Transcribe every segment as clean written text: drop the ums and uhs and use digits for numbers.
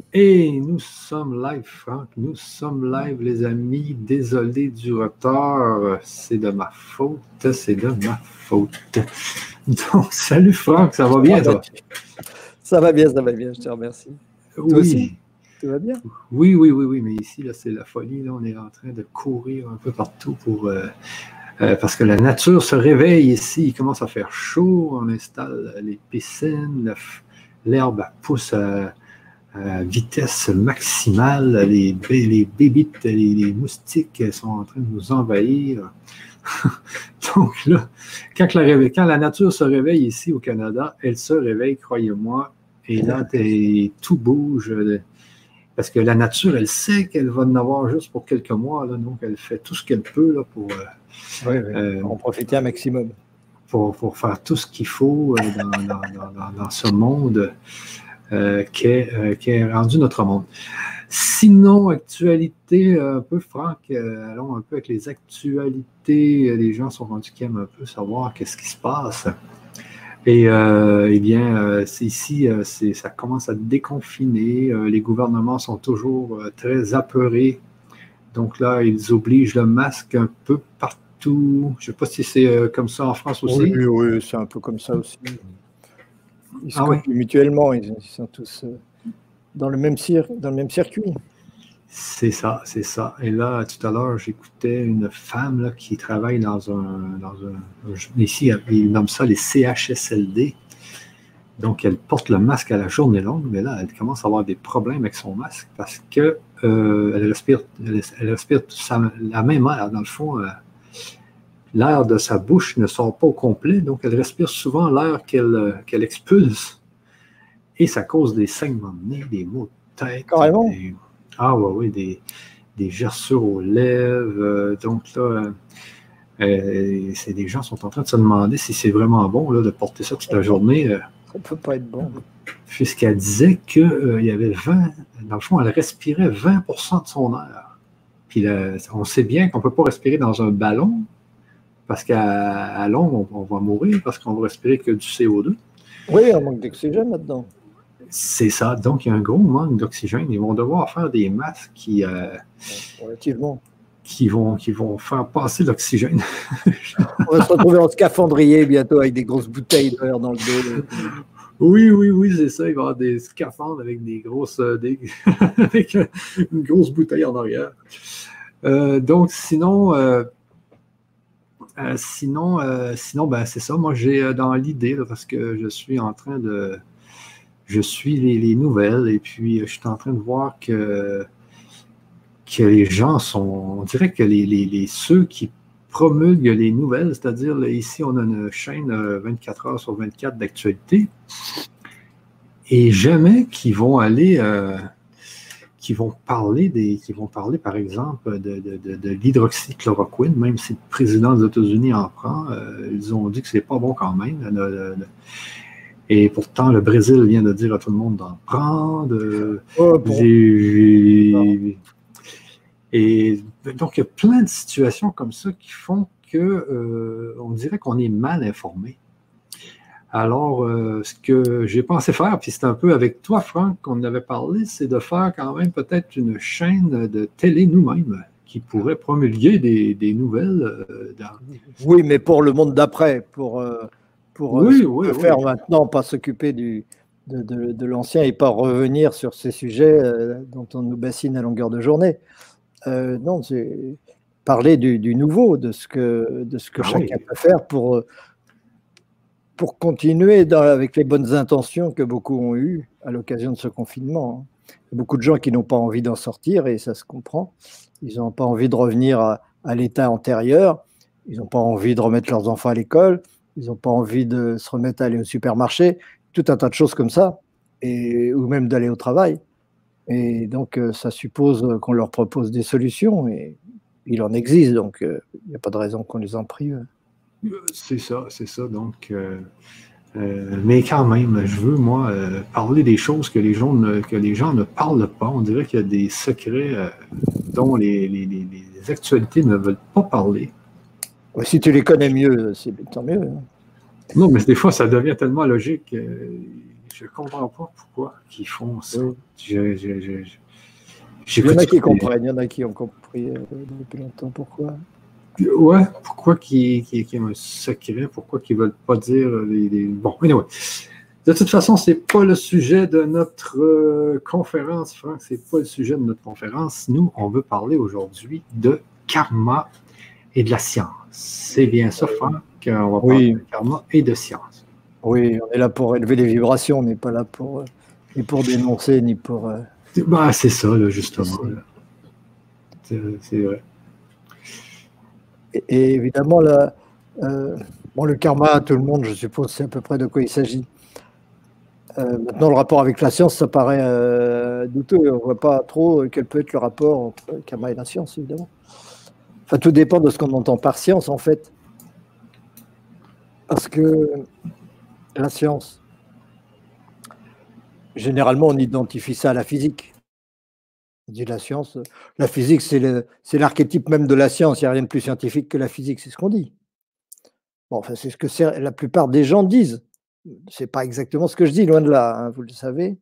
Et nous sommes live, Franck. Nous sommes live, les amis. Désolé du retard. C'est de ma faute. C'est de ma faute. Donc, salut Franck, ça va bien, toi? Ça va bien, je te remercie. Oui. Toi aussi? Tout va bien? Oui, mais ici, là, c'est la folie. Là, on est en train de courir un peu partout parce que la nature se réveille ici. Il commence à faire chaud. On installe les piscines. L'herbe pousse à vitesse maximale. Les bébites, les moustiques sont en train de nous envahir. Donc là, quand la nature se réveille ici au Canada, elle se réveille, croyez-moi, et là, tout bouge. Parce que la nature, elle sait qu'elle va en avoir juste pour quelques mois, là, donc elle fait tout ce qu'elle peut là, pour en profiter un maximum. Pour faire tout ce qu'il faut dans ce monde qui est rendu notre monde. Sinon, actualité, un peu, Franck, allons un peu avec les actualités. Les gens sont rendus qui aiment un peu savoir qu'est-ce qui se passe. Et c'est ici, ça commence à déconfiner. Les gouvernements sont toujours très apeurés. Donc là, ils obligent le masque un peu partout. Je ne sais pas si c'est comme ça en France aussi. Oui, c'est un peu comme ça aussi. Ils se copient mutuellement, ils sont tous dans le même circuit. C'est ça. Et là, tout à l'heure, j'écoutais une femme là, qui travaille dans ici, ils nomment ça les CHSLD. Donc, elle porte le masque à la journée longue, mais là, elle commence à avoir des problèmes avec son masque parce que elle respire la même air. Dans le fond, l'air de sa bouche ne sort pas au complet, donc elle respire souvent l'air qu'elle expulse. Et ça cause des saignements de nez, des maux de tête. Carrément. Des gerçures aux lèvres. Donc là, des gens sont en train de se demander si c'est vraiment bon là, de porter ça toute la journée. Ça ne peut pas être bon. Puisqu'elle disait qu'il y avait 20, dans le fond, elle respirait 20% de son air. Puis là, on sait bien qu'on ne peut pas respirer dans un ballon, parce qu'à long, on va mourir, parce qu'on va respirer que du CO2. Oui, un manque d'oxygène là-dedans. C'est ça. Donc, il y a un gros manque d'oxygène. Ils vont devoir faire des masques relativement. Qui vont faire passer l'oxygène. On va se retrouver en scaphandrier bientôt avec des grosses bouteilles d'air dans le dos. Oui, c'est ça. Il va y avoir des scaphandres avec avec une grosse bouteille en arrière. Donc, sinon, c'est ça. Moi, j'ai dans l'idée, parce que je suis en train de... Je suis les nouvelles et puis je suis en train de voir que les gens sont... On dirait que ceux qui promulguent les nouvelles, c'est-à-dire là, ici, on a une chaîne 24 heures sur 24 d'actualité et jamais qu'ils vont aller... qui vont parler, par exemple, de l'hydroxychloroquine, même si le président des États-Unis en prend. Ils ont dit que c'est pas bon quand même. Et pourtant, le Brésil vient de dire à tout le monde d'en prendre. Et donc, il y a plein de situations comme ça qui font qu'on dirait qu'on est mal informé. Alors, ce que j'ai pensé faire, puis c'est un peu avec toi, Franck, qu'on avait parlé, c'est de faire quand même peut-être une chaîne de télé nous-mêmes qui pourrait promulguer des nouvelles. Oui, mais pour le monde d'après, pour faire maintenant, pas s'occuper de l'ancien et pas revenir sur ces sujets dont on nous bassine à longueur de journée. Non, c'est parler du nouveau, de ce que chacun peut faire pour continuer avec les bonnes intentions que beaucoup ont eues à l'occasion de ce confinement. Il y a beaucoup de gens qui n'ont pas envie d'en sortir et ça se comprend. Ils n'ont pas envie de revenir à l'état antérieur. Ils n'ont pas envie de remettre leurs enfants à l'école. Ils n'ont pas envie de se remettre à aller au supermarché. Tout un tas de choses comme ça, ou même d'aller au travail. Et donc, ça suppose qu'on leur propose des solutions et il en existe. Donc, il n'y a pas de raison qu'on les en prive. C'est ça. Donc, mais quand même, je veux, moi, parler des choses que les gens ne parlent pas. On dirait qu'il y a des secrets dont les actualités ne veulent pas parler. Si tu les connais mieux, c'est tant mieux. Non, mais des fois, ça devient tellement logique. je comprends pas pourquoi ils font ça. Oui. Il y en a qui comprennent, il y en a qui ont compris depuis longtemps pourquoi. Ouais, pourquoi qu'ils ont un secret, pourquoi qu'ils ne veulent pas dire les... Bon, anyway. De toute façon, ce n'est pas le sujet de notre conférence, Franck, ce n'est pas le sujet de notre conférence. Nous, on veut parler aujourd'hui de karma et de la science. C'est bien ça, Franck, on va parler de karma et de science. Oui, on est là pour élever les vibrations, on n'est pas là ni pour dénoncer, ni pour... Bah, c'est ça, là, justement. C'est vrai. Et évidemment, le karma, tout le monde, je suppose, c'est à peu près de quoi il s'agit. Maintenant, le rapport avec la science, ça paraît douteux. On ne voit pas trop quel peut être le rapport entre le karma et la science, évidemment. Enfin, tout dépend de ce qu'on entend par science, en fait. Parce que la science, généralement, on identifie ça à la physique. On dit la science, la physique, c'est l'archétype même de la science. Il n'y a rien de plus scientifique que la physique, c'est ce qu'on dit. Bon, enfin, c'est ce que la plupart des gens disent. C'est pas exactement ce que je dis, loin de là, hein, vous le savez.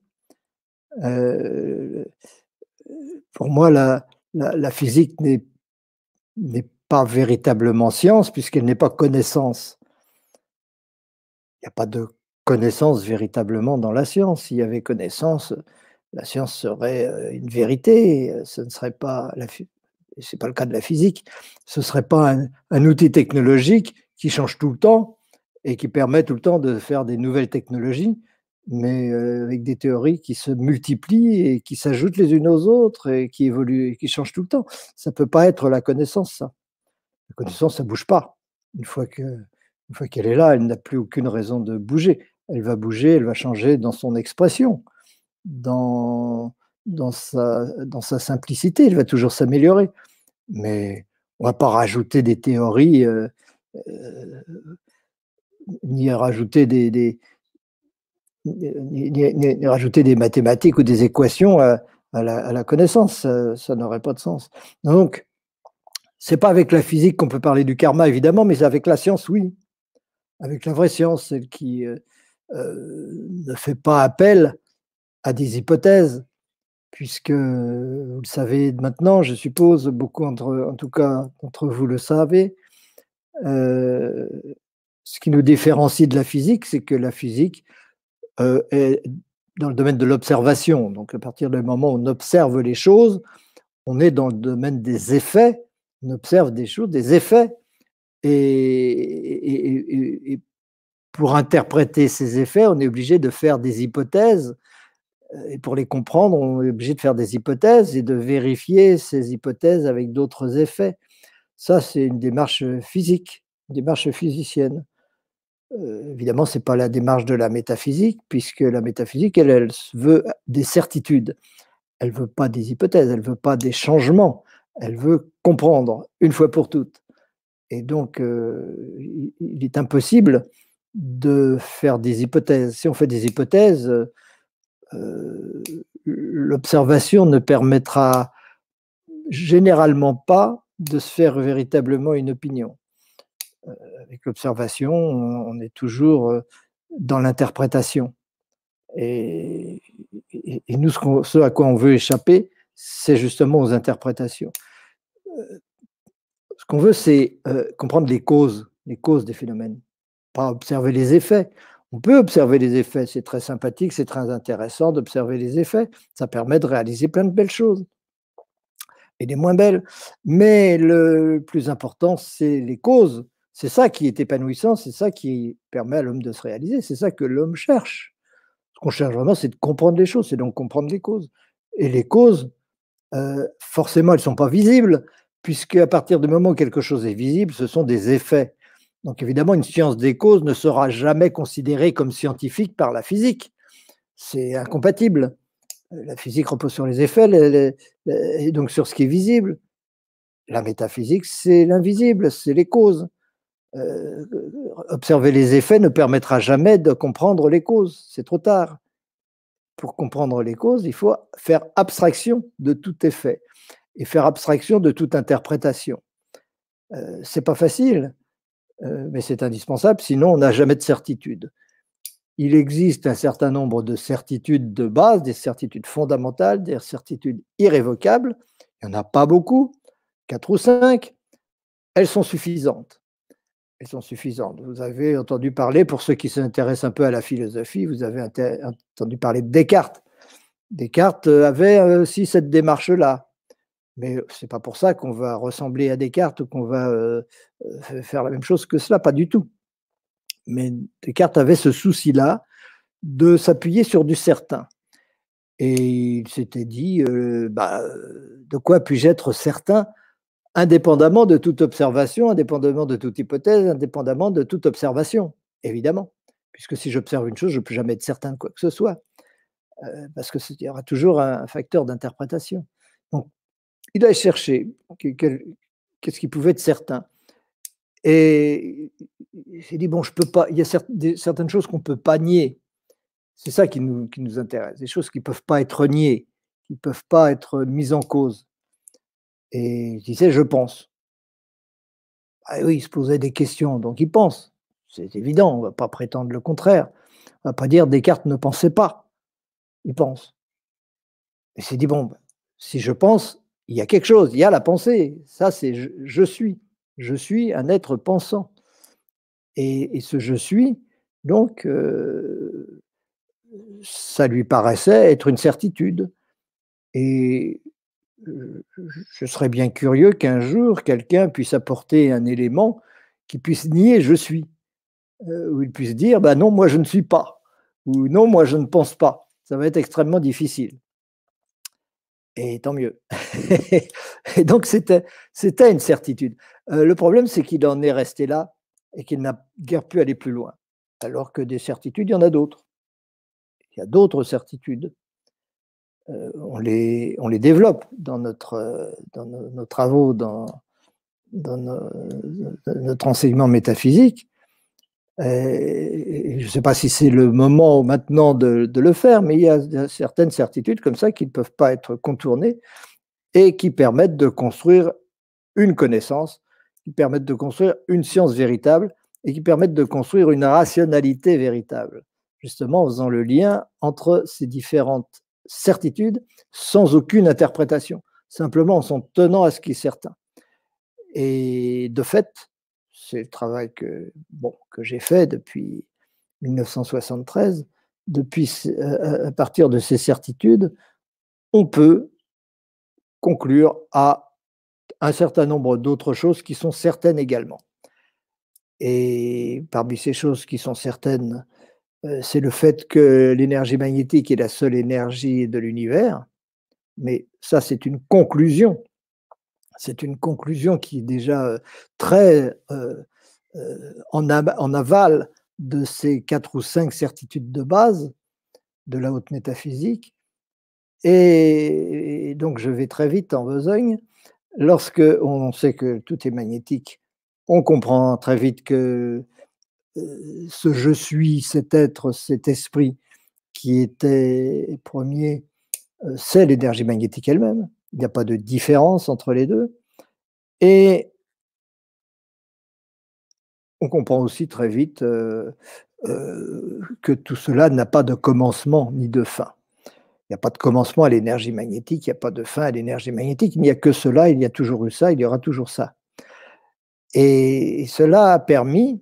Pour moi, la physique n'est pas véritablement science, puisqu'elle n'est pas connaissance. Il n'y a pas de connaissance véritablement dans la science. S'il y avait connaissance, la science serait une vérité. Ce ne serait pas c'est pas le cas de la physique. Ce ne serait pas un outil technologique qui change tout le temps et qui permet tout le temps de faire des nouvelles technologies, mais avec des théories qui se multiplient et qui s'ajoutent les unes aux autres et qui évoluent et qui changent tout le temps. Ça ne peut pas être la connaissance, ça. La connaissance, ça ne bouge pas. Une fois qu'elle est là, elle n'a plus aucune raison de bouger. Elle va bouger, elle va changer dans son expression, dans sa simplicité, elle va toujours s'améliorer. Mais on ne va pas rajouter des théories, ni rajouter ni rajouter des mathématiques ou des équations à la connaissance. Ça n'aurait pas de sens. Donc, ce n'est pas avec la physique qu'on peut parler du karma, évidemment, mais avec la science, oui. Avec la vraie science, celle qui ne fait pas appel à des hypothèses, puisque, vous le savez maintenant, je suppose, beaucoup en tout cas d'entre vous le savez, ce qui nous différencie de la physique, c'est que la physique est dans le domaine de l'observation. Donc, à partir du moment où on observe les choses, on est dans le domaine des effets, on observe des choses, des effets, et pour interpréter ces effets, on est obligé de faire des hypothèses, et pour les comprendre, on est obligé de faire des hypothèses et de vérifier ces hypothèses avec d'autres effets. Ça, c'est une démarche physique, une démarche physicienne. Évidemment, ce n'est pas la démarche de la métaphysique, puisque la métaphysique, elle veut des certitudes. Elle ne veut pas des hypothèses, elle ne veut pas des changements, elle veut comprendre une fois pour toutes. Et donc, il est impossible de faire des hypothèses. Si on fait des hypothèses, l'observation ne permettra généralement pas de se faire véritablement une opinion. Avec l'observation, on est toujours dans l'interprétation. Et nous, ce à quoi on veut échapper, c'est justement aux interprétations. Ce qu'on veut, c'est comprendre les causes des phénomènes, pas observer les effets. On peut observer les effets, c'est très sympathique, c'est très intéressant d'observer les effets. Ça permet de réaliser plein de belles choses et des moins belles. Mais le plus important, c'est les causes. C'est ça qui est épanouissant, c'est ça qui permet à l'homme de se réaliser, c'est ça que l'homme cherche. Ce qu'on cherche vraiment, c'est de comprendre les choses, c'est donc comprendre les causes. Et les causes, forcément, elles ne sont pas visibles, puisque à partir du moment où quelque chose est visible, ce sont des effets. Donc évidemment, une science des causes ne sera jamais considérée comme scientifique par la physique. C'est incompatible. La physique repose sur les effets, et donc sur ce qui est visible. La métaphysique, c'est l'invisible, c'est les causes. Observer les effets ne permettra jamais de comprendre les causes, c'est trop tard. Pour comprendre les causes, il faut faire abstraction de tout effet et faire abstraction de toute interprétation. C'est pas facile, mais c'est indispensable, sinon on n'a jamais de certitude. il existe un certain nombre de certitudes de base, des certitudes fondamentales, des certitudes irrévocables. Il n'y en a pas beaucoup, 4 ou 5. Elles sont suffisantes. Elles sont suffisantes. Vous avez entendu parler, pour ceux qui s'intéressent un peu à la philosophie, vous avez entendu parler de Descartes. Descartes avait aussi cette démarche-là. Mais ce n'est pas pour ça qu'on va ressembler à Descartes ou qu'on va faire la même chose que cela, pas du tout. Mais Descartes avait ce souci-là de s'appuyer sur du certain. Et il s'était dit, de quoi puis-je être certain, indépendamment de toute observation, indépendamment de toute hypothèse, indépendamment de toute observation, évidemment. Puisque si j'observe une chose, je ne peux jamais être certain de quoi que ce soit, parce qu'il y aura toujours un facteur d'interprétation. Donc, il a cherché qu'est-ce qui pouvait être certain. Et il s'est dit, bon, je peux pas, il y a certaines choses qu'on ne peut pas nier. C'est ça qui nous intéresse, des choses qui ne peuvent pas être niées, qui ne peuvent pas être mises en cause. Et il disait, je pense. Ah oui, il se posait des questions, donc il pense. C'est évident, on ne va pas prétendre le contraire. On ne va pas dire Descartes ne pensait pas, il pense. Il s'est dit, bon, si je pense, il y a quelque chose, il y a la pensée. Ça, c'est je suis. Je suis un être pensant. Et ce je suis, donc, ça lui paraissait être une certitude. Et je serais bien curieux qu'un jour, quelqu'un puisse apporter un élément qui puisse nier je suis, où il puisse dire bah non, moi je ne suis pas, ou non, moi je ne pense pas. Ça va être extrêmement difficile. Et tant mieux. Et donc c'était une certitude. Le problème, c'est qu'il en est resté là et qu'il n'a guère pu aller plus loin. Alors que des certitudes, il y en a d'autres. Il y a d'autres certitudes. On les développe dans nos travaux, dans notre enseignement métaphysique. Je ne sais pas si c'est le moment maintenant de le faire, mais il y a certaines certitudes comme ça qui ne peuvent pas être contournées et qui permettent de construire une connaissance, qui permettent de construire une science véritable et qui permettent de construire une rationalité véritable, justement en faisant le lien entre ces différentes certitudes sans aucune interprétation, simplement en s'en tenant à ce qui est certain. Et de fait, c'est le travail que j'ai fait depuis 1973. À partir de ces certitudes, on peut conclure à un certain nombre d'autres choses qui sont certaines également. Et parmi ces choses qui sont certaines, c'est le fait que l'énergie magnétique est la seule énergie de l'univers. Mais ça, c'est une conclusion. C'est une conclusion qui est déjà très en aval de ces 4 ou 5 certitudes de base de la haute métaphysique. Et donc, je vais très vite en besogne. Lorsque on sait que tout est magnétique, on comprend très vite que ce je suis, cet être, cet esprit qui était premier, c'est l'énergie magnétique elle-même. Il n'y a pas de différence entre les deux. Et on comprend aussi très vite que tout cela n'a pas de commencement ni de fin. Il n'y a pas de commencement à l'énergie magnétique, il n'y a pas de fin à l'énergie magnétique, il n'y a que cela, il y a toujours eu ça, il y aura toujours ça. Et cela a permis,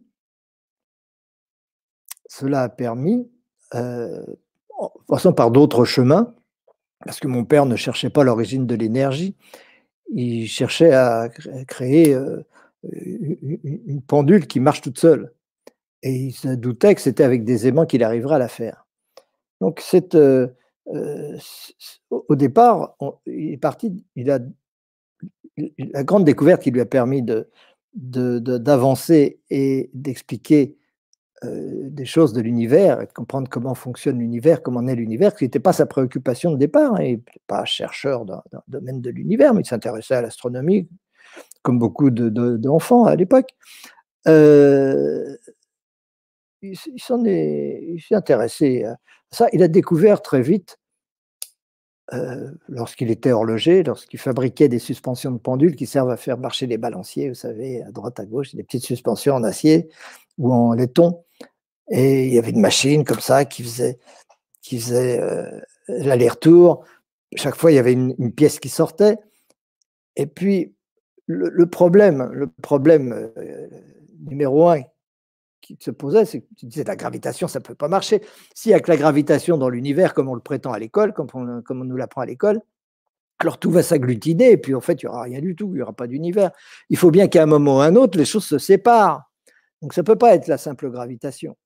en passant par d'autres chemins, parce que mon père ne cherchait pas l'origine de l'énergie, il cherchait à créer une pendule qui marche toute seule. Et il se doutait que c'était avec des aimants qu'il arriverait à la faire. Donc, au départ, il est parti, la grande découverte qui lui a permis d'avancer et d'expliquer des choses de l'univers et de comprendre comment fonctionne l'univers, comment est l'univers, qui n'était pas sa préoccupation de départ. Hein. Il n'était pas chercheur dans le domaine de l'univers, mais il s'intéressait à l'astronomie, comme beaucoup d'enfants à l'époque. Il s'est intéressé à ça. Il a découvert très vite, lorsqu'il était horloger, lorsqu'il fabriquait des suspensions de pendules qui servent à faire marcher les balanciers, vous savez, à droite, à gauche, des petites suspensions en acier ou en laiton. Et il y avait une machine comme ça qui faisait l'aller-retour. Chaque fois, il y avait une pièce qui sortait. Et puis, le problème numéro un qui se posait, c'est que tu disais la gravitation, ça ne peut pas marcher. S'il n'y a que la gravitation dans l'univers, comme on le prétend à l'école, comme on nous l'apprend à l'école, alors tout va s'agglutiner, et puis en fait, il n'y aura rien du tout, il n'y aura pas d'univers. Il faut bien qu'à un moment ou à un autre, les choses se séparent. Donc ça ne peut pas être la simple gravitation.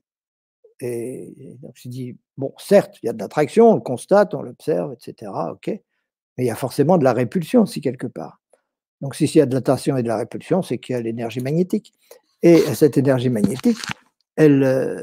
Et donc je dis, bon, certes, il y a de l'attraction, on le constate, on l'observe, etc. OK, mais il y a forcément de la répulsion aussi quelque part. Donc s'il y a de l'attraction et de la répulsion, c'est qu'il y a l'énergie magnétique. Et cette énergie magnétique, elle,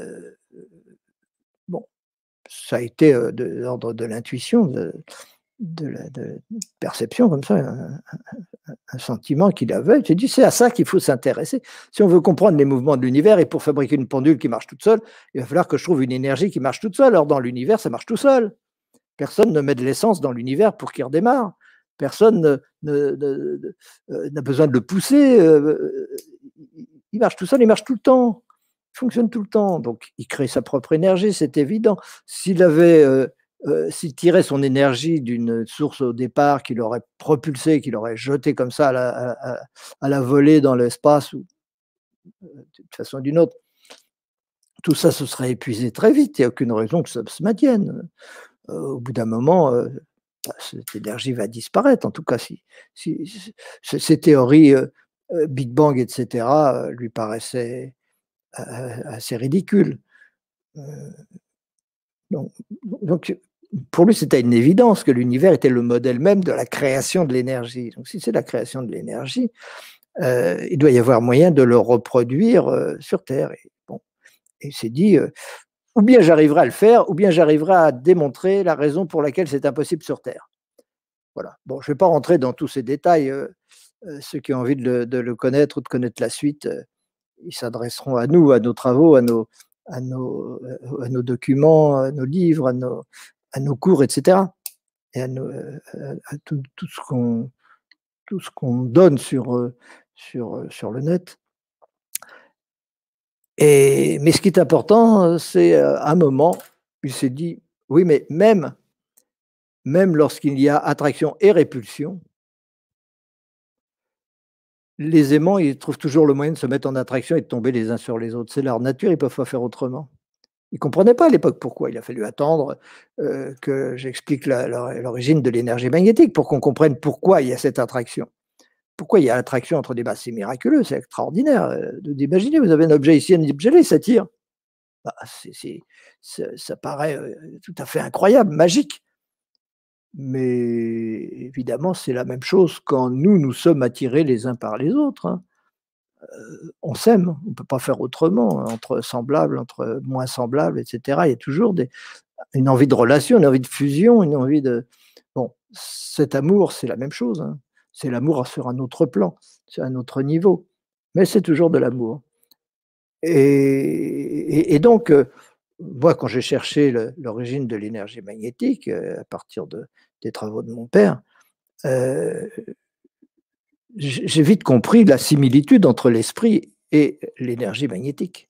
bon, ça a été de l'ordre de l'intuition, de la perception comme ça, un sentiment qu'il avait. J'ai dit, c'est à ça qu'il faut s'intéresser. Si on veut comprendre les mouvements de l'univers, et pour fabriquer une pendule qui marche toute seule, il va falloir que je trouve une énergie qui marche toute seule. Or, dans l'univers, ça marche tout seul. Personne ne met de l'essence dans l'univers pour qu'il redémarre. Personne n'a besoin de le pousser. Il marche tout seul, il marche tout le temps. Il fonctionne tout le temps. Donc, il crée sa propre énergie, c'est évident. S'il tirait son énergie d'une source au départ qui l'aurait propulsé, qui l'aurait jeté comme ça à la volée dans l'espace, ou d'une façon ou d'une autre, tout ça se serait épuisé très vite. Il n'y a aucune raison que ça se maintienne. Au bout d'un moment, cette énergie va disparaître. En tout cas, si ces théories Big Bang, etc., lui paraissaient assez ridicules. Donc, pour lui, c'était une évidence que l'univers était le modèle même de la création de l'énergie. Donc, si c'est la création de l'énergie, il doit y avoir moyen de le reproduire sur Terre. Et bon, il s'est dit, ou bien j'arriverai à le faire, ou bien j'arriverai à démontrer la raison pour laquelle c'est impossible sur Terre. Voilà. Bon, je ne vais pas rentrer dans tous ces détails. Ceux qui ont envie de le connaître ou de connaître la suite, ils s'adresseront à nous, à nos travaux, à nos documents, à nos livres, à nos cours, etc. Et à tout ce qu'on donne sur le net. Mais ce qui est important, c'est à un moment, il s'est dit, oui, mais même lorsqu'il y a attraction et répulsion, les aimants, ils trouvent toujours le moyen de se mettre en attraction et de tomber les uns sur les autres. C'est leur nature, ils ne peuvent pas faire autrement. Ils ne comprenaient pas à l'époque pourquoi. Il a fallu attendre que j'explique l'origine de l'énergie magnétique pour qu'on comprenne pourquoi il y a cette attraction. Pourquoi il y a l'attraction entre des masses? C'est miraculeux, c'est extraordinaire d'imaginer. Vous avez un objet ici, un objet là, il s'attire. Bah, ça paraît tout à fait incroyable, magique. Mais évidemment, c'est la même chose quand nous sommes attirés les uns par les autres. Hein. On s'aime, on ne peut pas faire autrement, hein, entre semblables, entre moins semblables, etc. Il y a toujours une envie de relation, une envie de fusion, une envie de… Bon, cet amour, c'est la même chose. Hein. C'est l'amour sur un autre plan, sur un autre niveau. Mais c'est toujours de l'amour. Et donc, moi, quand j'ai cherché l'origine de l'énergie magnétique, à partir des travaux de mon père, j'ai vite compris la similitude entre l'esprit et l'énergie magnétique.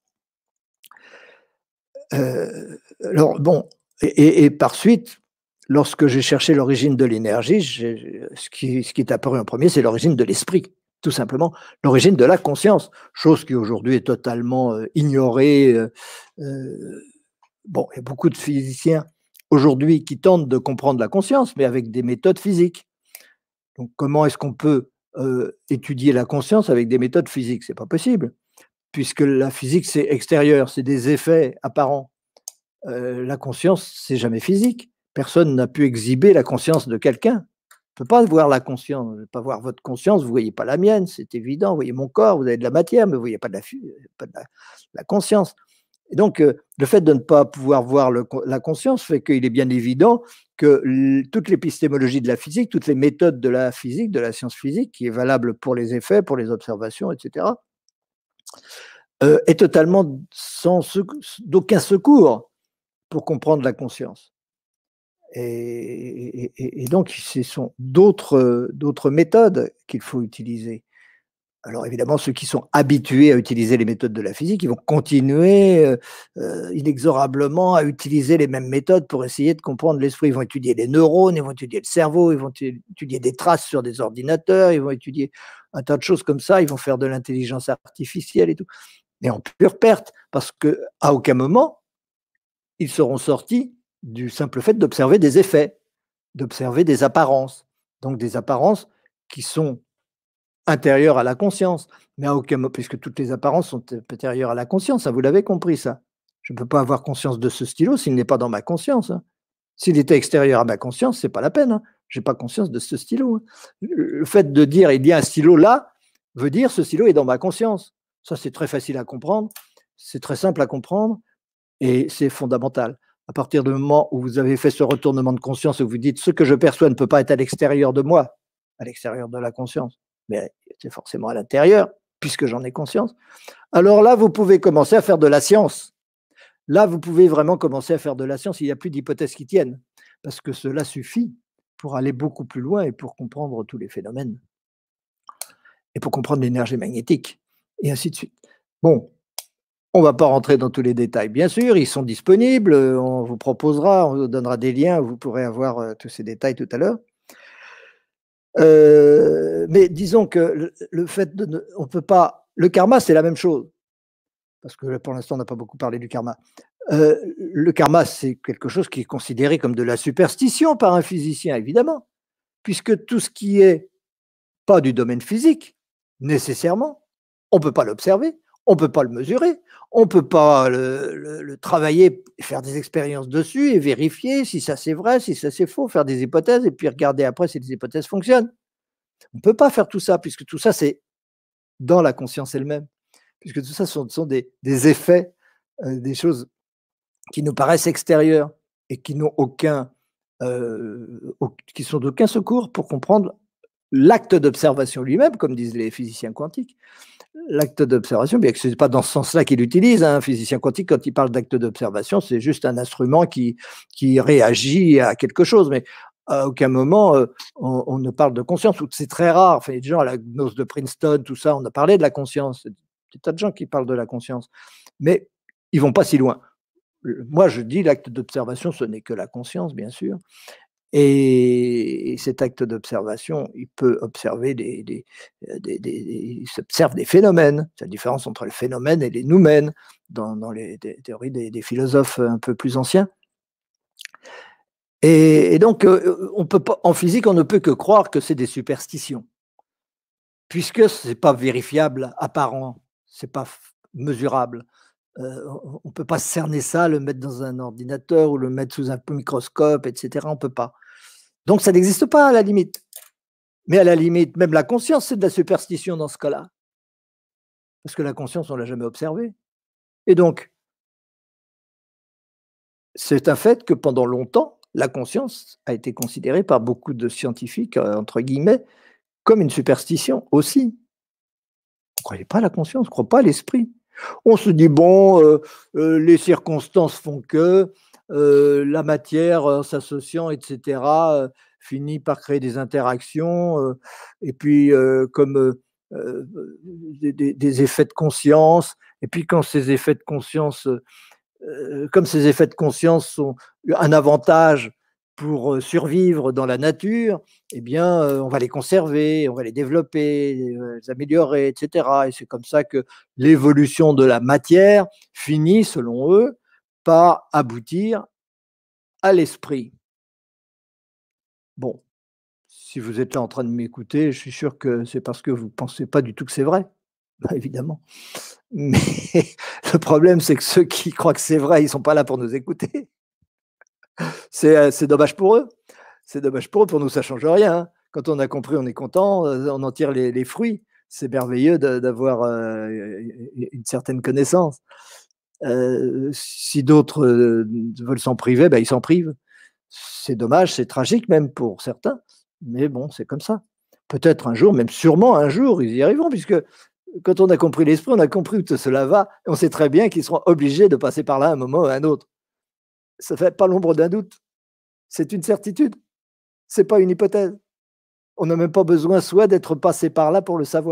Alors, bon, et par suite, lorsque j'ai cherché l'origine de l'énergie, ce qui est apparu en premier, c'est l'origine de l'esprit, tout simplement, l'origine de la conscience, chose qui aujourd'hui est totalement ignorée. Bon, il y a beaucoup de physiciens aujourd'hui qui tentent de comprendre la conscience, mais avec des méthodes physiques. Donc, comment est-ce qu'on peut étudier la conscience avec des méthodes physiques? C'est pas possible, puisque la physique, c'est extérieur, c'est des effets apparents. La conscience, c'est jamais physique. Personne n'a pu exhiber la conscience de quelqu'un. On ne peut pas voir la conscience. Je ne vais pas voir votre conscience, vous ne voyez pas la mienne, c'est évident. Vous voyez mon corps, vous avez de la matière, mais vous ne voyez pas de la conscience. Et donc, le fait de ne pas pouvoir voir la conscience fait qu'il est bien évident que toute l'épistémologie de la physique, toutes les méthodes de la physique, de la science physique, qui est valable pour les effets, pour les observations, etc., est totalement d'aucun secours pour comprendre la conscience. Et donc, ce sont d'autres méthodes qu'il faut utiliser. Alors évidemment, ceux qui sont habitués à utiliser les méthodes de la physique, ils vont continuer inexorablement à utiliser les mêmes méthodes pour essayer de comprendre l'esprit. Ils vont étudier les neurones, ils vont étudier le cerveau, ils vont étudier des traces sur des ordinateurs, ils vont étudier un tas de choses comme ça, ils vont faire de l'intelligence artificielle et tout. Mais en pure perte, parce qu'à aucun moment, ils seront sortis du simple fait d'observer des effets, d'observer des apparences. Donc des apparences qui sont intérieures à la conscience, mais à aucun moment, puisque toutes les apparences sont intérieures à la conscience, hein, vous l'avez compris ça. Je ne peux pas avoir conscience de ce stylo s'il n'est pas dans ma conscience, hein. S'il était extérieur à ma conscience, c'est pas la peine, hein. Je n'ai pas conscience de ce stylo, hein. Le fait de dire il y a un stylo là veut dire ce stylo est dans ma conscience. Ça, c'est très facile à comprendre, c'est très simple à comprendre et c'est fondamental. À partir du moment où vous avez fait ce retournement de conscience et vous dites ce que je perçois ne peut pas être à l'extérieur de moi, à l'extérieur de la conscience, mais c'est forcément à l'intérieur, puisque j'en ai conscience. Alors là, vous pouvez commencer à faire de la science. Là, vous pouvez vraiment commencer à faire de la science. Il n'y a plus d'hypothèses qui tiennent, parce que cela suffit pour aller beaucoup plus loin et pour comprendre tous les phénomènes, et pour comprendre l'énergie magnétique, et ainsi de suite. Bon, on ne va pas rentrer dans tous les détails, bien sûr, ils sont disponibles, on vous proposera, on vous donnera des liens, vous pourrez avoir tous ces détails tout à l'heure. Mais disons que le fait de on peut pas. Le karma, c'est la même chose, parce que pour l'instant, on n'a pas beaucoup parlé du karma. Le karma, c'est quelque chose qui est considéré comme de la superstition par un physicien, évidemment, puisque tout ce qui est pas du domaine physique, nécessairement, on ne peut pas l'observer, on ne peut pas le mesurer, on ne peut pas le travailler, faire des expériences dessus et vérifier si ça c'est vrai, si ça c'est faux, faire des hypothèses et puis regarder après si les hypothèses fonctionnent. On ne peut pas faire tout ça, puisque tout ça, c'est dans la conscience elle-même, puisque tout ça sont des effets, des choses qui nous paraissent extérieures et qui n'ont qui sont d'aucun secours pour comprendre l'acte d'observation lui-même, comme disent les physiciens quantiques. L'acte d'observation, bien que ce n'est pas dans ce sens-là qu'il utilise, hein, un physicien quantique, quand il parle d'acte d'observation, c'est juste un instrument qui réagit à quelque chose, mais à aucun moment on ne parle de conscience, ou c'est très rare. Enfin, il y a des gens à la gnose de Princeton, tout ça, on a parlé de la conscience, il y a des tas de gens qui parlent de la conscience, mais ils vont pas si loin. Moi, je dis l'acte d'observation, ce n'est que la conscience, bien sûr, et cet acte d'observation, il peut observer il s'observe des phénomènes. C'est la différence entre le phénomène et les noumènes dans les théories des philosophes un peu plus anciens. Et donc, on peut pas, en physique, on ne peut que croire que c'est des superstitions, puisque ce n'est pas vérifiable, apparent, c'est pas mesurable. On ne peut pas cerner ça, le mettre dans un ordinateur ou le mettre sous un microscope, etc. On ne peut pas. Donc, ça n'existe pas à la limite. Mais à la limite, même la conscience, c'est de la superstition dans ce cas-là. Parce que la conscience, on ne l'a jamais observée. Et donc, c'est un fait que pendant longtemps, la conscience a été considérée par beaucoup de scientifiques, entre guillemets, comme une superstition aussi. On ne croyait pas à la conscience, on ne croit pas à l'esprit. On se dit, bon, les circonstances font que la matière, s'associant, etc., finit par créer des interactions, et puis comme des effets de conscience, et puis quand ces effets de conscience, comme ces effets de conscience sont un avantage pour survivre dans la nature, eh bien, on va les conserver, on va les développer, les améliorer, etc. Et c'est comme ça que l'évolution de la matière finit, selon eux, par aboutir à l'esprit. Bon, si vous êtes là en train de m'écouter, je suis sûr que c'est parce que vous ne pensez pas du tout que c'est vrai, bah, évidemment. Mais le problème, c'est que ceux qui croient que c'est vrai, ils ne sont pas là pour nous écouter. C'est dommage pour eux. C'est dommage pour eux, pour nous, ça ne change rien, hein. Quand on a compris, on est content, on en tire les fruits. C'est merveilleux d'avoir une certaine connaissance. Si d'autres veulent s'en priver, ben, ils s'en privent. C'est dommage, c'est tragique même pour certains, mais bon, c'est comme ça. Peut-être un jour, même sûrement un jour, ils y arriveront, puisque quand on a compris l'esprit, on a compris où cela va, et on sait très bien qu'ils seront obligés de passer par là à un moment ou à un autre. Ça ne fait pas l'ombre d'un doute. C'est une certitude. Ce n'est pas une hypothèse. On n'a même pas besoin soit d'être passé par là pour le savoir.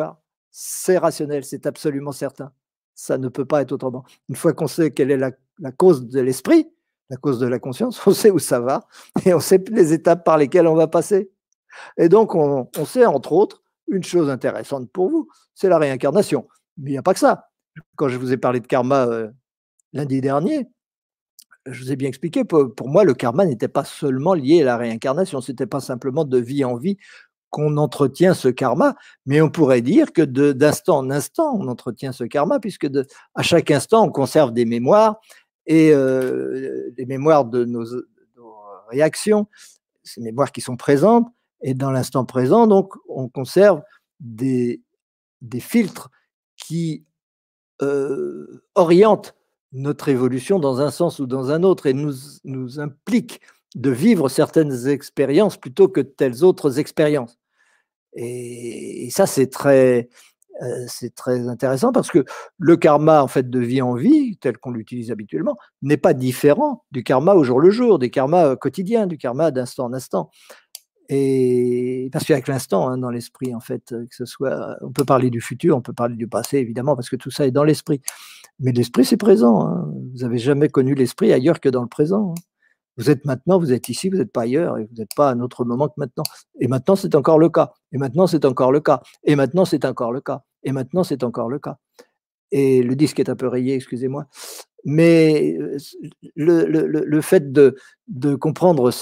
c'est rationnel, c'est absolument certain. Ça ne peut pas être autrement. Une fois qu'on sait quelle est la cause de l'esprit, la cause de la conscience, on sait où ça va et on sait les étapes par lesquelles on va passer. Et donc, on sait, entre autres, une chose intéressante pour vous, c'est la réincarnation. Mais il n'y a pas que ça. Quand je vous ai parlé de karma lundi dernier, je vous ai bien expliqué, pour moi, le karma n'était pas seulement lié à la réincarnation, c'était pas simplement de vie en vie qu'on entretient ce karma, mais on pourrait dire que d'instant en instant, on entretient ce karma, puisque à chaque instant, on conserve des mémoires, et les mémoires de nos réactions, ces mémoires qui sont présentes, et dans l'instant présent, donc, on conserve des filtres qui orientent notre évolution dans un sens ou dans un autre et nous impliquent de vivre certaines expériences plutôt que telles autres expériences. Et ça, c'est très intéressant parce que le karma en fait de vie en vie, tel qu'on l'utilise habituellement, n'est pas différent du karma au jour le jour, des karmas quotidiens, du karma d'instant en instant. Et parce qu'avec l'instant, hein, dans l'esprit, en fait, que ce soit, on peut parler du futur, on peut parler du passé, évidemment, parce que tout ça est dans l'esprit. Mais l'esprit, c'est présent. Hein. Vous n'avez jamais connu l'esprit ailleurs que dans le présent. Hein. Vous êtes maintenant, vous êtes ici, vous n'êtes pas ailleurs, et vous n'êtes pas à un autre moment que maintenant. Et maintenant, c'est encore le cas. Et maintenant, c'est encore le cas. Et maintenant, c'est encore le cas. Et maintenant, c'est encore le cas. Et le disque est un peu rayé, excusez-moi. Mais le fait de comprendre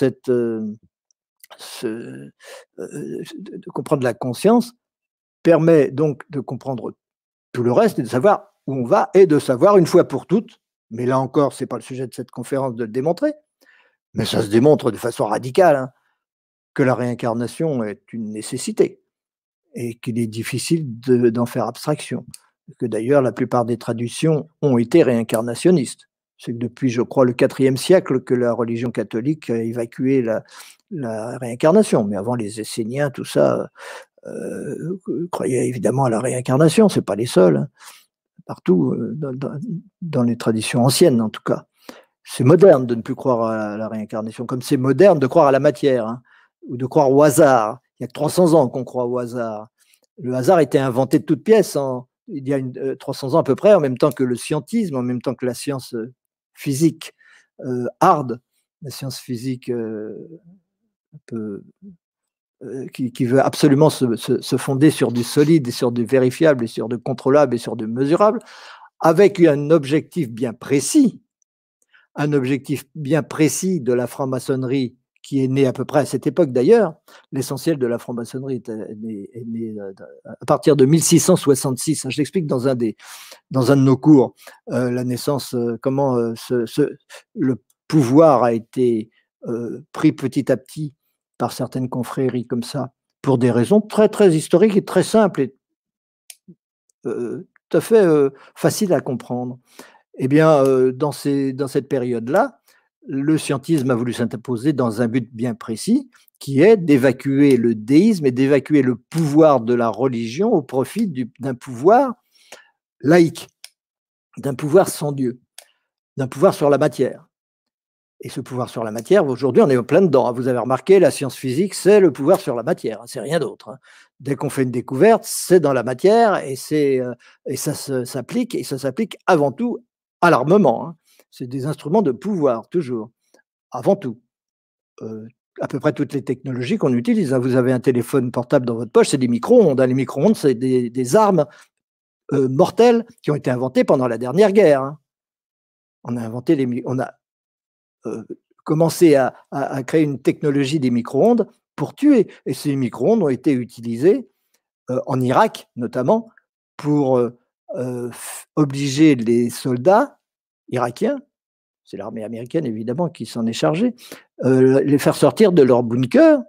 de comprendre la conscience permet donc de comprendre tout le reste et de savoir où on va et de savoir une fois pour toutes, mais là encore, ce n'est pas le sujet de cette conférence de le démontrer, mais ça se démontre de façon radicale, hein, que la réincarnation est une nécessité et qu'il est difficile d'en faire abstraction. Que d'ailleurs, la plupart des traductions ont été réincarnationnistes. C'est que depuis, je crois, le IVe siècle que la religion catholique a évacué la réincarnation. Mais avant, les Esséniens, tout ça, croyaient évidemment à la réincarnation. Ce n'est pas les seuls. Hein. Partout, dans les traditions anciennes, en tout cas. C'est moderne de ne plus croire à la réincarnation, comme c'est moderne de croire à la matière, hein, ou de croire au hasard. Il y a que 300 ans qu'on croit au hasard. Le hasard a été inventé de toutes pièces il y a 300 ans à peu près, en même temps que le scientisme, en même temps que la science physique hard, la science physique qui veut absolument se fonder sur du solide, et sur du vérifiable, et sur du contrôlable, et sur du mesurable, avec un objectif bien précis, de la franc-maçonnerie qui est né à peu près à cette époque d'ailleurs. L'essentiel de la franc-maçonnerie est né à partir de 1666. Je l'explique dans un de nos cours, la naissance, comment le pouvoir a été pris petit à petit par certaines confréries comme ça, pour des raisons très, très historiques et très simples et tout à fait faciles à comprendre. Eh bien, dans cette période-là, le scientisme a voulu s'imposer dans un but bien précis, qui est d'évacuer le déisme et d'évacuer le pouvoir de la religion au profit d'un pouvoir laïque, d'un pouvoir sans Dieu, d'un pouvoir sur la matière. Et ce pouvoir sur la matière, aujourd'hui, on est en plein dedans. Vous avez remarqué, la science physique, c'est le pouvoir sur la matière, c'est rien d'autre. Dès qu'on fait une découverte, c'est dans la matière et ça s'applique avant tout à l'armement. C'est des instruments de pouvoir, toujours, avant tout. À peu près toutes les technologies qu'on utilise. Vous avez un téléphone portable dans votre poche, c'est des micro-ondes. Les micro-ondes, c'est des armes mortelles qui ont été inventées pendant la dernière guerre. On a commencé à créer une technologie des micro-ondes pour tuer. Et ces micro-ondes ont été utilisés en Irak, notamment, pour obliger les soldats irakiens, c'est l'armée américaine évidemment qui s'en est chargée, les faire sortir de leur bunker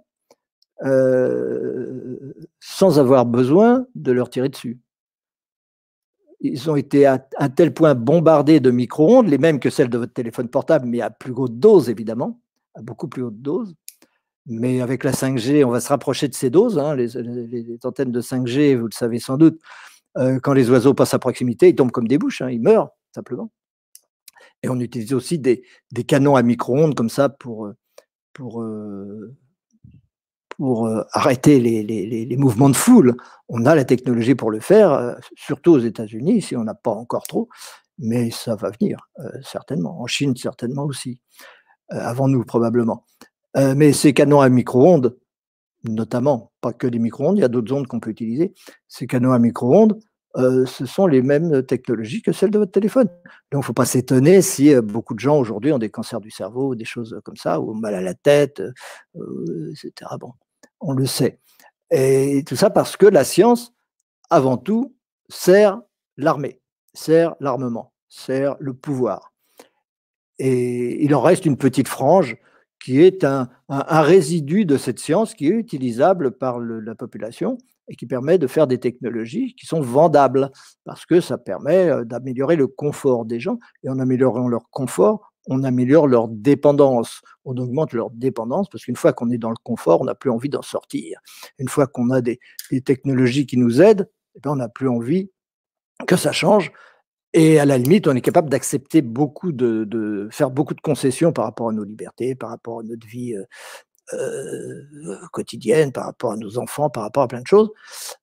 sans avoir besoin de leur tirer dessus. Ils ont été à tel point bombardés de micro-ondes, les mêmes que celles de votre téléphone portable, mais à plus haute dose, évidemment, à beaucoup plus haute dose. Mais avec la 5G, on va se rapprocher de ces doses. Les antennes de 5G, vous le savez sans doute, quand les oiseaux passent à proximité, ils tombent comme des bouches, ils meurent, simplement. Et on utilise aussi des canons à micro-ondes comme ça pour pour arrêter les mouvements de foule. On a la technologie pour le faire, surtout aux États-Unis, ici on n'a pas encore trop, mais ça va venir, certainement. En Chine, certainement aussi, avant nous probablement. Mais ces canons à micro-ondes, notamment, pas que des micro-ondes, il y a d'autres ondes qu'on peut utiliser. Ces canaux à micro-ondes, ce sont les mêmes technologies que celles de votre téléphone. Donc, il ne faut pas s'étonner si beaucoup de gens aujourd'hui ont des cancers du cerveau, ou des choses comme ça, ou mal à la tête, etc. Bon, on le sait. Et tout ça parce que la science, avant tout, sert l'armée, sert l'armement, sert le pouvoir. Et il en reste une petite frange qui est un résidu de cette science qui est utilisable par la population et qui permet de faire des technologies qui sont vendables parce que ça permet d'améliorer le confort des gens. Et en améliorant leur confort, on améliore leur dépendance. On augmente leur dépendance parce qu'une fois qu'on est dans le confort, on n'a plus envie d'en sortir. Une fois qu'on a des technologies qui nous aident, eh bien, on n'a plus envie que ça change. Et à la limite, on est capable d'accepter beaucoup faire beaucoup de concessions par rapport à nos libertés, par rapport à notre vie quotidienne, par rapport à nos enfants, par rapport à plein de choses,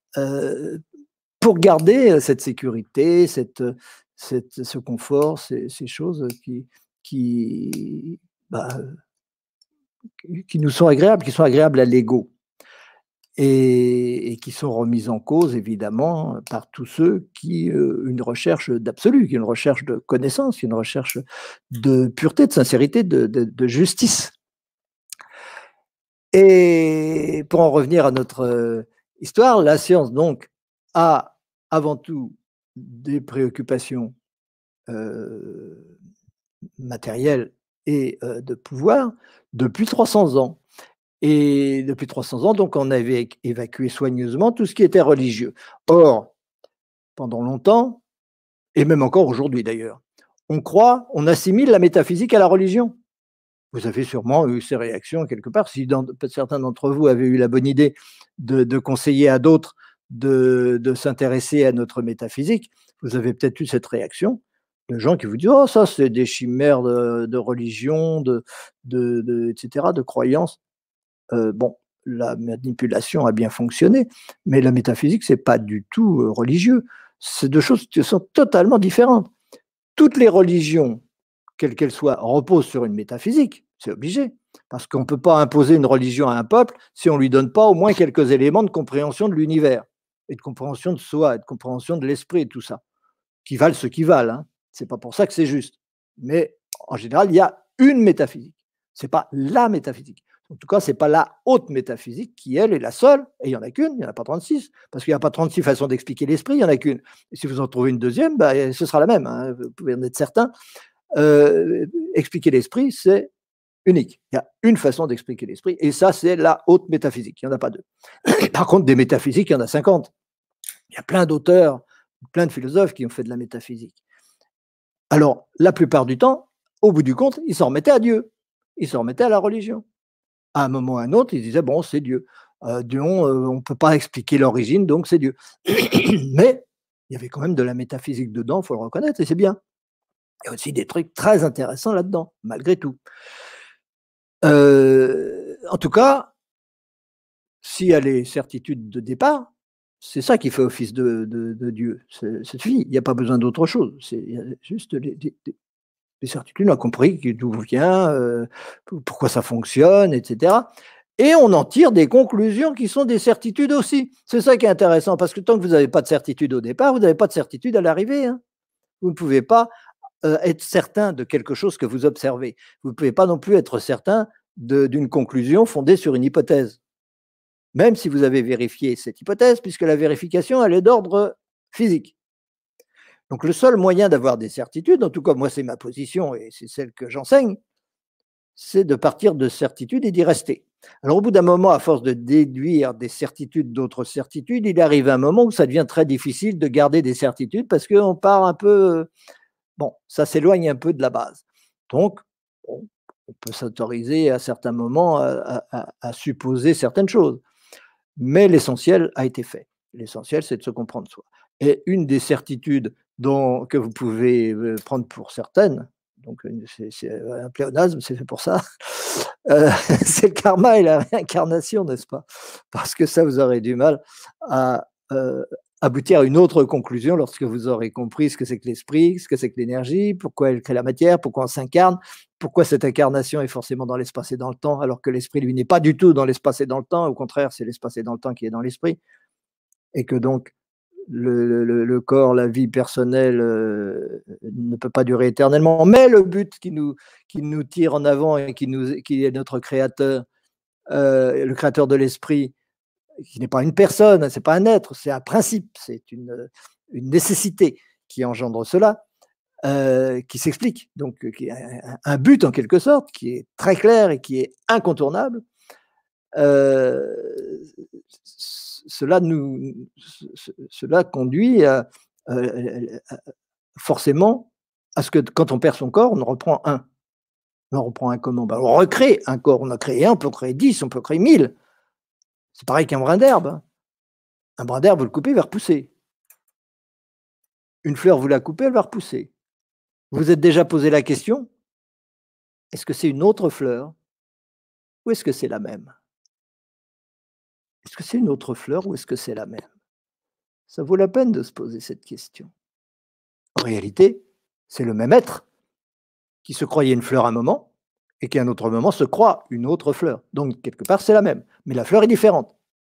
pour garder cette sécurité, ce confort, ces choses qui, bah, qui nous sont agréables, qui sont agréables à l'ego. Et qui sont remises en cause, évidemment, par tous ceux qui une recherche d'absolu, qui une recherche de connaissance, qui une recherche de pureté, de sincérité, de justice. Et pour en revenir à notre histoire, la science, donc, a avant tout des préoccupations matérielles et de pouvoir depuis 300 ans. Et depuis 300 ans, donc, on avait évacué soigneusement tout ce qui était religieux. Or, pendant longtemps, et même encore aujourd'hui d'ailleurs, on assimile la métaphysique à la religion. Vous avez sûrement eu ces réactions quelque part. Si certains d'entre vous avaient eu la bonne idée de conseiller à d'autres de s'intéresser à notre métaphysique, vous avez peut-être eu cette réaction de gens qui vous disent « Oh, ça, c'est des chimères de religion, etc., de croyances. » Bon, la manipulation a bien fonctionné, mais la métaphysique, c'est pas du tout religieux. C'est deux choses qui sont totalement différentes. Toutes les religions, quelles qu'elles soient, reposent sur une métaphysique, c'est obligé, parce qu'on ne peut pas imposer une religion à un peuple si on ne lui donne pas au moins quelques éléments de compréhension de l'univers, et de compréhension de soi, et de compréhension de l'esprit, et tout ça, qui valent ce qui valent. Hein. C'est pas pour ça que c'est juste. Mais en général, il y a une métaphysique. C'est pas la métaphysique. En tout cas, ce n'est pas la haute métaphysique qui, elle, est la seule, et il n'y en a qu'une, il n'y en a pas 36, parce qu'il n'y a pas 36 façons d'expliquer l'esprit, il n'y en a qu'une. Et si vous en trouvez une deuxième, bah, ce sera la même, hein, vous pouvez en être certain. Expliquer l'esprit, c'est unique. Il y a une façon d'expliquer l'esprit, et ça, c'est la haute métaphysique, il n'y en a pas deux. Par contre, des métaphysiques, il y en a 50. Il y a plein d'auteurs, plein de philosophes qui ont fait de la métaphysique. Alors, la plupart du temps, au bout du compte, ils s'en remettaient à Dieu, ils s'en remettaient à la religion. À un moment ou à un autre, ils disaient, bon, c'est Dieu. Dieu, on ne peut pas expliquer l'origine, donc c'est Dieu. Mais il y avait quand même de la métaphysique dedans, il faut le reconnaître, et c'est bien. Il y a aussi des trucs très intéressants là-dedans, malgré tout. En tout cas, s'il y a les certitudes de départ, c'est ça qui fait office de Dieu. C'est suffit, il n'y a pas besoin d'autre chose. Il y a juste des certitudes, on a compris d'où vient, pourquoi ça fonctionne, etc. Et on en tire des conclusions qui sont des certitudes aussi. C'est ça qui est intéressant, parce que tant que vous n'avez pas de certitude au départ, vous n'avez pas de certitude à l'arrivée. Hein. Vous ne pouvez pas être certain de quelque chose que vous observez. Vous ne pouvez pas non plus être certain d'une conclusion fondée sur une hypothèse. Même si vous avez vérifié cette hypothèse, puisque la vérification, elle est d'ordre physique. Donc, le seul moyen d'avoir des certitudes, en tout cas, moi, c'est ma position et c'est celle que j'enseigne, c'est de partir de certitudes et d'y rester. Alors, au bout d'un moment, à force de déduire des certitudes d'autres certitudes, il arrive un moment où ça devient très difficile de garder des certitudes parce qu'on part un peu… Bon, ça s'éloigne un peu de la base. Donc, bon, on peut s'autoriser à certains moments à supposer certaines choses. Mais l'essentiel a été fait. L'essentiel, c'est de se comprendre soi. Et une des certitudes que vous pouvez prendre pour certaines, donc c'est un pléonasme, c'est fait pour ça. C'est le karma et la réincarnation, n'est-ce pas? Parce que ça, vous aurez du mal à aboutir à une autre conclusion lorsque vous aurez compris ce que c'est que l'esprit, ce que c'est que l'énergie, pourquoi elle crée la matière, pourquoi on s'incarne, pourquoi cette incarnation est forcément dans l'espace et dans le temps, alors que l'esprit, lui, n'est pas du tout dans l'espace et dans le temps, au contraire, c'est l'espace et dans le temps qui est dans l'esprit, et que donc le corps, la vie personnelle ne peut pas durer éternellement, mais le but qui nous tire en avant et qui est notre créateur, le créateur de l'esprit, qui n'est pas une personne, c'est pas un être, c'est un principe, c'est une nécessité qui engendre cela, qui s'explique, donc qui est un but en quelque sorte, qui est très clair et qui est incontournable. Cela conduit forcément à ce que quand on perd son corps, on reprend un. On reprend un comment? Ben, on recrée un corps. On a créé un, on peut créer 10, on peut créer 1000. C'est pareil qu'un brin d'herbe. Hein. Un brin d'herbe, vous le coupez, il va repousser. Une fleur, vous la coupez, elle va repousser. Vous vous êtes déjà posé la question, est-ce que c'est une autre fleur ou est-ce que c'est la même? Est-ce que c'est une autre fleur ou est-ce que c'est la même? Ça vaut la peine de se poser cette question. En réalité, c'est le même être qui se croyait une fleur à un moment et qui à un autre moment se croit une autre fleur. Donc, quelque part, c'est la même, mais la fleur est différente.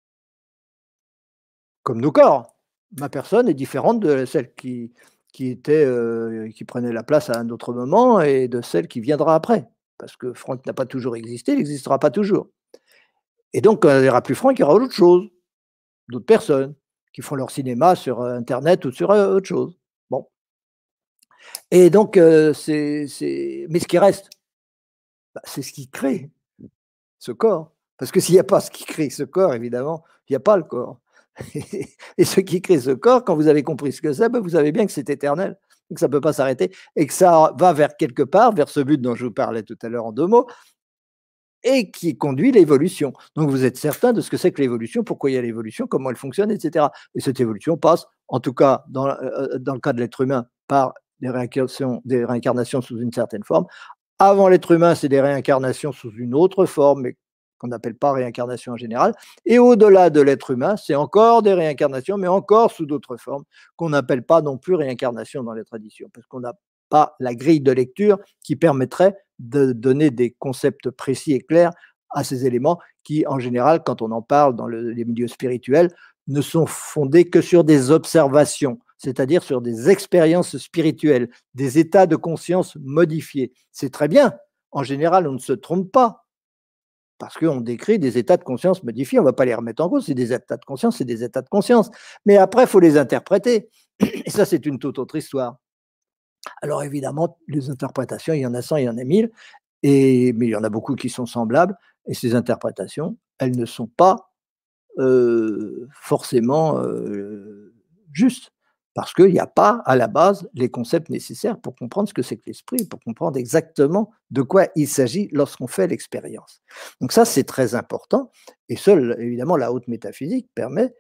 Comme nos corps. Ma personne est différente de celle qui prenait la place à un autre moment et de celle qui viendra après. Parce que Franck n'a pas toujours existé, il n'existera pas toujours. Et donc, quand il n'y aura plus Franck, il y aura autre chose, d'autres personnes qui font leur cinéma sur Internet ou sur autre chose. Bon. Et donc, mais ce qui reste, c'est ce qui crée ce corps. Parce que s'il n'y a pas ce qui crée ce corps, évidemment, il n'y a pas le corps. Et ce qui crée ce corps, quand vous avez compris ce que c'est, ben vous savez bien que c'est éternel, que ça ne peut pas s'arrêter, et que ça va vers quelque part, vers ce but dont je vous parlais tout à l'heure en 2 mots, et qui conduit l'évolution. Donc vous êtes certain de ce que c'est que l'évolution, pourquoi il y a l'évolution, comment elle fonctionne, etc. Et cette évolution passe, en tout cas dans le cas de l'être humain, par des réincarnations sous une certaine forme. Avant l'être humain, c'est des réincarnations sous une autre forme, mais qu'on n'appelle pas réincarnation en général. Et au-delà de l'être humain, c'est encore des réincarnations, mais encore sous d'autres formes, qu'on n'appelle pas non plus réincarnation dans les traditions, parce qu'on n'a pas la grille de lecture qui permettrait de donner des concepts précis et clairs à ces éléments qui, en général, quand on en parle dans les milieux spirituels, ne sont fondés que sur des observations, c'est-à-dire sur des expériences spirituelles, des états de conscience modifiés. C'est très bien. En général, on ne se trompe pas, parce qu'on décrit des états de conscience modifiés. On ne va pas les remettre en cause. C'est des états de conscience, c'est des états de conscience. Mais après, il faut les interpréter. Et ça, c'est une toute autre histoire. Alors évidemment, les interprétations, il y en a 100, il y en a 1000, mais il y en a beaucoup qui sont semblables. Et ces interprétations, elles ne sont pas forcément justes. Parce qu'il n'y a pas, à la base, les concepts nécessaires pour comprendre ce que c'est que l'esprit, pour comprendre exactement de quoi il s'agit lorsqu'on fait l'expérience. Donc ça, c'est très important. Et seule, évidemment, la haute métaphysique permet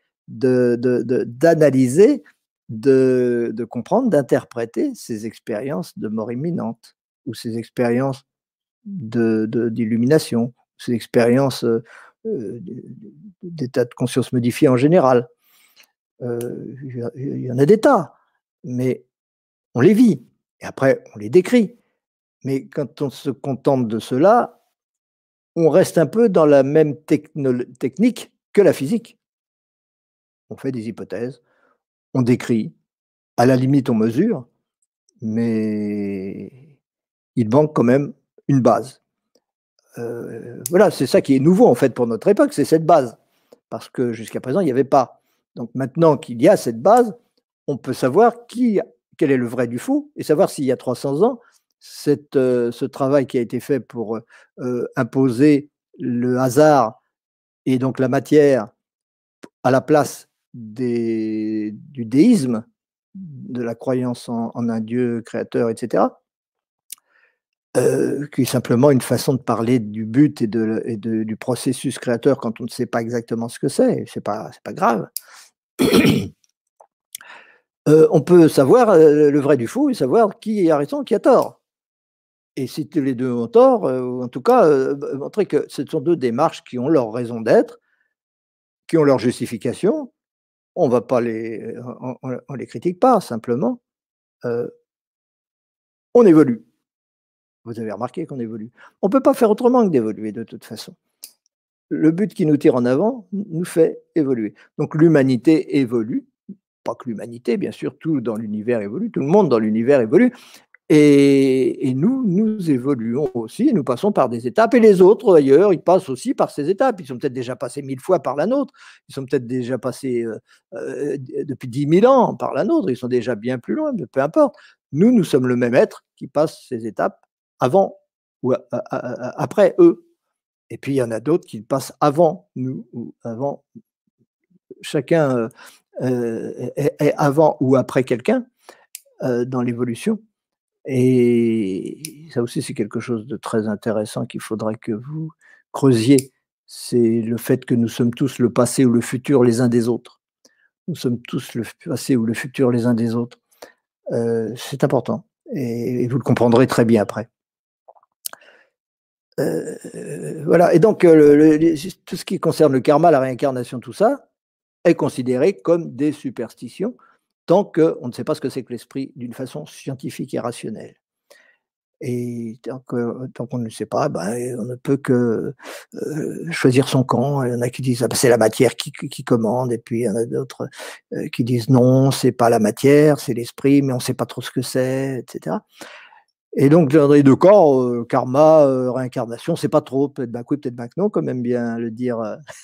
d'analyser, de comprendre, d'interpréter ces expériences de mort imminente, ou ces expériences d'illumination, ces expériences d'état de conscience modifié en général. Il y en a des tas, mais on les vit, et après on les décrit. Mais quand on se contente de cela, on reste un peu dans la même technique que la physique. On fait des hypothèses, on décrit, à la limite on mesure, mais il manque quand même une base. Voilà, c'est ça qui est nouveau en fait pour notre époque, c'est cette base, parce que jusqu'à présent il n'y avait pas. Donc maintenant qu'il y a cette base, on peut savoir quel est le vrai du faux, et savoir s'il y a 300 ans, ce travail qui a été fait pour imposer le hasard et donc la matière à la place du déisme, de la croyance en un Dieu créateur, etc., qui est simplement une façon de parler du but et du processus créateur quand on ne sait pas exactement ce que c'est pas grave. On peut savoir le vrai du faux et savoir qui a raison, qui a tort. Et si tous les deux ont tort, ou en tout cas, montrer que ce sont deux démarches qui ont leur raison d'être, qui ont leur justification. On va pas les on les critique pas, simplement, heu, on évolue. Vous avez remarqué qu'on évolue. On peut pas faire autrement que d'évoluer de toute façon. Le but qui nous tire en avant nous fait évoluer. Donc l'humanité évolue, pas que l'humanité, bien sûr, tout dans l'univers évolue, tout le monde dans l'univers évolue. Et nous, nous évoluons aussi, nous passons par des étapes, et les autres, d'ailleurs, ils passent aussi par ces étapes. Ils sont peut-être déjà passés 1000 fois par la nôtre, ils sont peut-être déjà passés depuis 10 000 ans par la nôtre, ils sont déjà bien plus loin, mais peu importe. Nous, nous sommes le même être qui passe ces étapes avant ou après eux. Et puis, il y en a d'autres qui passent avant nous, ou avant chacun est avant ou après quelqu'un dans l'évolution. Et ça aussi, c'est quelque chose de très intéressant qu'il faudrait que vous creusiez. C'est le fait que nous sommes tous le passé ou le futur les uns des autres. Nous sommes tous le passé ou le futur les uns des autres. C'est important et vous le comprendrez très bien après. Voilà, et donc tout ce qui concerne le karma, la réincarnation, tout ça, est considéré comme des superstitions tant qu'on ne sait pas ce que c'est que l'esprit d'une façon scientifique et rationnelle. Et tant qu'on ne le sait pas, ben, on ne peut que, choisir son camp. Il y en a qui disent: «Ah bah, c'est la matière qui commande», et puis il y en a d'autres, qui disent: «Non, c'est pas la matière, c'est l'esprit, mais on ne sait pas trop ce que c'est», et cetera. Et donc dans les 2 cas, karma, réincarnation, c'est pas trop, peut-être ben que oui, peut-être ben que non, comme aime bien le dire,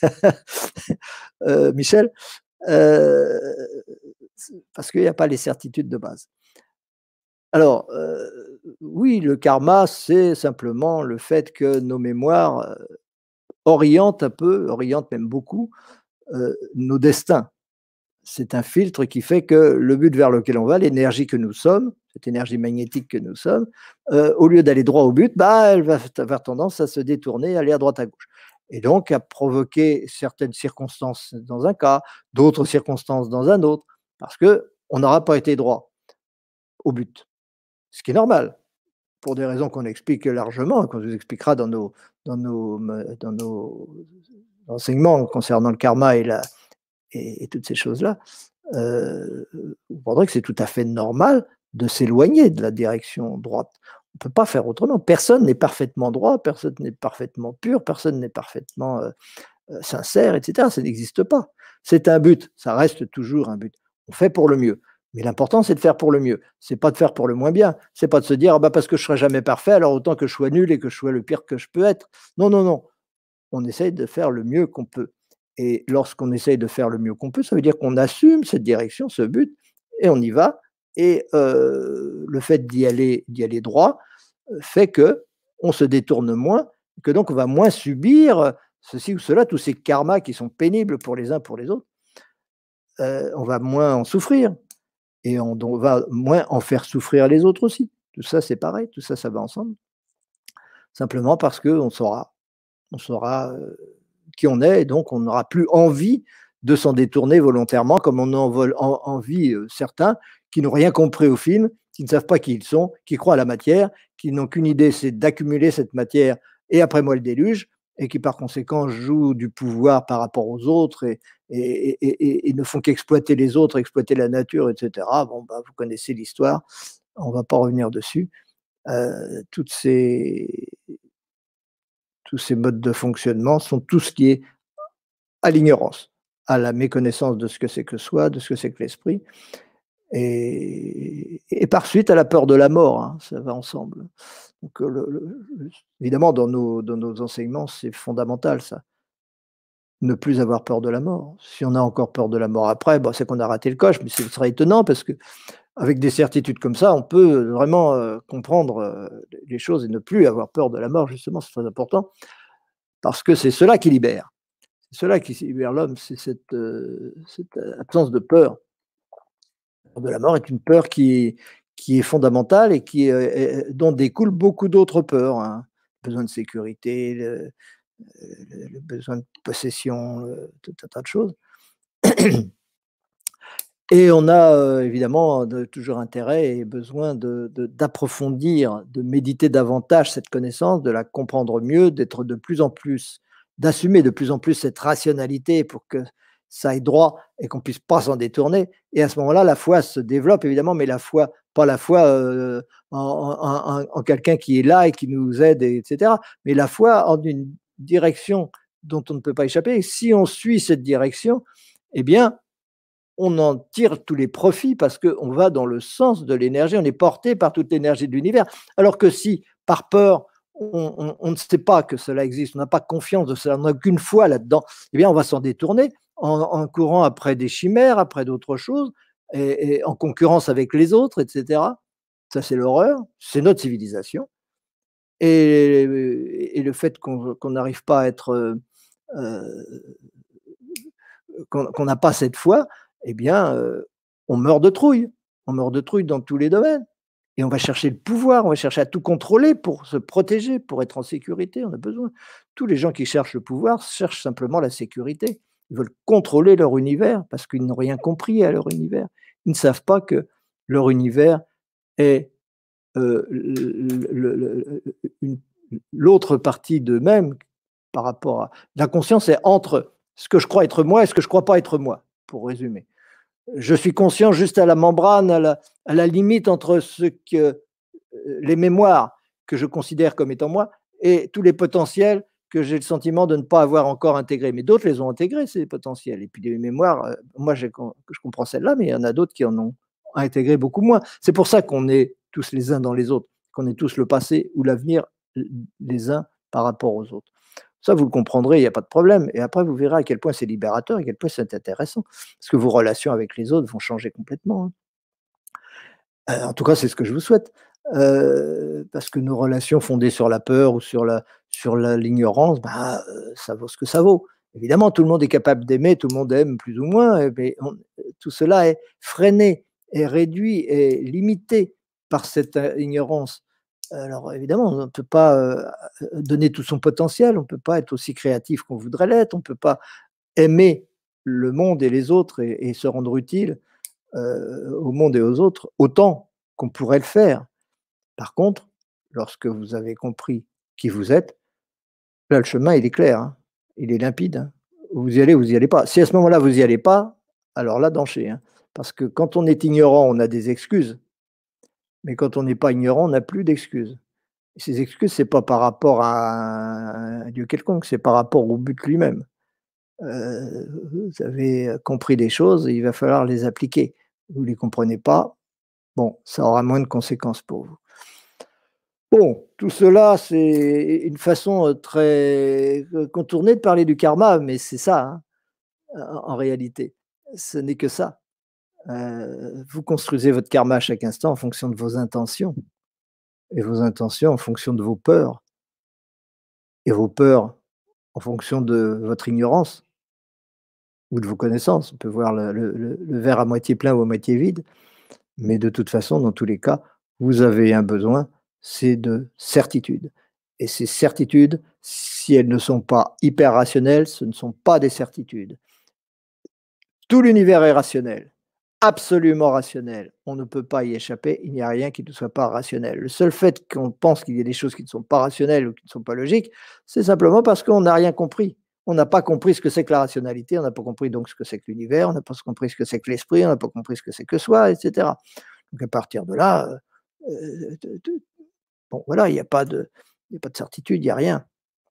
Michel, heu, parce qu'il y a pas les certitudes de base. Alors, oui, le karma, c'est simplement le fait que nos mémoires, orientent un peu, orientent même beaucoup, nos destins. C'est un filtre qui fait que le but vers lequel on va, l'énergie que nous sommes, cette énergie magnétique que nous sommes, au lieu d'aller droit au but, bah, elle va avoir tendance à se détourner, aller à droite, à gauche, et donc à provoquer certaines circonstances dans un cas, d'autres circonstances dans un autre, parce qu'on n'aura pas été droit au but. Ce qui est normal, pour des raisons qu'on explique largement, qu'on vous expliquera dans nos enseignements concernant le karma et toutes ces choses-là. Vous comprendrez que c'est tout à fait normal de s'éloigner de la direction droite. On ne peut pas faire autrement. Personne n'est parfaitement droit, personne n'est parfaitement pur, personne n'est parfaitement sincère, etc. Ça n'existe pas. C'est un but, ça reste toujours un but. On fait pour le mieux. Mais l'important, c'est de faire pour le mieux. C'est pas de faire pour le moins bien. C'est pas de se dire: «Ah bah, parce que je serai jamais parfait, alors autant que je sois nul et que je sois le pire que je peux être». Non, non, non. On essaye de faire le mieux qu'on peut. Et lorsqu'on essaye de faire le mieux qu'on peut, ça veut dire qu'on assume cette direction, ce but, et on y va. Et le fait d'y aller droit, fait que on se détourne moins, que donc on va moins subir ceci ou cela, tous ces karmas qui sont pénibles pour les uns, pour les autres. On va moins en souffrir, et on va moins en faire souffrir les autres aussi. Tout ça, c'est pareil, tout ça, ça va ensemble. Simplement parce qu'on saura qui on est, et donc on n'aura plus envie de s'en détourner volontairement, comme on en envie certains qui n'ont rien compris au film, qui ne savent pas qui ils sont, qui croient à la matière, qui n'ont qu'une idée, c'est d'accumuler cette matière et après moi le déluge, et qui par conséquent jouent du pouvoir par rapport aux autres, et ne font qu'exploiter les autres, exploiter la nature, etc. Bon, bah, vous connaissez l'histoire, on ne va pas revenir dessus. Toutes ces tous ces modes de fonctionnement sont tout ce qui est à l'ignorance, à la méconnaissance de ce que c'est que soi, de ce que c'est que l'esprit, et par suite à la peur de la mort, hein, ça va ensemble. Donc, évidemment, dans nos enseignements, c'est fondamental ça, ne plus avoir peur de la mort. Si on a encore peur de la mort après, bon, c'est qu'on a raté le coche, mais ce serait étonnant parce que avec des certitudes comme ça, on peut vraiment comprendre les choses et ne plus avoir peur de la mort, justement, c'est très important, parce que c'est cela qui libère. C'est cela qui libère l'homme, c'est cette absence de peur. La peur de la mort est une peur qui est fondamentale et dont découlent beaucoup d'autres peurs, hein. Le besoin de sécurité, le besoin de possession, tout un tas de choses. Et on a évidemment toujours intérêt et besoin d'approfondir, de méditer davantage cette connaissance, de la comprendre mieux, d'être de plus en plus, d'assumer de plus en plus cette rationalité pour que ça aille droit et qu'on puisse pas s'en détourner. Et à ce moment-là, la foi se développe évidemment, mais la foi, pas la foi en quelqu'un qui est là et qui nous aide, etc. Mais la foi en une direction dont on ne peut pas échapper. Et si on suit cette direction, eh bien, on en tire tous les profits parce qu'on va dans le sens de l'énergie, on est porté par toute l'énergie de l'univers. Alors que si, par peur, on ne sait pas que cela existe, on n'a pas confiance de cela, on n'a qu'une foi là-dedans, eh bien, on va s'en détourner en courant après des chimères, après d'autres choses, et en concurrence avec les autres, etc. Ça, c'est l'horreur, c'est notre civilisation. Et le fait qu'on n'arrive pas à être, qu'on n'a pas cette foi, eh bien, on meurt de trouille. On meurt de trouille dans tous les domaines. Et on va chercher le pouvoir, on va chercher à tout contrôler pour se protéger, pour être en sécurité. On a besoin. Tous les gens qui cherchent le pouvoir cherchent simplement la sécurité. Ils veulent contrôler leur univers parce qu'ils n'ont rien compris à leur univers. Ils ne savent pas que leur univers est l'autre partie d'eux-mêmes par rapport à. La conscience est entre ce que je crois être moi et ce que je ne crois pas être moi, pour résumer. Je suis conscient juste à la membrane, à la limite entre les mémoires que je considère comme étant moi et tous les potentiels que j'ai le sentiment de ne pas avoir encore intégrés. Mais d'autres les ont intégrés, ces potentiels. Et puis les mémoires, moi je comprends celle-là, mais il y en a d'autres qui en ont intégré beaucoup moins. C'est pour ça qu'on est tous les uns dans les autres, qu'on est tous le passé ou l'avenir les uns par rapport aux autres. Ça, vous le comprendrez, il n'y a pas de problème. Et après, vous verrez à quel point c'est libérateur, à quel point c'est intéressant. Parce que vos relations avec les autres vont changer complètement. En tout cas, c'est ce que je vous souhaite. Parce que nos relations fondées sur la peur ou sur l'ignorance, bah, ça vaut ce que ça vaut. Évidemment, tout le monde est capable d'aimer, tout le monde aime plus ou moins, mais tout cela est freiné, est réduit, est limité par cette ignorance. Alors évidemment, on ne peut pas donner tout son potentiel, on ne peut pas être aussi créatif qu'on voudrait l'être, on ne peut pas aimer le monde et les autres et se rendre utile au monde et aux autres autant qu'on pourrait le faire. Par contre, lorsque vous avez compris qui vous êtes, là le chemin il est clair, hein, il est limpide. Hein. Vous y allez, vous y allez pas. Si à ce moment-là vous y allez pas, alors là danger. Hein, parce que quand on est ignorant, on a des excuses, mais quand on n'est pas ignorant, on n'a plus d'excuses. Ces excuses, c'est pas par rapport à un Dieu quelconque, c'est par rapport au but lui-même. Vous avez compris des choses et il va falloir les appliquer. Vous ne les comprenez pas, bon, ça aura moins de conséquences pour vous. Bon, tout cela, c'est une façon très contournée de parler du karma, mais c'est ça, hein, en réalité. Ce n'est que ça. Vous construisez votre karma à chaque instant en fonction de vos intentions, et vos intentions en fonction de vos peurs, et vos peurs en fonction de votre ignorance ou de vos connaissances. On peut voir le verre à moitié plein ou à moitié vide, mais de toute façon, dans tous les cas, vous avez un besoin, c'est de certitude. Et ces certitudes, si elles ne sont pas hyper rationnelles, ce ne sont pas des certitudes. Tout l'univers est rationnel, absolument rationnel. On ne peut pas y échapper, il n'y a rien qui ne soit pas rationnel. Le seul fait qu'on pense qu'il y a des choses qui ne sont pas rationnelles ou qui ne sont pas logiques, c'est simplement parce qu'on n'a rien compris. On n'a pas compris ce que c'est que la rationalité, on n'a pas compris donc ce que c'est que l'univers, on n'a pas compris ce que c'est que l'esprit, on n'a pas compris ce que c'est que soi, etc. Donc à partir de là, bon voilà, il n'y a pas de certitude, il n'y a rien.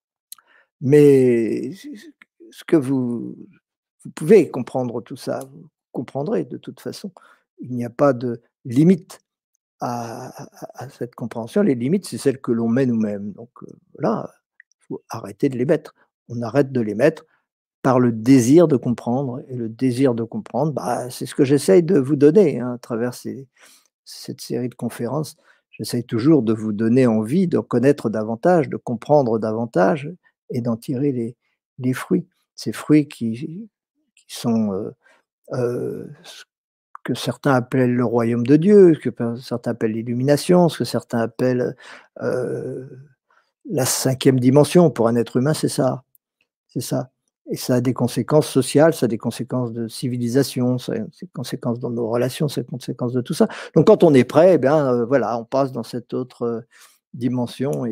Mais ce que vous pouvez comprendre tout ça, vous comprendrez de toute façon. Il n'y a pas de limite à cette compréhension. Les limites, c'est celles que l'on met nous-mêmes. Donc voilà, il faut arrêter de les mettre. On arrête de les mettre par le désir de comprendre. Et le désir de comprendre, bah, c'est ce que j'essaye de vous donner hein, à travers cette série de conférences. J'essaye toujours de vous donner envie de connaître davantage, de comprendre davantage et d'en tirer les fruits. Ces fruits qui sont ce que certains appellent le royaume de Dieu, ce que certains appellent l'illumination, ce que certains appellent la cinquième dimension. Pour un être humain, c'est ça. C'est ça. Et ça a des conséquences sociales, ça a des conséquences de civilisation, ça a des conséquences dans nos relations, ça a des conséquences de tout ça. Donc quand on est prêt, eh bien, voilà, on passe dans cette autre dimension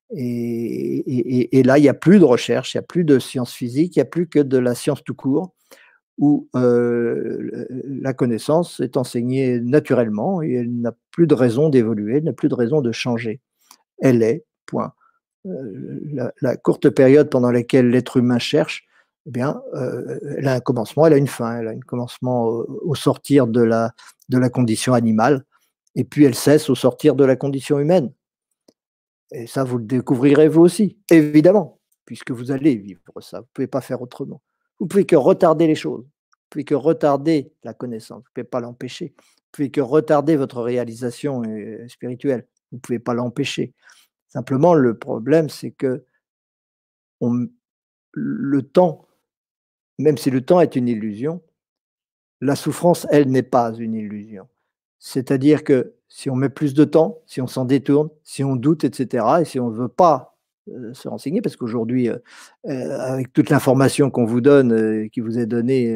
et là, il n'y a plus de recherche, il n'y a plus de sciences physiques, il n'y a plus que de la science tout court, où la connaissance est enseignée naturellement et elle n'a plus de raison d'évoluer, elle n'a plus de raison de changer. Elle est, point. La courte période pendant laquelle l'être humain cherche, eh bien, elle a un commencement, elle a une fin, elle a un commencement au sortir de la condition animale, et puis elle cesse au sortir de la condition humaine. Et ça, vous le découvrirez vous aussi, évidemment, puisque vous allez vivre ça. Vous ne pouvez pas faire autrement. Vous ne pouvez que retarder les choses. Vous ne pouvez que retarder la connaissance. Vous ne pouvez pas l'empêcher. Vous ne pouvez que retarder votre réalisation spirituelle. Vous ne pouvez pas l'empêcher. Simplement, le problème, c'est que le temps, même si le temps est une illusion, la souffrance, elle, n'est pas une illusion. C'est-à-dire que si on met plus de temps, si on s'en détourne, si on doute, etc., et si on ne veut pas se renseigner, parce qu'aujourd'hui, avec toute l'information qu'on vous donne, qui vous est donnée,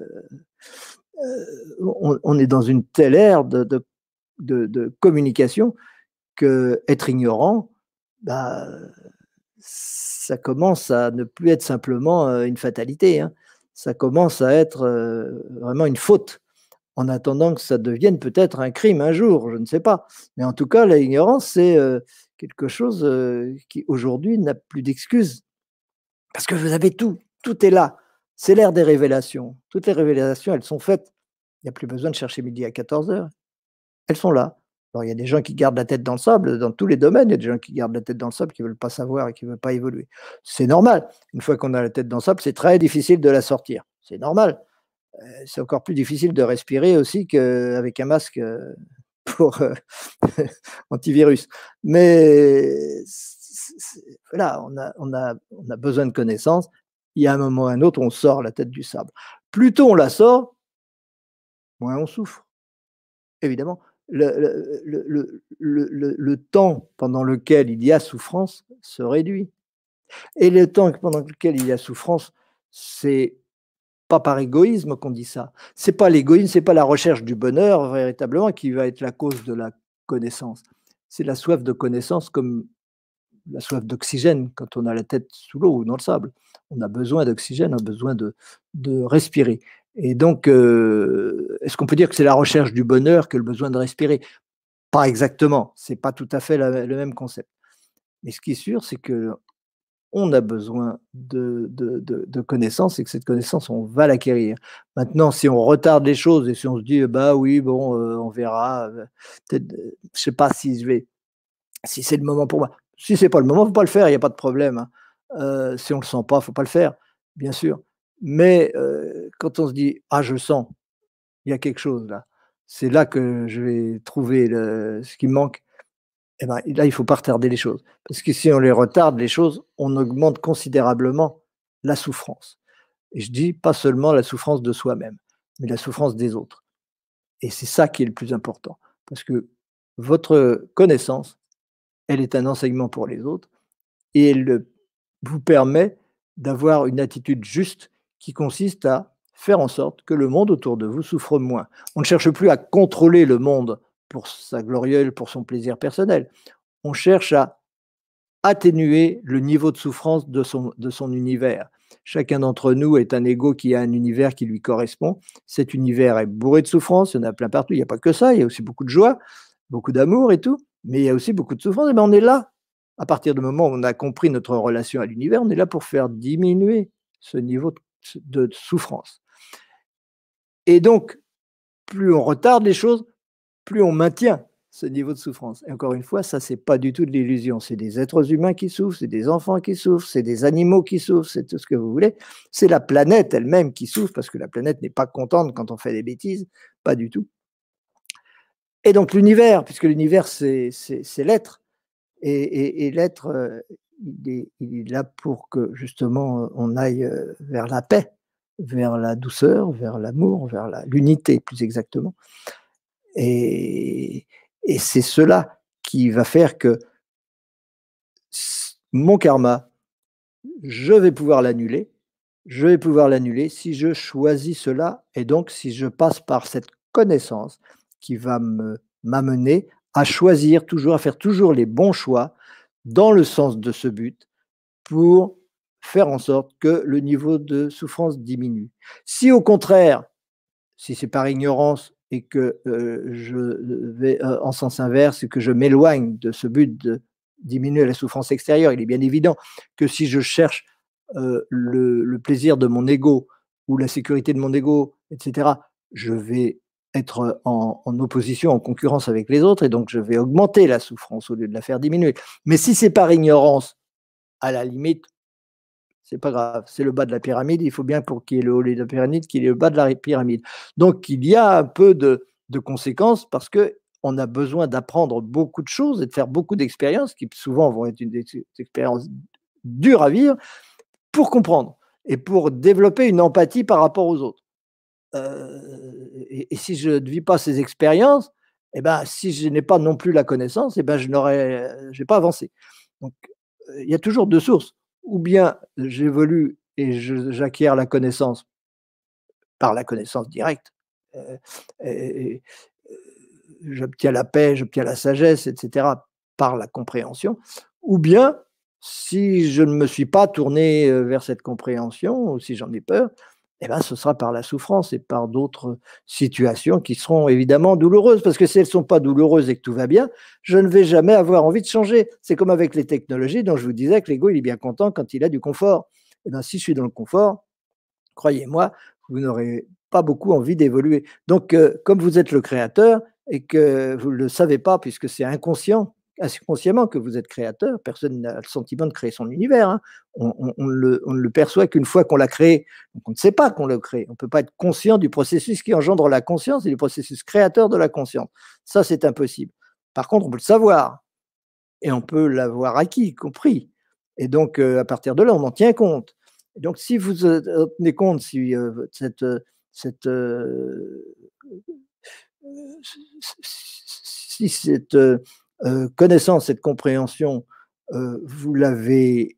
on est dans une telle ère de communication que être ignorant, bah, ça commence à ne plus être simplement une fatalité, hein. Ça commence à être vraiment une faute, en attendant que ça devienne peut-être un crime un jour, je ne sais pas. Mais en tout cas, l'ignorance, c'est quelque chose qui aujourd'hui n'a plus d'excuses. Parce que vous avez tout, tout est là. C'est l'ère des révélations. Toutes les révélations, elles sont faites. Il n'y a plus besoin de chercher midi à 14 heures. Elles sont là. Alors, il y a des gens qui gardent la tête dans le sable dans tous les domaines. Il y a des gens qui gardent la tête dans le sable, qui ne veulent pas savoir et qui ne veulent pas évoluer. C'est normal. Une fois qu'on a la tête dans le sable, c'est très difficile de la sortir. C'est normal. C'est encore plus difficile de respirer aussi qu'avec un masque pour antivirus. Mais voilà, on a besoin de connaissances. Il y a un moment ou un autre, on sort la tête du sable. Plus tôt on la sort, moins on souffre, évidemment. Le temps pendant lequel il y a souffrance se réduit. Et le temps pendant lequel il y a souffrance, c'est pas par égoïsme qu'on dit ça. C'est pas l'égoïsme, c'est pas la recherche du bonheur véritablement qui va être la cause de la connaissance. C'est la soif de connaissance comme la soif d'oxygène quand on a la tête sous l'eau ou dans le sable. On a besoin d'oxygène, on a besoin de respirer. Et donc, est-ce qu'on peut dire que c'est la recherche du bonheur que le besoin de respirer? Pas exactement, c'est pas tout à fait le même concept. Mais ce qui est sûr, c'est que on a besoin de connaissances et que cette connaissance, on va l'acquérir. Maintenant, si on retarde les choses et si on se dit, bah oui, bon, on verra, peut-être, je sais pas si c'est le moment pour moi. Si c'est pas le moment, faut pas le faire, il y a pas de problème, hein. Si on le sent pas, faut pas le faire, bien sûr. Mais, quand on se dit: «Ah, je sens, il y a quelque chose là, c'est là que je vais trouver ce qui me manque», eh ben, là, il faut pas retarder les choses. Parce que si on les retarde, les choses, on augmente considérablement la souffrance. Et je dis pas seulement la souffrance de soi-même, mais la souffrance des autres. Et c'est ça qui est le plus important. Parce que votre connaissance, elle est un enseignement pour les autres et elle vous permet d'avoir une attitude juste qui consiste à faire en sorte que le monde autour de vous souffre moins. On ne cherche plus à contrôler le monde pour sa gloriole, pour son plaisir personnel. On cherche à atténuer le niveau de souffrance de son univers. Chacun d'entre nous est un ego qui a un univers qui lui correspond. Cet univers est bourré de souffrance, il y en a plein partout. Il n'y a pas que ça, il y a aussi beaucoup de joie, beaucoup d'amour et tout, mais il y a aussi beaucoup de souffrance. Et bien on est là, à partir du moment où on a compris notre relation à l'univers, on est là pour faire diminuer ce niveau de souffrance. Et donc, plus on retarde les choses, plus on maintient ce niveau de souffrance. Et encore une fois, ça, c'est pas du tout de l'illusion. C'est des êtres humains qui souffrent, c'est des enfants qui souffrent, c'est des animaux qui souffrent, c'est tout ce que vous voulez. C'est la planète elle-même qui souffre parce que la planète n'est pas contente quand on fait des bêtises, pas du tout. Et donc l'univers, puisque l'univers, c'est l'être, et l'être, il est là pour que justement on aille vers la paix, vers la douceur, vers l'amour, vers l'unité plus exactement. Et, et c'est cela qui va faire que mon karma, je vais pouvoir l'annuler, je vais pouvoir l'annuler si je choisis cela et donc si je passe par cette connaissance qui va m'amener à choisir toujours, à faire toujours les bons choix dans le sens de ce but pour faire en sorte que le niveau de souffrance diminue. Si au contraire, si c'est par ignorance et que je vais en sens inverse et que je m'éloigne de ce but de diminuer la souffrance extérieure, il est bien évident que si je cherche le plaisir de mon ego ou la sécurité de mon ego, etc., je vais être en opposition, en concurrence avec les autres, et donc je vais augmenter la souffrance au lieu de la faire diminuer. Mais si c'est par ignorance, à la limite, c'est pas grave, c'est le bas de la pyramide, il faut bien pour qu'il y ait le haut de la pyramide, qu'il y ait le bas de la pyramide. Donc il y a un peu de conséquences parce que on a besoin d'apprendre beaucoup de choses et de faire beaucoup d'expériences qui souvent vont être des expériences dures à vivre pour comprendre et pour développer une empathie par rapport aux autres. Et si je ne vis pas ces expériences, eh ben, si je n'ai pas non plus la connaissance, eh ben, je n'ai pas avancé. Donc, il y a toujours deux sources. Ou bien j'évolue et j'acquiers la connaissance par la connaissance directe. Euh, et, J'obtiens la paix, j'obtiens la sagesse, etc., par la compréhension. Ou bien, si je ne me suis pas tourné vers cette compréhension, ou si j'en ai peur, eh ben, ce sera par la souffrance et par d'autres situations qui seront évidemment douloureuses. Parce que si elles ne sont pas douloureuses et que tout va bien, je ne vais jamais avoir envie de changer. C'est comme avec les technologies dont je vous disais que l'ego, il est bien content quand il a du confort. Eh ben, si je suis dans le confort, croyez-moi, vous n'aurez pas beaucoup envie d'évoluer. Donc, comme vous êtes le créateur et que vous ne le savez pas, puisque c'est inconsciemment que vous êtes créateur, personne n'a le sentiment de créer son univers. Hein. On ne le perçoit qu'une fois qu'on l'a créé. Donc, on ne sait pas qu'on l'a créé. On ne peut pas être conscient du processus qui engendre la conscience et du processus créateur de la conscience. Ça, c'est impossible. Par contre, on peut le savoir et on peut l'avoir acquis, compris. Et donc, à partir de là, on en tient compte. Et donc, si vous tenez compte, si cette, si cette connaissance, cette compréhension, vous l'avez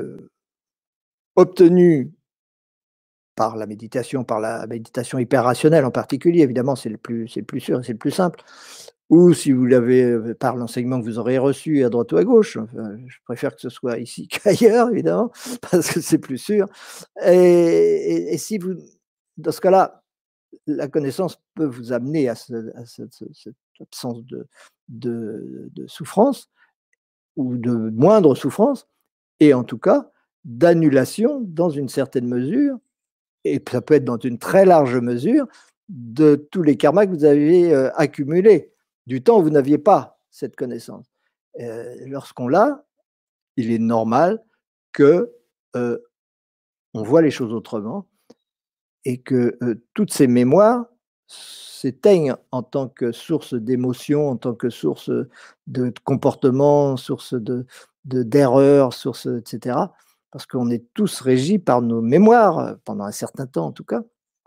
obtenue par la méditation hyper rationnelle en particulier, évidemment, c'est le plus sûr, c'est le plus simple, ou si vous l'avez par l'enseignement que vous aurez reçu à droite ou à gauche. Enfin, je préfère que ce soit ici qu'ailleurs, évidemment, parce que c'est plus sûr. Et si vous, dans ce cas-là, la connaissance peut vous amener à cette absence de souffrance ou de moindre souffrance, et en tout cas d'annulation dans une certaine mesure, et ça peut être dans une très large mesure, de tous les karmas que vous avez accumulés, du temps où vous n'aviez pas cette connaissance. Lorsqu'on l'a, il est normal que on voit les choses autrement et que toutes ces mémoires s'éteignent en tant que source d'émotion, en tant que source de comportement, source d'erreurs, source, etc. Parce qu'on est tous régis par nos mémoires, pendant un certain temps en tout cas.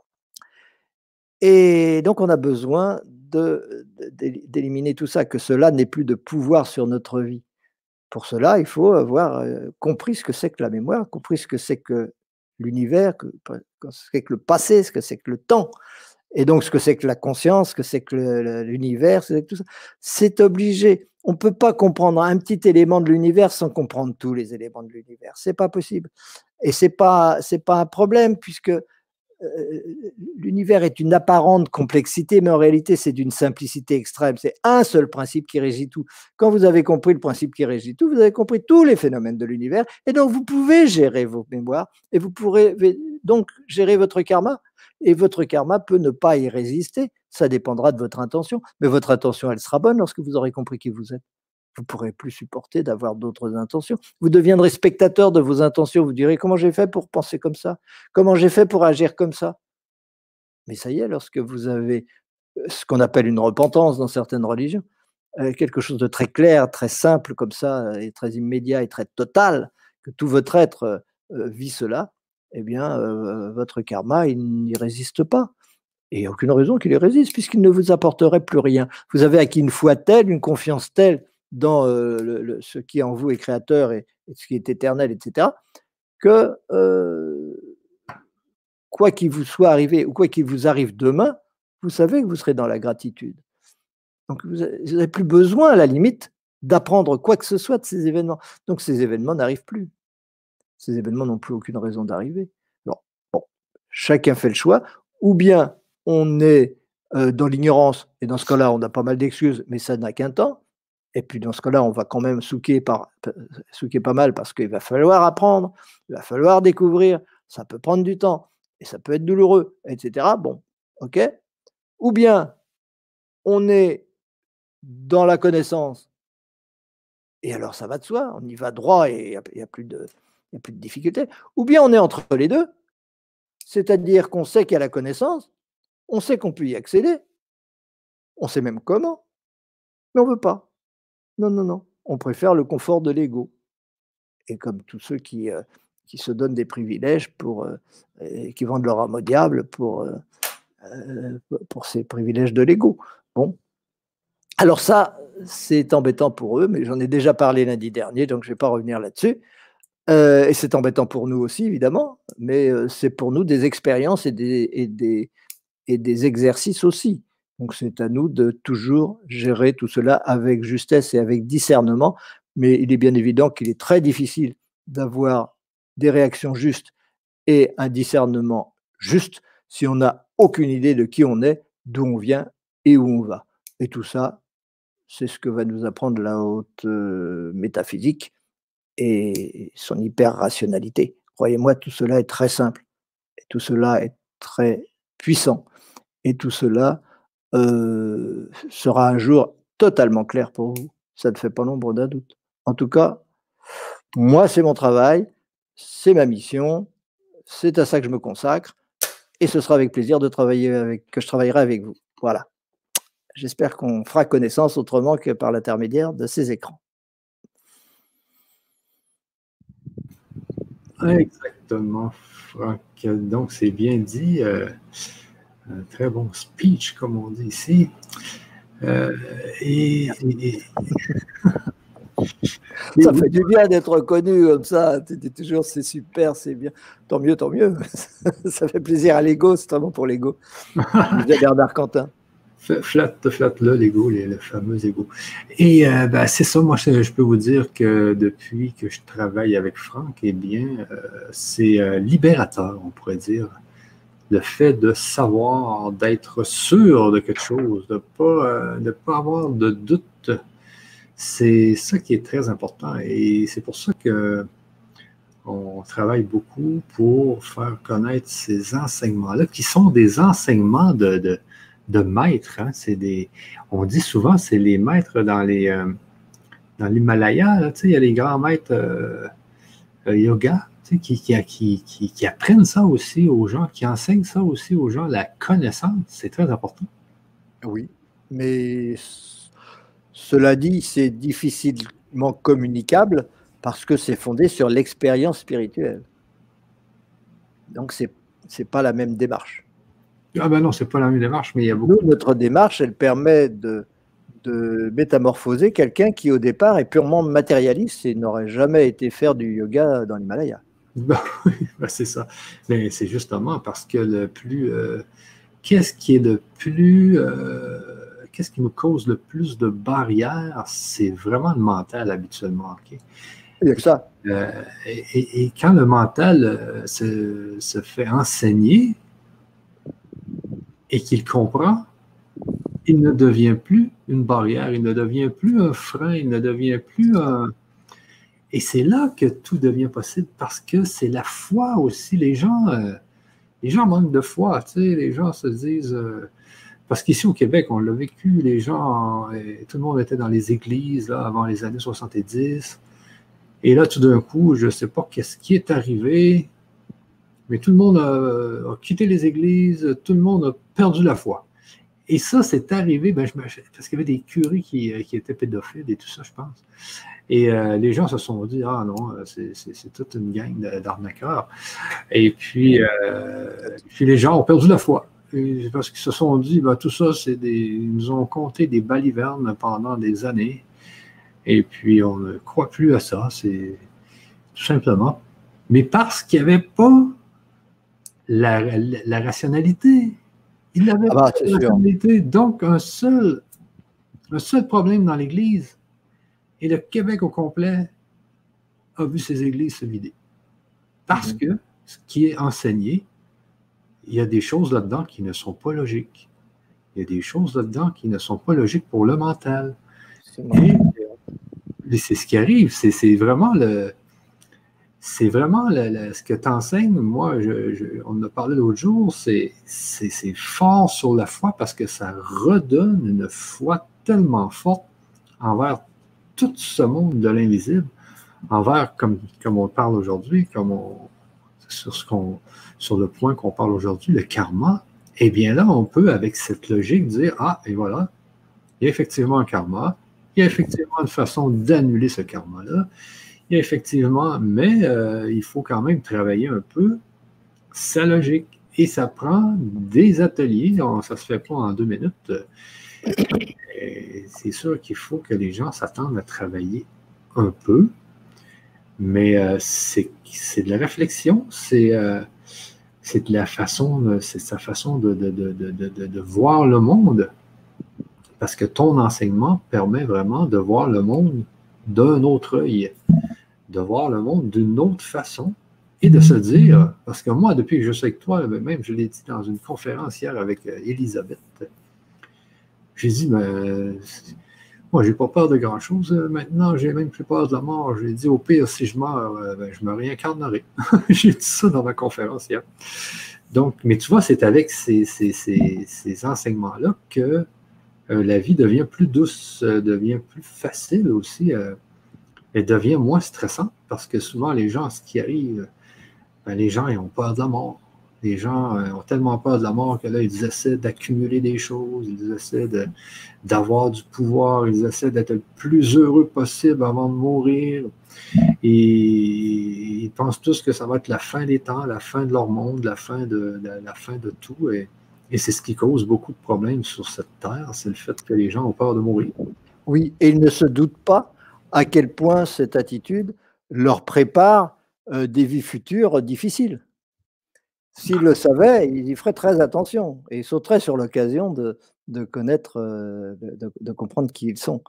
Et donc on a besoin d'éliminer tout ça, que cela n'ait plus de pouvoir sur notre vie. Pour cela, il faut avoir compris ce que c'est que la mémoire, compris ce que c'est que l'univers, ce que c'est que le passé, ce que c'est que le temps, et donc ce que c'est que la conscience, ce que c'est que l'univers, c'est tout ça. C'est obligé. On ne peut pas comprendre un petit élément de l'univers sans comprendre tous les éléments de l'univers. C'est pas possible. Et c'est pas un problème puisque l'univers est une apparente complexité, mais en réalité, c'est d'une simplicité extrême. C'est un seul principe qui régit tout. Quand vous avez compris le principe qui régit tout, vous avez compris tous les phénomènes de l'univers, et donc vous pouvez gérer vos mémoires, et vous pourrez donc gérer votre karma, et votre karma peut ne pas y résister. Ça dépendra de votre intention, mais votre intention, elle sera bonne lorsque vous aurez compris qui vous êtes. Vous ne pourrez plus supporter d'avoir d'autres intentions. Vous deviendrez spectateur de vos intentions. Vous direz, comment j'ai fait pour penser comme ça? Comment j'ai fait pour agir comme ça? Mais ça y est, lorsque vous avez ce qu'on appelle une repentance dans certaines religions, quelque chose de très clair, très simple comme ça, et très immédiat et très total, que tout votre être vit cela, eh bien, votre karma, il n'y résiste pas. Et il n'y a aucune raison qu'il y résiste, puisqu'il ne vous apporterait plus rien. Vous avez acquis une foi telle, une confiance telle dans ce qui en vous est créateur et ce qui est éternel, etc., que quoi qu'il vous soit arrivé ou quoi qu'il vous arrive demain, vous savez que vous serez dans la gratitude. Donc, vous n'avez plus besoin, à la limite, d'apprendre quoi que ce soit de ces événements. Donc, ces événements n'arrivent plus. Ces événements n'ont plus aucune raison d'arriver. Alors, bon, chacun fait le choix. Ou bien on est dans l'ignorance, et dans ce cas-là, on a pas mal d'excuses, mais ça n'a qu'un temps. Et puis, dans ce cas-là, on va quand même souquer pas mal parce qu'il va falloir apprendre, il va falloir découvrir, ça peut prendre du temps, et ça peut être douloureux, etc. Bon, ok. Ou bien on est dans la connaissance, et alors ça va de soi, on y va droit et il n'y a plus de difficulté. Ou bien on est entre les deux, c'est-à-dire qu'on sait qu'il y a la connaissance, on sait qu'on peut y accéder, on sait même comment, mais on ne veut pas. Non, non, non, on préfère le confort de l'ego. Et comme tous ceux qui se donnent des privilèges et qui vendent leur âme au diable pour ces privilèges de l'ego. Bon, alors ça, c'est embêtant pour eux, mais j'en ai déjà parlé lundi dernier, donc je ne vais pas revenir là-dessus. Et c'est embêtant pour nous aussi, évidemment, mais c'est pour nous des expériences et des exercices aussi. Donc c'est à nous de toujours gérer tout cela avec justesse et avec discernement, mais il est bien évident qu'il est très difficile d'avoir des réactions justes et un discernement juste si on n'a aucune idée de qui on est, d'où on vient et où on va. Et tout ça, c'est ce que va nous apprendre la haute métaphysique et son hyper-rationalité. Croyez-moi, tout cela est très simple, et tout cela est très puissant, et tout cela sera un jour totalement clair pour vous. Ça ne fait pas l'ombre d'un doute. En tout cas, moi, c'est mon travail, c'est ma mission, c'est à ça que je me consacre, et ce sera avec plaisir que je travaillerai avec vous. Voilà. J'espère qu'on fera connaissance autrement que par l'intermédiaire de ces écrans. Exactement, Franck. Donc, c'est bien dit. Un très bon speech, comme on dit ici. Ça fait du bien d'être reconnu comme ça. Toujours, c'est super, c'est bien. Tant mieux, tant mieux. Ça fait plaisir à l'ego, c'est vraiment pour l'ego. Disait Bernard Quentin. Flatte-le, l'ego, le fameux ego. Et c'est ça, moi, je peux vous dire que depuis que je travaille avec Franck, eh bien, c'est libérateur, on pourrait dire. Le fait de savoir, d'être sûr de quelque chose, de ne pas avoir de doute, c'est ça qui est très important. Et c'est pour ça qu'on travaille beaucoup pour faire connaître ces enseignements-là, qui sont des enseignements de maîtres. Hein. On dit souvent, c'est les maîtres dans l'Himalaya. Il y a les grands maîtres yoga. Qui apprennent ça aussi aux gens, qui enseignent ça aussi aux gens, la connaissance, c'est très important. Oui, mais cela dit, c'est difficilement communicable parce que c'est fondé sur l'expérience spirituelle. Donc, c'est pas la même démarche. Ah ben non, c'est pas la même démarche, mais il y a beaucoup. Nous, notre démarche, elle permet de métamorphoser quelqu'un qui, au départ, est purement matérialiste et n'aurait jamais été faire du yoga dans l'Himalaya. Ben, c'est ça. Mais c'est justement parce que le plus... qu'est-ce qui nous cause le plus de barrières? C'est vraiment le mental habituellement. Okay? Il y a que ça. Et quand le mental se fait enseigner et qu'il comprend, il ne devient plus une barrière, il ne devient plus un frein, il ne devient plus un... Et c'est là que tout devient possible parce que c'est la foi aussi. Les gens manquent de foi, tu sais, les gens se disent... parce qu'ici au Québec, on l'a vécu, les gens, tout le monde était dans les églises là, avant les années 70. Et là, tout d'un coup, je ne sais pas qu'est-ce qui est arrivé, mais tout le monde a quitté les églises, tout le monde a perdu la foi. Et ça, c'est arrivé parce qu'il y avait des curés qui étaient pédophiles et tout ça, je pense. Et les gens se sont dit, ah non, c'est toute une gang d'arnaqueurs. Et puis les gens ont perdu la foi. Parce qu'ils se sont dit, tout ça, ils nous ont compté des balivernes pendant des années. Et puis, on ne croit plus à ça, c'est tout simplement. Mais parce qu'il n'y avait pas la rationalité. Il n'avait pas de rationalité. Donc, un seul problème dans l'Église, et le Québec au complet a vu ses églises se vider. Parce que ce qui est enseigné, il y a des choses là-dedans qui ne sont pas logiques. Il y a des choses là-dedans qui ne sont pas logiques pour le mental. Et c'est ce qui arrive. C'est vraiment ce que tu enseignes. Moi, on en a parlé l'autre jour, c'est fort sur la foi parce que ça redonne une foi tellement forte envers tout ce monde de l'invisible, envers, comme on parle aujourd'hui, sur le point qu'on parle aujourd'hui, le karma. Eh bien là, on peut, avec cette logique, dire, ah, et voilà, il y a effectivement un karma, il y a effectivement une façon d'annuler ce karma-là, il y a effectivement, mais il faut quand même travailler un peu sa logique. Et ça prend des ateliers, ça ne se fait pas en 2 minutes. C'est sûr qu'il faut que les gens s'attendent à travailler un peu, mais c'est de la réflexion, c'est de la façon, c'est sa façon de voir le monde. Parce que ton enseignement permet vraiment de voir le monde d'un autre œil, de voir le monde d'une autre façon et de se dire, parce que moi, depuis que je suis avec toi, même je l'ai dit dans une conférence hier avec Elisabeth, j'ai dit, moi, j'ai pas peur de grand-chose. Maintenant, j'ai même plus peur de la mort. J'ai dit, au pire, si je meurs, je me réincarnerai. J'ai dit ça dans ma conférence hier. Donc, mais tu vois, c'est avec ces enseignements-là que la vie devient plus douce, devient plus facile aussi. Elle devient moins stressante parce que souvent, les gens, ce qui arrive, les gens, ils ont peur de la mort. Les gens ont tellement peur de la mort que là, ils essaient d'accumuler des choses, ils essaient d'avoir du pouvoir, ils essaient d'être le plus heureux possible avant de mourir. Et ils pensent tous que ça va être la fin des temps, la fin de leur monde, la fin de tout. Et c'est ce qui cause beaucoup de problèmes sur cette terre, c'est le fait que les gens ont peur de mourir. Oui, et ils ne se doutent pas à quel point cette attitude leur prépare des vies futures difficiles. S'ils le savaient, ils y feraient très attention et ils sauteraient sur l'occasion de connaître, de comprendre qui ils sont.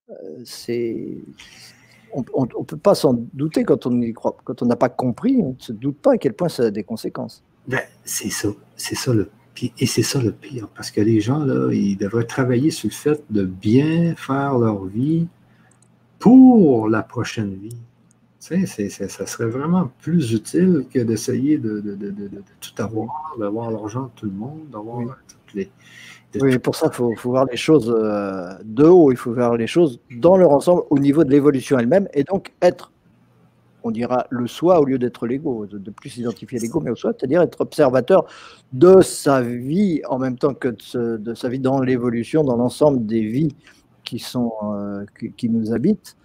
On ne peut pas s'en douter quand on y croit. Quand on n'a pas compris, on ne se doute pas à quel point ça a des conséquences. Ben, c'est ça le pire. Et c'est ça le pire, parce que les gens, là, ils devraient travailler sur le fait de bien faire leur vie pour la prochaine vie. Tu sais, ça serait vraiment plus utile que d'essayer de tout avoir, d'avoir l'argent de tout le monde, d'avoir toutes les... Oui, pour ça, il faut voir les choses de haut, il faut voir les choses dans leur ensemble au niveau de l'évolution elle-même, et donc être, on dira, le soi au lieu d'être l'ego, de plus identifier l'ego, mais au soi, c'est-à-dire être observateur de sa vie en même temps que de sa vie dans l'évolution, dans l'ensemble des vies qui nous habitent.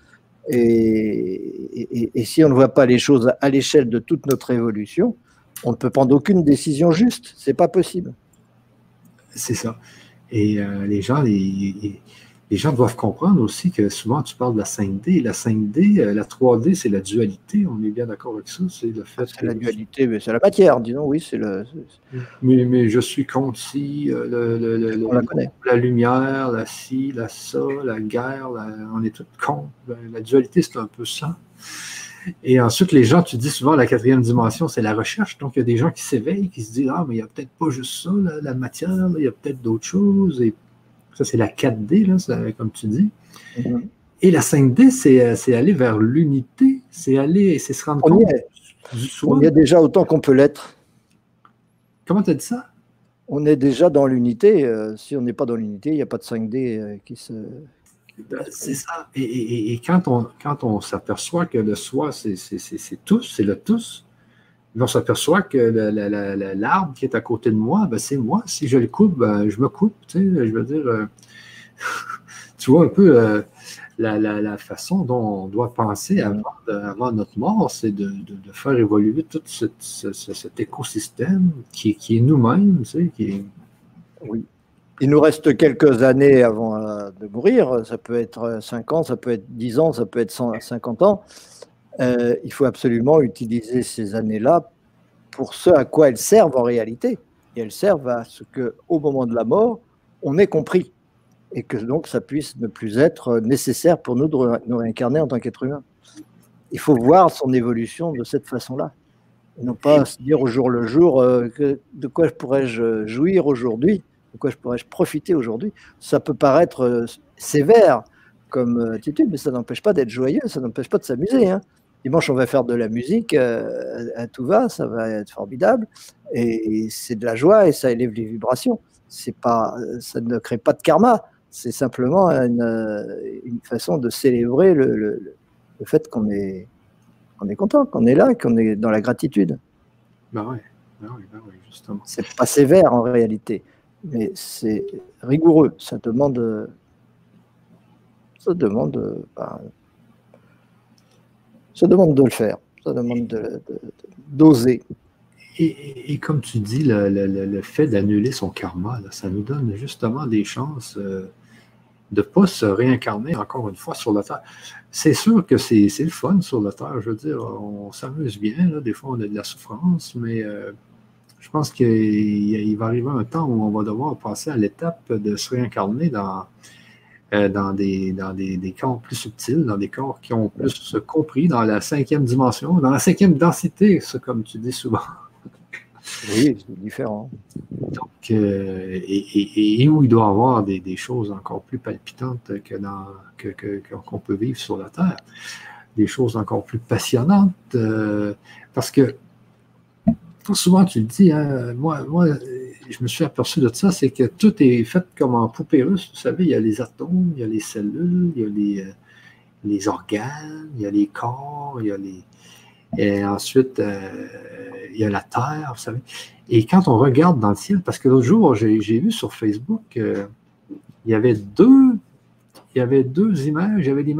Et si on ne voit pas les choses à l'échelle de toute notre évolution, on ne peut prendre aucune décision juste. C'est pas possible. C'est ça. Et les gens doivent comprendre aussi que souvent tu parles de la 5D. La 5D, la 3D, c'est la dualité. On est bien d'accord avec ça. C'est le fait que la dualité, mais c'est la matière, disons, oui, c'est le. Mais je suis contre si la lumière, la ci, la ça, la guerre, on est tous contre. La dualité, c'est un peu ça. Et ensuite, les gens, tu dis souvent la 4e dimension, c'est la recherche. Donc, il y a des gens qui s'éveillent, qui se disent, ah, mais il n'y a peut-être pas juste ça, la matière, là, il y a peut-être d'autres choses. Et ça, c'est la 4D, là, comme tu dis. Mm-hmm. Et la 5D, c'est aller vers l'unité, c'est se rendre compte du soi. On y est déjà autant qu'on peut l'être. Comment tu as dit ça? On est déjà dans l'unité. Si on n'est pas dans l'unité, il n'y a pas de 5D qui se... C'est ça. Et quand on s'aperçoit que le soi, c'est tous, c'est le tous, on s'aperçoit que l'arbre qui est à côté de moi, ben, c'est moi. Si je le coupe, ben, je me coupe. Tu sais, je veux dire, tu vois un peu la façon dont on doit penser avant notre mort, c'est de faire évoluer tout cet écosystème qui est nous-mêmes. Tu sais, Oui. Il nous reste quelques années avant de mourir, ça peut être 5 ans, ça peut être 10 ans, ça peut être 150 ans. Il faut absolument utiliser ces années-là pour ce à quoi elles servent en réalité. Et elles servent à ce qu'au moment de la mort, on ait compris. Et que donc ça puisse ne plus être nécessaire pour nous de nous réincarner en tant qu'être humain. Il faut voir son évolution de cette façon-là. Et non pas se dire au jour le jour de quoi pourrais-je jouir aujourd'hui, de quoi pourrais-je profiter aujourd'hui. Ça peut paraître sévère comme attitude, mais ça n'empêche pas d'être joyeux, ça n'empêche pas de s'amuser. Hein. Dimanche, on va faire de la musique à tout va, ça va être formidable, et c'est de la joie et ça élève les vibrations. C'est pas, ça ne crée pas de karma, c'est simplement une façon de célébrer le fait qu'on est content, qu'on est là, qu'on est dans la gratitude. Ben oui, justement. C'est pas sévère en réalité, mais c'est rigoureux. Ça demande de le faire. Ça demande d'oser. Et comme tu dis, le fait d'annuler son karma, là, ça nous donne justement des chances de ne pas se réincarner encore une fois sur la Terre. C'est sûr que c'est le fun sur la Terre, je veux dire, on s'amuse bien, là, des fois on a de la souffrance, mais je pense qu'il va arriver un temps où on va devoir passer à l'étape de se réincarner dans des corps plus subtils, dans des corps qui ont plus compris, dans la 5e dimension, dans la 5e densité, ça, comme tu dis souvent. Oui, c'est différent. Donc, et où il doit y avoir des choses encore plus palpitantes qu'on peut vivre sur la Terre, des choses encore plus passionnantes, parce que souvent tu le dis, hein, moi, je me suis aperçu de ça, c'est que tout est fait comme en poupée russe, vous savez, il y a les atomes, il y a les cellules, il y a les organes, il y a les corps, et ensuite, il y a la Terre, vous savez. Et quand on regarde dans le ciel, parce que l'autre jour, j'ai vu sur Facebook, il y avait deux images. Il y avait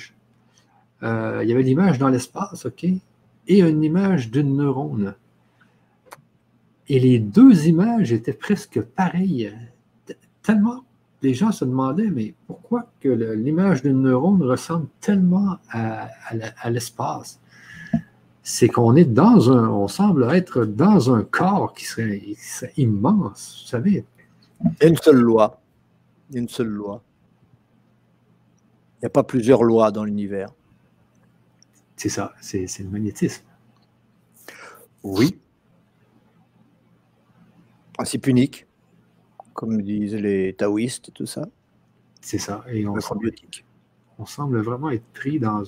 l'image dans l'espace, OK, et une image d'une neurone. Et les deux images étaient presque pareilles. Tellement les gens se demandaient, mais pourquoi que l'image d'une neurone ressemble tellement à l'espace? C'est qu'on est on semble être dans un corps qui serait immense, vous savez. Il y a une seule loi. Une seule loi. Il n'y a pas plusieurs lois dans l'univers. C'est ça, c'est le magnétisme. Oui. Principe unique, comme disent les taoïstes et tout ça. C'est ça. Et on semble vraiment être pris dans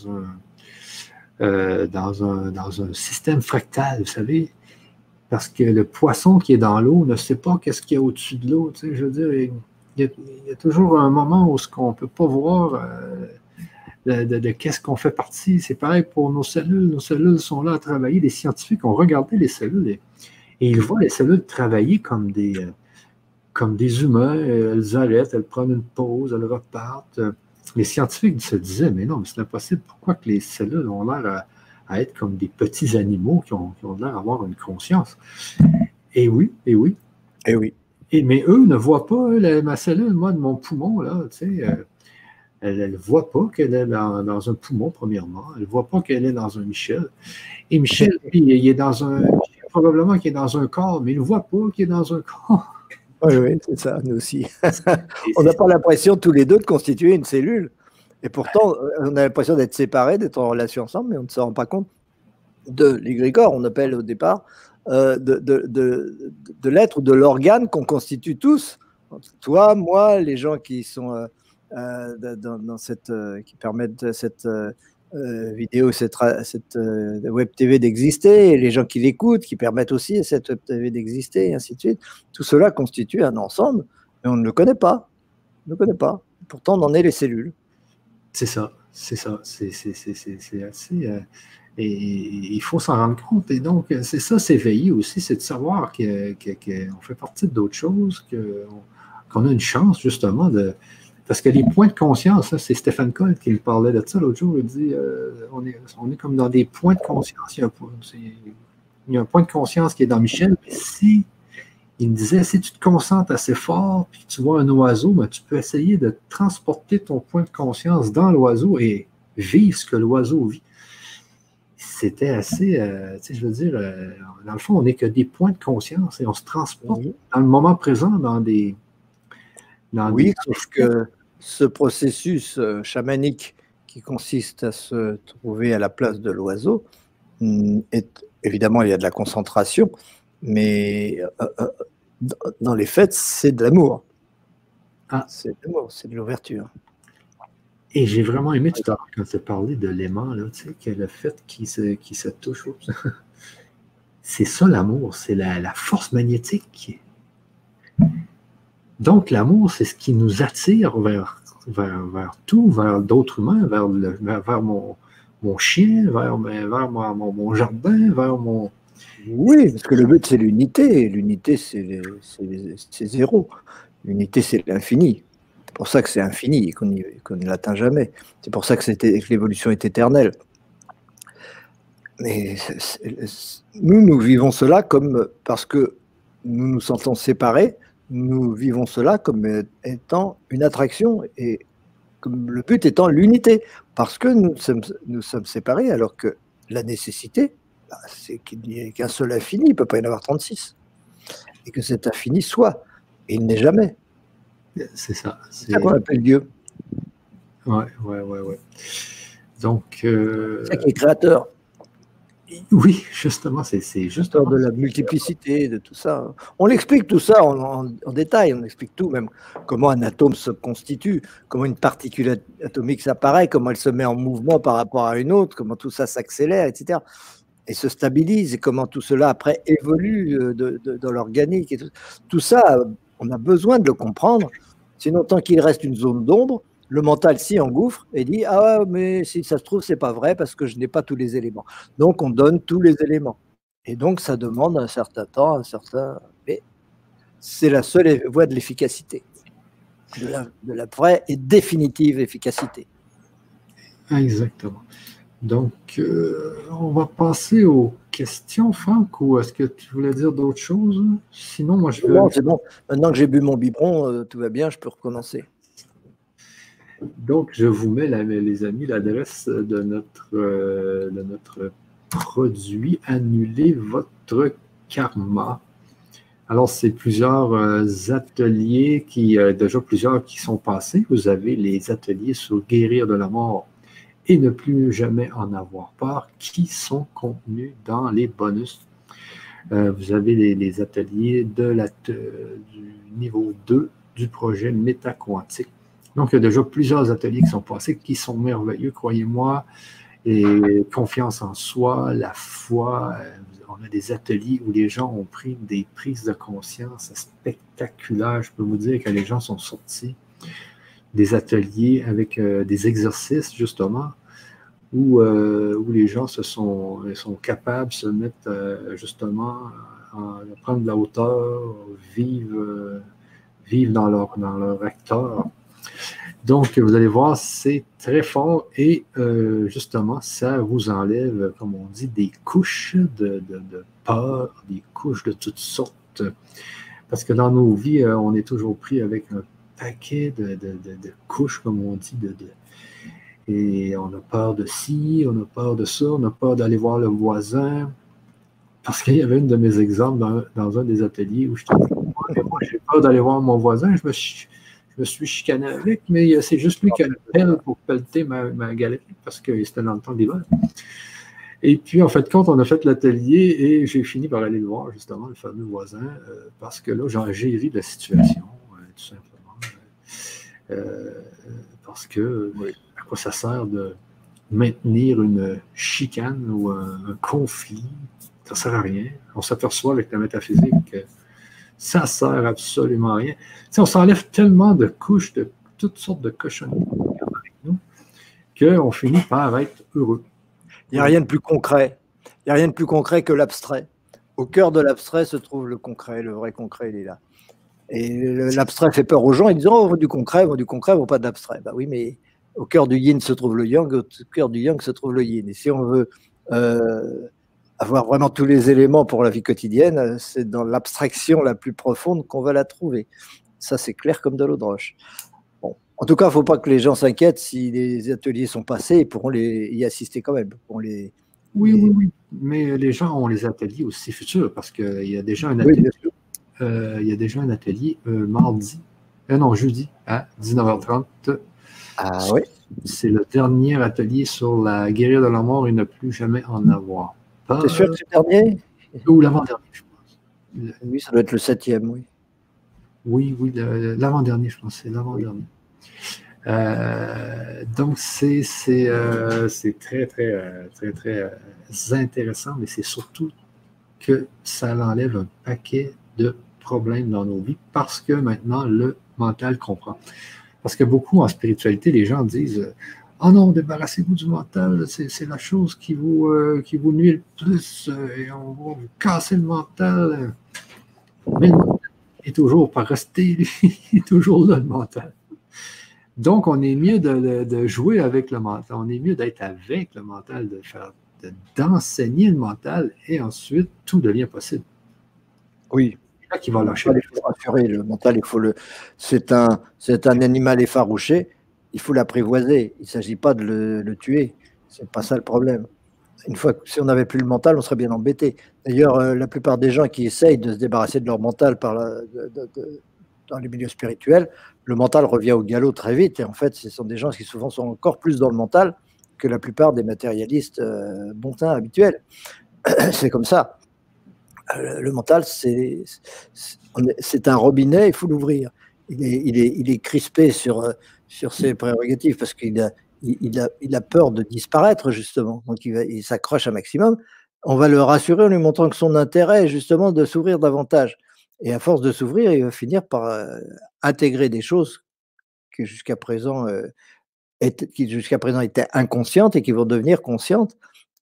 un système fractal, vous savez, parce que le poisson qui est dans l'eau ne sait pas qu'est-ce qu'il y a au-dessus de l'eau. Tu sais, je veux dire, il y a toujours un moment où on ne peut pas voir de qu'est-ce qu'on fait partie. C'est pareil pour nos cellules. Nos cellules sont là à travailler. Les scientifiques ont regardé les cellules et ils voient les cellules travailler comme des humains. Elles arrêtent, elles prennent une pause, elles repartent. Les scientifiques se disaient, mais non, mais c'est impossible. Pourquoi que les cellules ont l'air à être comme des petits animaux qui ont l'air d'avoir une conscience? Et oui. Mais eux ne voient pas, ma cellule, moi, de mon poumon, là, tu sais, elle ne voit pas qu'elle est dans un poumon, premièrement. Elle ne voit pas qu'elle est dans un Michel. Et Michel, lui, il est probablement qu'il est dans un corps, mais il ne voit pas qu'il est dans un corps. Oui, c'est ça, nous aussi. On n'a pas l'impression tous les deux de constituer une cellule. Et pourtant, on a l'impression d'être séparés, d'être en relation ensemble, mais on ne se rend pas compte de l'égrégore, on appelle au départ, de l'être ou de l'organe qu'on constitue tous. Toi, moi, les gens qui sont dans cette, qui permettent cette vidéo, cette web TV d'exister, et les gens qui l'écoutent, qui permettent aussi à cette web TV d'exister, et ainsi de suite. Tout cela constitue un ensemble, mais on ne le connaît pas. On ne le connaît pas. Pourtant, on en est les cellules. C'est ça. C'est assez... et il faut s'en rendre compte. Et donc, c'est ça, s'éveiller aussi, c'est de savoir qu'on fait partie d'autres choses, qu'on a une chance, justement, de... Parce que les points de conscience, c'est Stéphane Colt qui me parlait de ça l'autre jour. Il dit on est comme dans des points de conscience. Il y a un point de conscience qui est dans Michel. Mais il me disait, si tu te concentres assez fort et que tu vois un oiseau, ben, tu peux essayer de transporter ton point de conscience dans l'oiseau et vivre ce que l'oiseau vit. c'était assez, tu sais, je veux dire, dans le fond, on n'est que des points de conscience et on se transporte dans le moment présent, dans des... Oui, sauf que ce processus chamanique qui consiste à se trouver à la place de l'oiseau, évidemment, il y a de la concentration, mais dans les faits, c'est de l'amour. C'est de l'amour, c'est de l'ouverture. Et j'ai vraiment aimé tout à l'heure quand tu as parlé de l'aimant, là, tu sais, que le fait qu'il se touche. C'est ça l'amour, c'est la force magnétique. Donc l'amour, c'est ce qui nous attire vers tout, vers d'autres humains, vers mon chien, vers mon jardin, vers mon... Oui, parce que le but, c'est l'unité. L'unité, c'est zéro. L'unité, c'est l'infini. C'est pour ça que c'est infini, qu'on ne l'atteint jamais. C'est pour ça que l'évolution est éternelle. Mais nous vivons cela comme, parce que nous nous sentons séparés, nous vivons cela comme étant une attraction et comme le but étant l'unité. Parce que nous sommes séparés, alors que la nécessité, c'est qu'il n'y ait qu'un seul infini, il ne peut pas y en avoir 36. Et que cet infini soit. Et il n'est jamais. C'est ça. C'est ça qu'on appelle Dieu. Ouais. Donc. C'est ça qui est créateur. Oui, justement, c'est justement. De la multiplicité, de tout ça. On l'explique tout ça en détail, on explique tout, même comment un atome se constitue, comment une particule atomique s'apparaît, comment elle se met en mouvement par rapport à une autre, comment tout ça s'accélère, etc. Et se stabilise, et comment tout cela après évolue dans l'organique. Tout ça, on a besoin de le comprendre, sinon tant qu'il reste une zone d'ombre, le mental s'y engouffre et dit « Ah, mais si ça se trouve, c'est pas vrai parce que je n'ai pas tous les éléments. » Donc, on donne tous les éléments. Et donc, ça demande un certain temps, mais c'est la seule voie de l'efficacité, de la vraie et définitive efficacité. Exactement. Donc, on va passer aux questions, Franck, ou est-ce que tu voulais dire d'autres choses? Sinon, moi, je vais... Non, c'est bon. Maintenant que j'ai bu mon biberon, tout va bien, je peux recommencer. Donc, je vous mets, les amis, l'adresse de notre produit. Annulez votre karma. Alors, c'est plusieurs ateliers, déjà plusieurs qui sont passés. Vous avez les ateliers sur guérir de la mort et ne plus jamais en avoir peur, qui sont contenus dans les bonus. Vous avez les ateliers du niveau 2 du projet métaquantique. Donc, il y a déjà plusieurs ateliers qui sont passés, qui sont merveilleux, croyez-moi. Et confiance en soi, la foi. On a des ateliers où les gens ont pris des prises de conscience spectaculaires. Je peux vous dire que les gens sont sortis des ateliers avec des exercices, justement, où les gens sont capables de se mettre, justement, à prendre de la hauteur, vivre dans leur acteur. Donc, vous allez voir, c'est très fort et justement, ça vous enlève, comme on dit, des couches de peur, des couches de toutes sortes. Parce que dans nos vies, on est toujours pris avec un paquet de couches, comme on dit, et on a peur de ci, on a peur de ça, on a peur d'aller voir le voisin. Parce qu'il y avait un de mes exemples dans un des ateliers où je disais, moi, j'ai peur d'aller voir mon voisin, je me suis chicané avec, mais c'est juste lui qui a le pelle pour pelleter ma galerie parce que c'était dans le temps d'hiver. Et puis, en fait, quand on a fait l'atelier, et j'ai fini par aller le voir, justement, le fameux voisin, parce que là, j'ai ri de la situation, tout simplement. Parce que, à quoi ça sert de maintenir une chicane ou un conflit? Ça ne sert à rien. On s'aperçoit avec la métaphysique que ça ne sert absolument à rien. T'sais, on s'enlève tellement de couches, de toutes sortes de cochonneries avec nous, qu'on finit par être heureux. Il n'y a rien de plus concret. Il n'y a rien de plus concret que l'abstrait. Au cœur de l'abstrait se trouve le concret. Le vrai concret, il est là. Et l'abstrait fait peur aux gens. Ils disent, oh, on veut du concret, on veut pas d'abstrait. Bah oui, mais au cœur du yin se trouve le yang, au cœur du yang se trouve le yin. Et si on veut avoir vraiment tous les éléments pour la vie quotidienne, c'est dans l'abstraction la plus profonde qu'on va la trouver. Ça, c'est clair comme de l'eau de roche. Bon. En tout cas, il ne faut pas que les gens s'inquiètent si les ateliers sont passés, ils pourront y assister quand même, ils pourront Oui, oui, oui. Mais les gens ont les ateliers aussi futurs parce qu'il y a déjà un Oui, atelier, bien sûr. il y a déjà un atelier mardi, non, jeudi à 19h30. Ah oui, C'est le dernier atelier sur la guérilla de la mort et ne plus jamais en avoir t'es sûr que peur. c'est le dernier? Ou l'avant-dernier, je pense. Oui, ça doit être le 7e, oui. Oui, oui, l'avant-dernier, je pense. C'est Oui, l'avant-dernier. Donc, c'est très, très, très, très intéressant, mais c'est surtout que ça enlève un paquet de problèmes dans nos vies parce que maintenant, le mental comprend. Parce que beaucoup en spiritualité, les gens disent oh non, débarrassez-vous du mental, c'est la chose qui vous nuit le plus et on va vous casser le mental. Mais le mental est toujours pas resté, lui. Il est toujours là, le mental. Donc, on est mieux de jouer avec le mental. On est mieux d'être avec le mental, d'enseigner le mental et ensuite, tout devient possible. oui. C'est là qu'il va Le lâcher mental, il faut le rassurer. Le mental, c'est un animal effarouché. Il faut l'apprivoiser. Il ne s'agit pas de le tuer. C'est pas ça le problème. Si on n'avait plus le mental, on serait bien embêté. D'ailleurs, la plupart des gens qui essayent de se débarrasser de leur mental dans les milieux spirituels, le mental revient au galop très vite. Et en fait, ce sont des gens qui souvent sont encore plus dans le mental que la plupart des matérialistes bontins habituels. C'est comme ça. Le mental, c'est un robinet, il faut l'ouvrir. Il est crispé sur ses prérogatives parce il a peur de disparaître, justement. Donc, il s'accroche un maximum. On va le rassurer en lui montrant que son intérêt est justement de s'ouvrir davantage. Et à force de s'ouvrir, il va finir par intégrer des choses que jusqu'à présent, qui jusqu'à présent étaient inconscientes et qui vont devenir conscientes.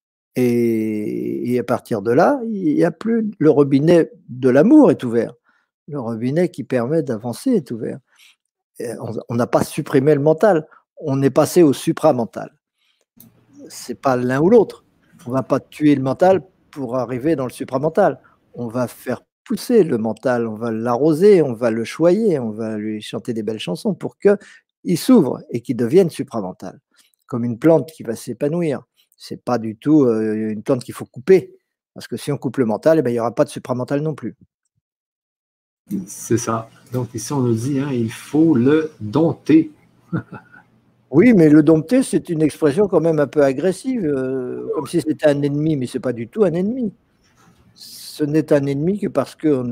Et à partir de là, il y a plus le robinet de l'amour est ouvert. Le robinet qui permet d'avancer est ouvert. Et on n'a pas supprimé le mental, on est passé au supramental. C'est pas l'un ou l'autre. On va pas tuer le mental pour arriver dans le supramental. On va faire pousser le mental, on va l'arroser, on va le choyer, on va lui chanter des belles chansons pour qu'il s'ouvre et qu'il devienne supramental. Comme une plante qui va s'épanouir. C'est pas du tout une plante qu'il faut couper. Parce que si on coupe le mental, eh ben, il n'y aura pas de supramental non plus. C'est ça. Donc ici, on nous dit, hein, il faut le dompter. Oui, mais le dompter, c'est une expression quand même un peu agressive, comme si c'était un ennemi, mais c'est pas du tout un ennemi. Ce n'est un ennemi que parce qu'on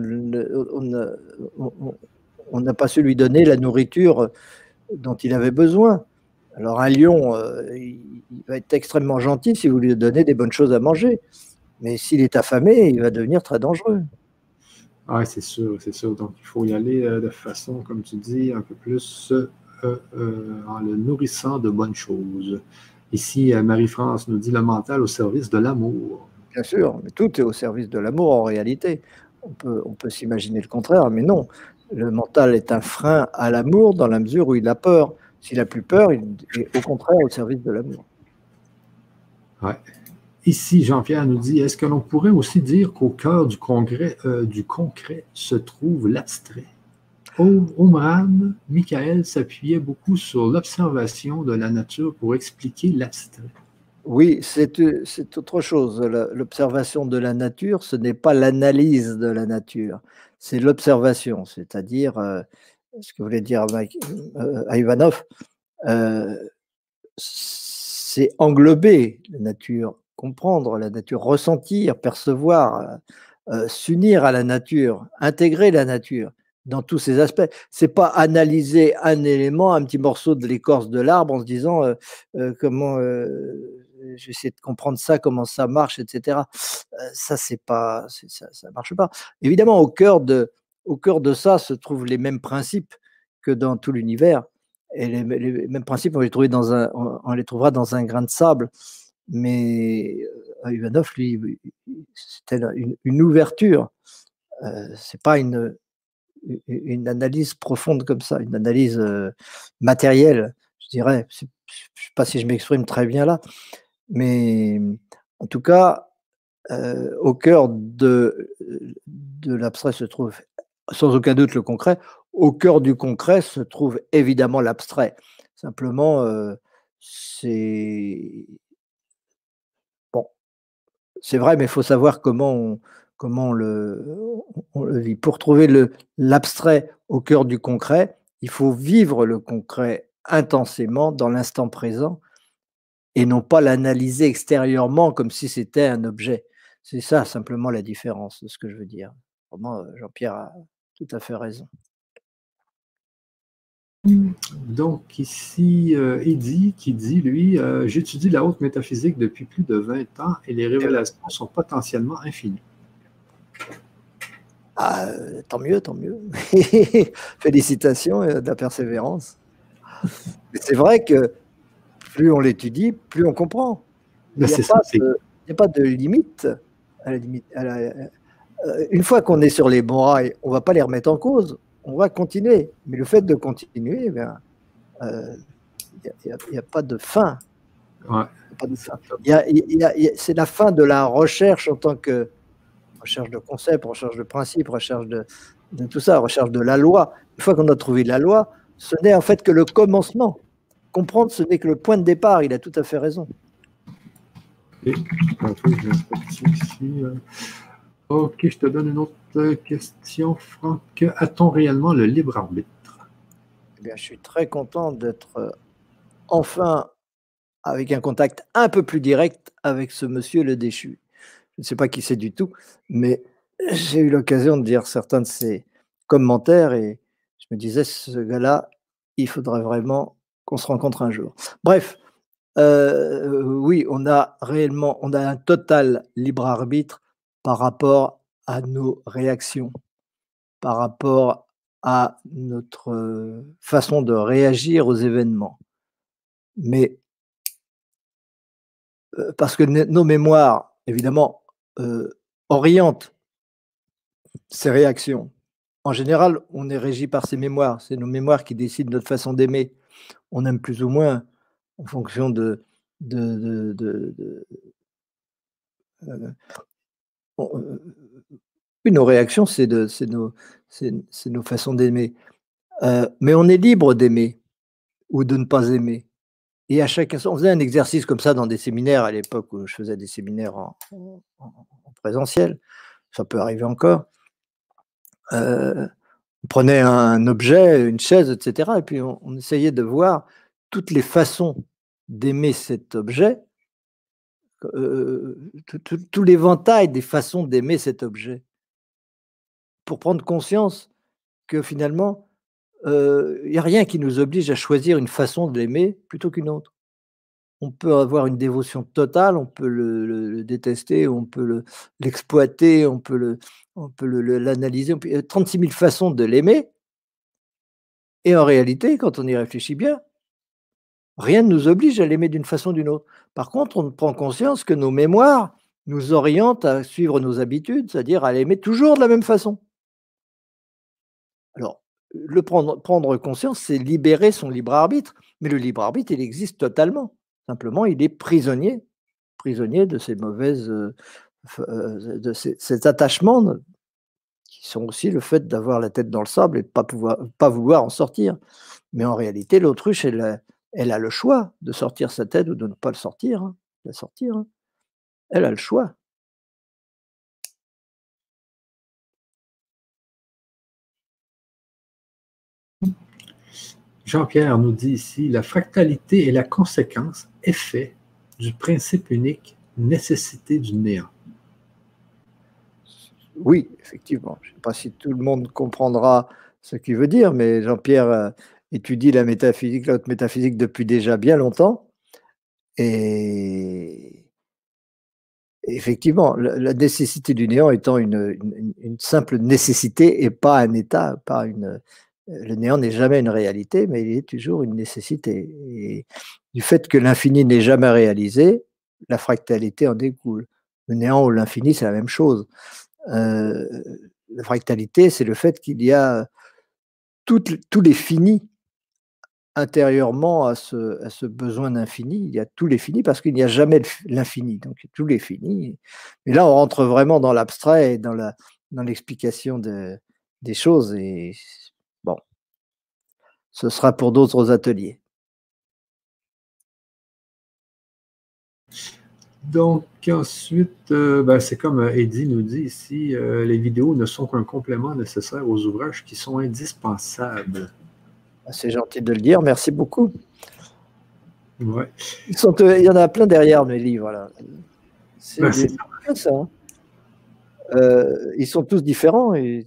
n'a pas su lui donner la nourriture dont il avait besoin. Alors un lion, il va être extrêmement gentil si vous lui donnez des bonnes choses à manger, mais s'il est affamé, il va devenir très dangereux. Oui, c'est sûr, c'est sûr. Donc, il faut y aller de façon, comme tu dis, un peu plus en le nourrissant de bonnes choses. Ici, Marie-France nous dit le mental au service de l'amour. Bien sûr, mais tout est au service de l'amour en réalité. On peut s'imaginer le contraire, mais non. Le mental est un frein à l'amour dans la mesure où il a peur. S'il a plus peur, il est au contraire au service de l'amour. Ouais. Ici, Jean-Pierre nous dit est-ce que l'on pourrait aussi dire qu'au cœur du concret se trouve l'abstrait Omram, Michael s'appuyait beaucoup sur l'observation de la nature pour expliquer l'abstrait. Oui, c'est autre chose. L'observation de la nature, ce n'est pas l'analyse de la nature, c'est l'observation, c'est-à-dire, ce que voulait dire Ivanov, euh, c'est englober la nature, comprendre la nature, ressentir, percevoir, s'unir à la nature, intégrer la nature dans tous ses aspects. C'est pas analyser un élément, un petit morceau de l'écorce de l'arbre en se disant comment je vais essayer de comprendre ça, comment ça marche, etc. Ça, c'est pas, ça marche pas. Évidemment, au cœur de ça se trouvent les mêmes principes que dans tout l'univers. Et les mêmes principes, on les trouvera dans un grain de sable. Mais Ivanov, lui, c'était une ouverture. C'est pas une analyse profonde comme ça, une analyse matérielle, je dirais. Je ne sais pas si je m'exprime très bien là, mais en tout cas, au cœur de l'abstrait se trouve sans aucun doute le concret. Au cœur du concret se trouve évidemment l'abstrait. Simplement, c'est bon, c'est vrai, mais il faut savoir comment on le vit. Pour trouver l'abstrait au cœur du concret, il faut vivre le concret intensément dans l'instant présent et non pas l'analyser extérieurement comme si c'était un objet. C'est ça simplement la différence de ce que je veux dire. Vraiment, Jean-Pierre a tout à fait raison. Donc, ici, Eddy qui dit, lui, j'étudie la haute métaphysique depuis plus de 20 ans et les révélations sont potentiellement infinies. Ah, tant mieux, tant mieux. Félicitations, de la persévérance. Mais c'est vrai que plus on l'étudie, plus on comprend. Ben, Il n'y a c'est ça, pas de il y a pas de limite à la limite une fois qu'on est sur les bons rails, on ne va pas les remettre en cause, on va continuer. Mais le fait de continuer, eh bien, il y a pas de fin. ouais. Il y a pas de fin. Il y a c'est la fin de la recherche en tant que recherche de concepts, recherche de principes, recherche de tout ça, recherche de la loi. Une fois qu'on a trouvé la loi, ce n'est en fait que le commencement. Comprendre, ce n'est que le point de départ. Il a tout à fait raison. Et, ok, je te donne une autre question, Franck. A-t-on réellement le libre arbitre? Eh bien, je suis très content d'être enfin avec un contact un peu plus direct avec ce monsieur le déchu. Je ne sais pas qui c'est du tout, mais j'ai eu l'occasion de dire certains de ses commentaires et je me disais, ce gars-là, il faudrait vraiment qu'on se rencontre un jour. Bref, oui, on a un total libre arbitre par rapport à nos réactions, par rapport à notre façon de réagir aux événements. Mais parce que nos mémoires, évidemment, orientent ces réactions. En général, on est régi par ces mémoires. C'est nos mémoires qui décident notre façon d'aimer. On aime plus ou moins en fonction de heu, on oui, nos réactions, c'est nos façons d'aimer. Mais on est libre d'aimer ou de ne pas aimer. Et à chaque instant on faisait un exercice comme ça dans des séminaires à l'époque où je faisais des séminaires en présentiel. Ça peut arriver encore. On prenait un objet, une chaise et cetera et puis on essayait de voir toutes les façons d'aimer cet objet, tout l'éventail des façons d'aimer cet objet. Pour prendre conscience que finalement, il y a rien qui nous oblige à choisir une façon de l'aimer plutôt qu'une autre. On peut avoir une dévotion totale, on peut le détester, on peut l'exploiter, on peut l'analyser, il y a 36 000 façons de l'aimer et en réalité, quand on y réfléchit bien, rien ne nous oblige à l'aimer d'une façon ou d'une autre. Par contre, on prend conscience que nos mémoires nous orientent à suivre nos habitudes, c'est-à-dire à l'aimer toujours de la même façon. Alors, prendre conscience, c'est libérer son libre arbitre, mais le libre arbitre, il existe totalement. Simplement, il est prisonnier de ces mauvaises, de ces attachements qui sont aussi le fait d'avoir la tête dans le sable et de pas vouloir en sortir. Mais en réalité, l'autruche, elle a le choix de sortir sa tête ou de ne pas le sortir, hein, la sortir, hein. Elle a le choix. Jean-Pierre nous dit ici, la fractalité est la conséquence, effet du principe unique, nécessité du néant. Oui, effectivement. Je ne sais pas si tout le monde comprendra ce qu'il veut dire, mais Jean-Pierre, étudie la métaphysique, la haute métaphysique depuis déjà bien longtemps et effectivement, la nécessité du néant étant une simple nécessité et pas un état, pas une, le néant n'est jamais une réalité, mais il est toujours une nécessité et du fait que l'infini n'est jamais réalisé, la fractalité en découle. Le néant ou l'infini, c'est la même chose. Heu, la fractalité, c'est le fait qu'il y a tous les finis intérieurement à ce besoin d'infini. Il y a tous les finis parce qu'il n'y a jamais l'infini, donc tous les finis. Et là, on rentre vraiment dans l'abstrait et dans l'explication des choses et bon, ce sera pour d'autres ateliers. Donc, ensuite, ben, c'est comme Eddie nous dit ici, les vidéos ne sont qu'un complément nécessaire aux ouvrages qui sont indispensables. C'est gentil de le dire, merci beaucoup. Ouais. Il y en a plein derrière mes livres. Là. C'est Ben, ça. Hein. Ils sont tous différents. Ils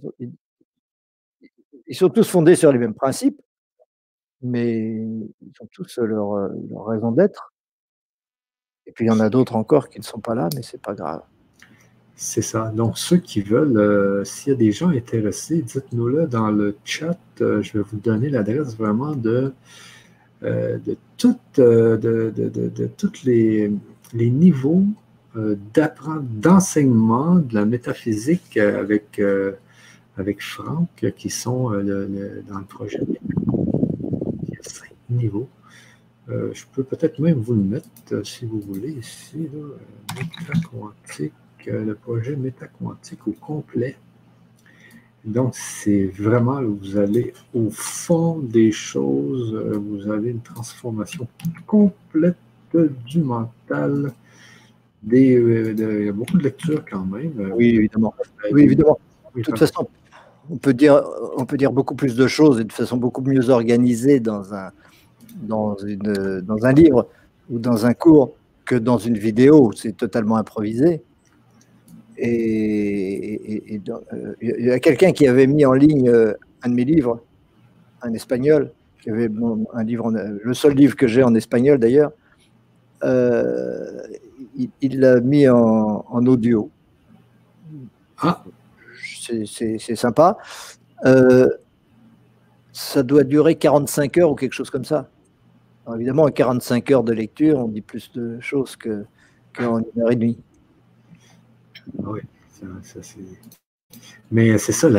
sont tous fondés sur les mêmes principes, mais ils ont tous leur raison d'être. Et puis il y en a d'autres encore qui ne sont pas là, mais c'est pas grave. c'est ça. Donc, ceux qui veulent, s'il y a des gens intéressés, dites-nous-le dans le chat. Je vais vous donner l'adresse vraiment de tous les niveaux d'enseignement de la métaphysique avec Franck, qui sont dans le projet. Il y a 5 niveaux. Je peux peut-être même vous le mettre, si vous voulez, ici, là, métaquantique, le projet métaquantique au complet. Donc, c'est vraiment, vous allez au fond des choses, vous avez une transformation complète du mental. Il y a beaucoup de lectures quand même. Oui, évidemment. Oui, évidemment. De toute façon, on peut dire beaucoup plus de choses et de façon beaucoup mieux organisée dans un livre ou dans un cours que dans une vidéo. C'est totalement improvisé. Et il y a quelqu'un qui avait mis en ligne un de mes livres, un espagnol, qui avait un livre, le seul livre que j'ai en espagnol d'ailleurs. Il l'a mis en audio. Ah. C'est sympa. Ça doit durer 45 heures ou quelque chose comme ça. Alors évidemment, en 45 heures de lecture, on dit plus de choses qu'en 1h30. Oui, ça c'est. Mais c'est ça,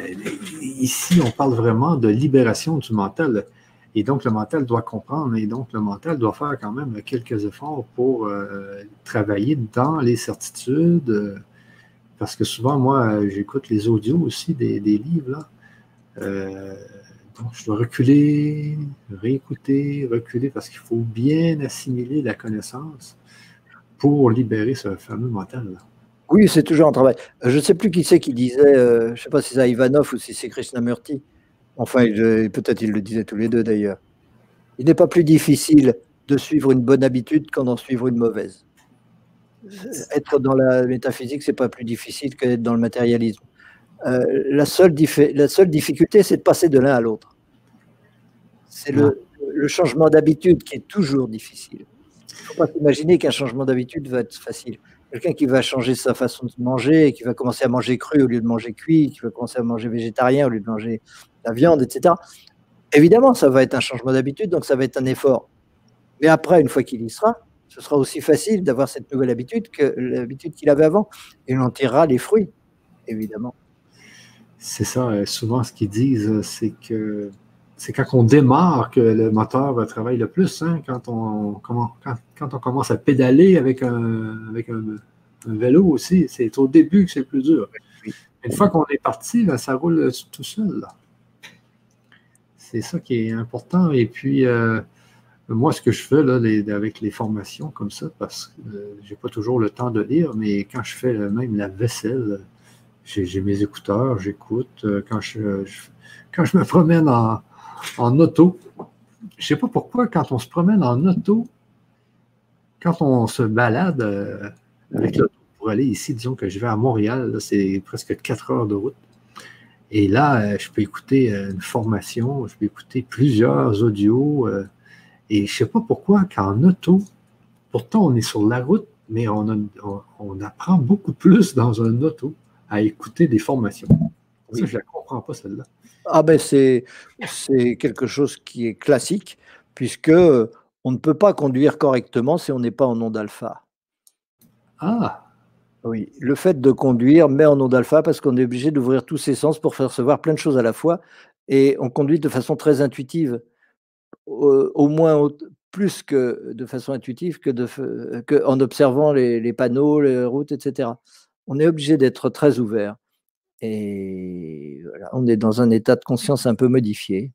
ici, on parle vraiment de libération du mental. Et donc, le mental doit comprendre, et donc le mental doit faire quand même quelques efforts pour travailler dans les certitudes. Parce que souvent, moi, j'écoute les audios aussi des livres, là. Donc, je dois reculer, réécouter, reculer, parce qu'il faut bien assimiler la connaissance pour libérer ce fameux mental-là. Oui, c'est toujours un travail. Je ne sais plus qui c'est qui disait, je ne sais pas si c'est Ivanov ou si c'est Krishnamurti. Enfin, peut-être ils le disaient tous les deux d'ailleurs. Il n'est pas plus difficile de suivre une bonne habitude qu'en suivre une mauvaise. Être dans la métaphysique, c'est pas plus difficile qu'être dans le matérialisme. La seule difficulté, c'est de passer de l'un à l'autre. C'est le changement d'habitude qui est toujours difficile. Il ne faut pas s'imaginer qu'un changement d'habitude va être facile. Quelqu'un qui va changer sa façon de manger, qui va commencer à manger cru au lieu de manger cuit, qui va commencer à manger végétarien au lieu de manger la viande, etc. Évidemment, ça va être un changement d'habitude, donc ça va être un effort. Mais après, une fois qu'il y sera, ce sera aussi facile d'avoir cette nouvelle habitude que l'habitude qu'il avait avant. Et on en tirera les fruits, évidemment. C'est ça. Souvent, ce qu'ils disent, c'est que c'est quand on démarre que le moteur travaille le plus. Hein, quand on commence à pédaler avec un vélo aussi, c'est au début que c'est le plus dur. Oui. Une fois qu'on est parti, là, ça roule tout seul. C'est ça qui est important. Et puis, moi, ce que je fais là, avec les formations comme ça, parce que je n'ai pas toujours le temps de lire, mais quand je fais même la vaisselle, j'ai mes écouteurs, j'écoute. Quand je me promène en auto, je ne sais pas pourquoi, quand on se promène en auto, quand on se balade avec l'auto pour aller ici, disons que je vais à Montréal, c'est presque 4 heures de route. Et là, je peux écouter une formation, je peux écouter plusieurs audios. Et je ne sais pas pourquoi, qu'en auto, pourtant on est sur la route, mais on apprend beaucoup plus dans un auto à écouter des formations. Oui. Ça, je ne la comprends pas, celle-là. Ah ben c'est quelque chose qui est classique, puisque on ne peut pas conduire correctement si on n'est pas en onde alpha. Ah! Oui, le fait de conduire met en onde alpha parce qu'on est obligé d'ouvrir tous ses sens pour faire recevoir plein de choses à la fois, et on conduit de façon très intuitive, au moins plus que de façon intuitive que en observant les panneaux, les routes, etc. On est obligé d'être très ouvert. Et voilà, on est dans un état de conscience un peu modifié.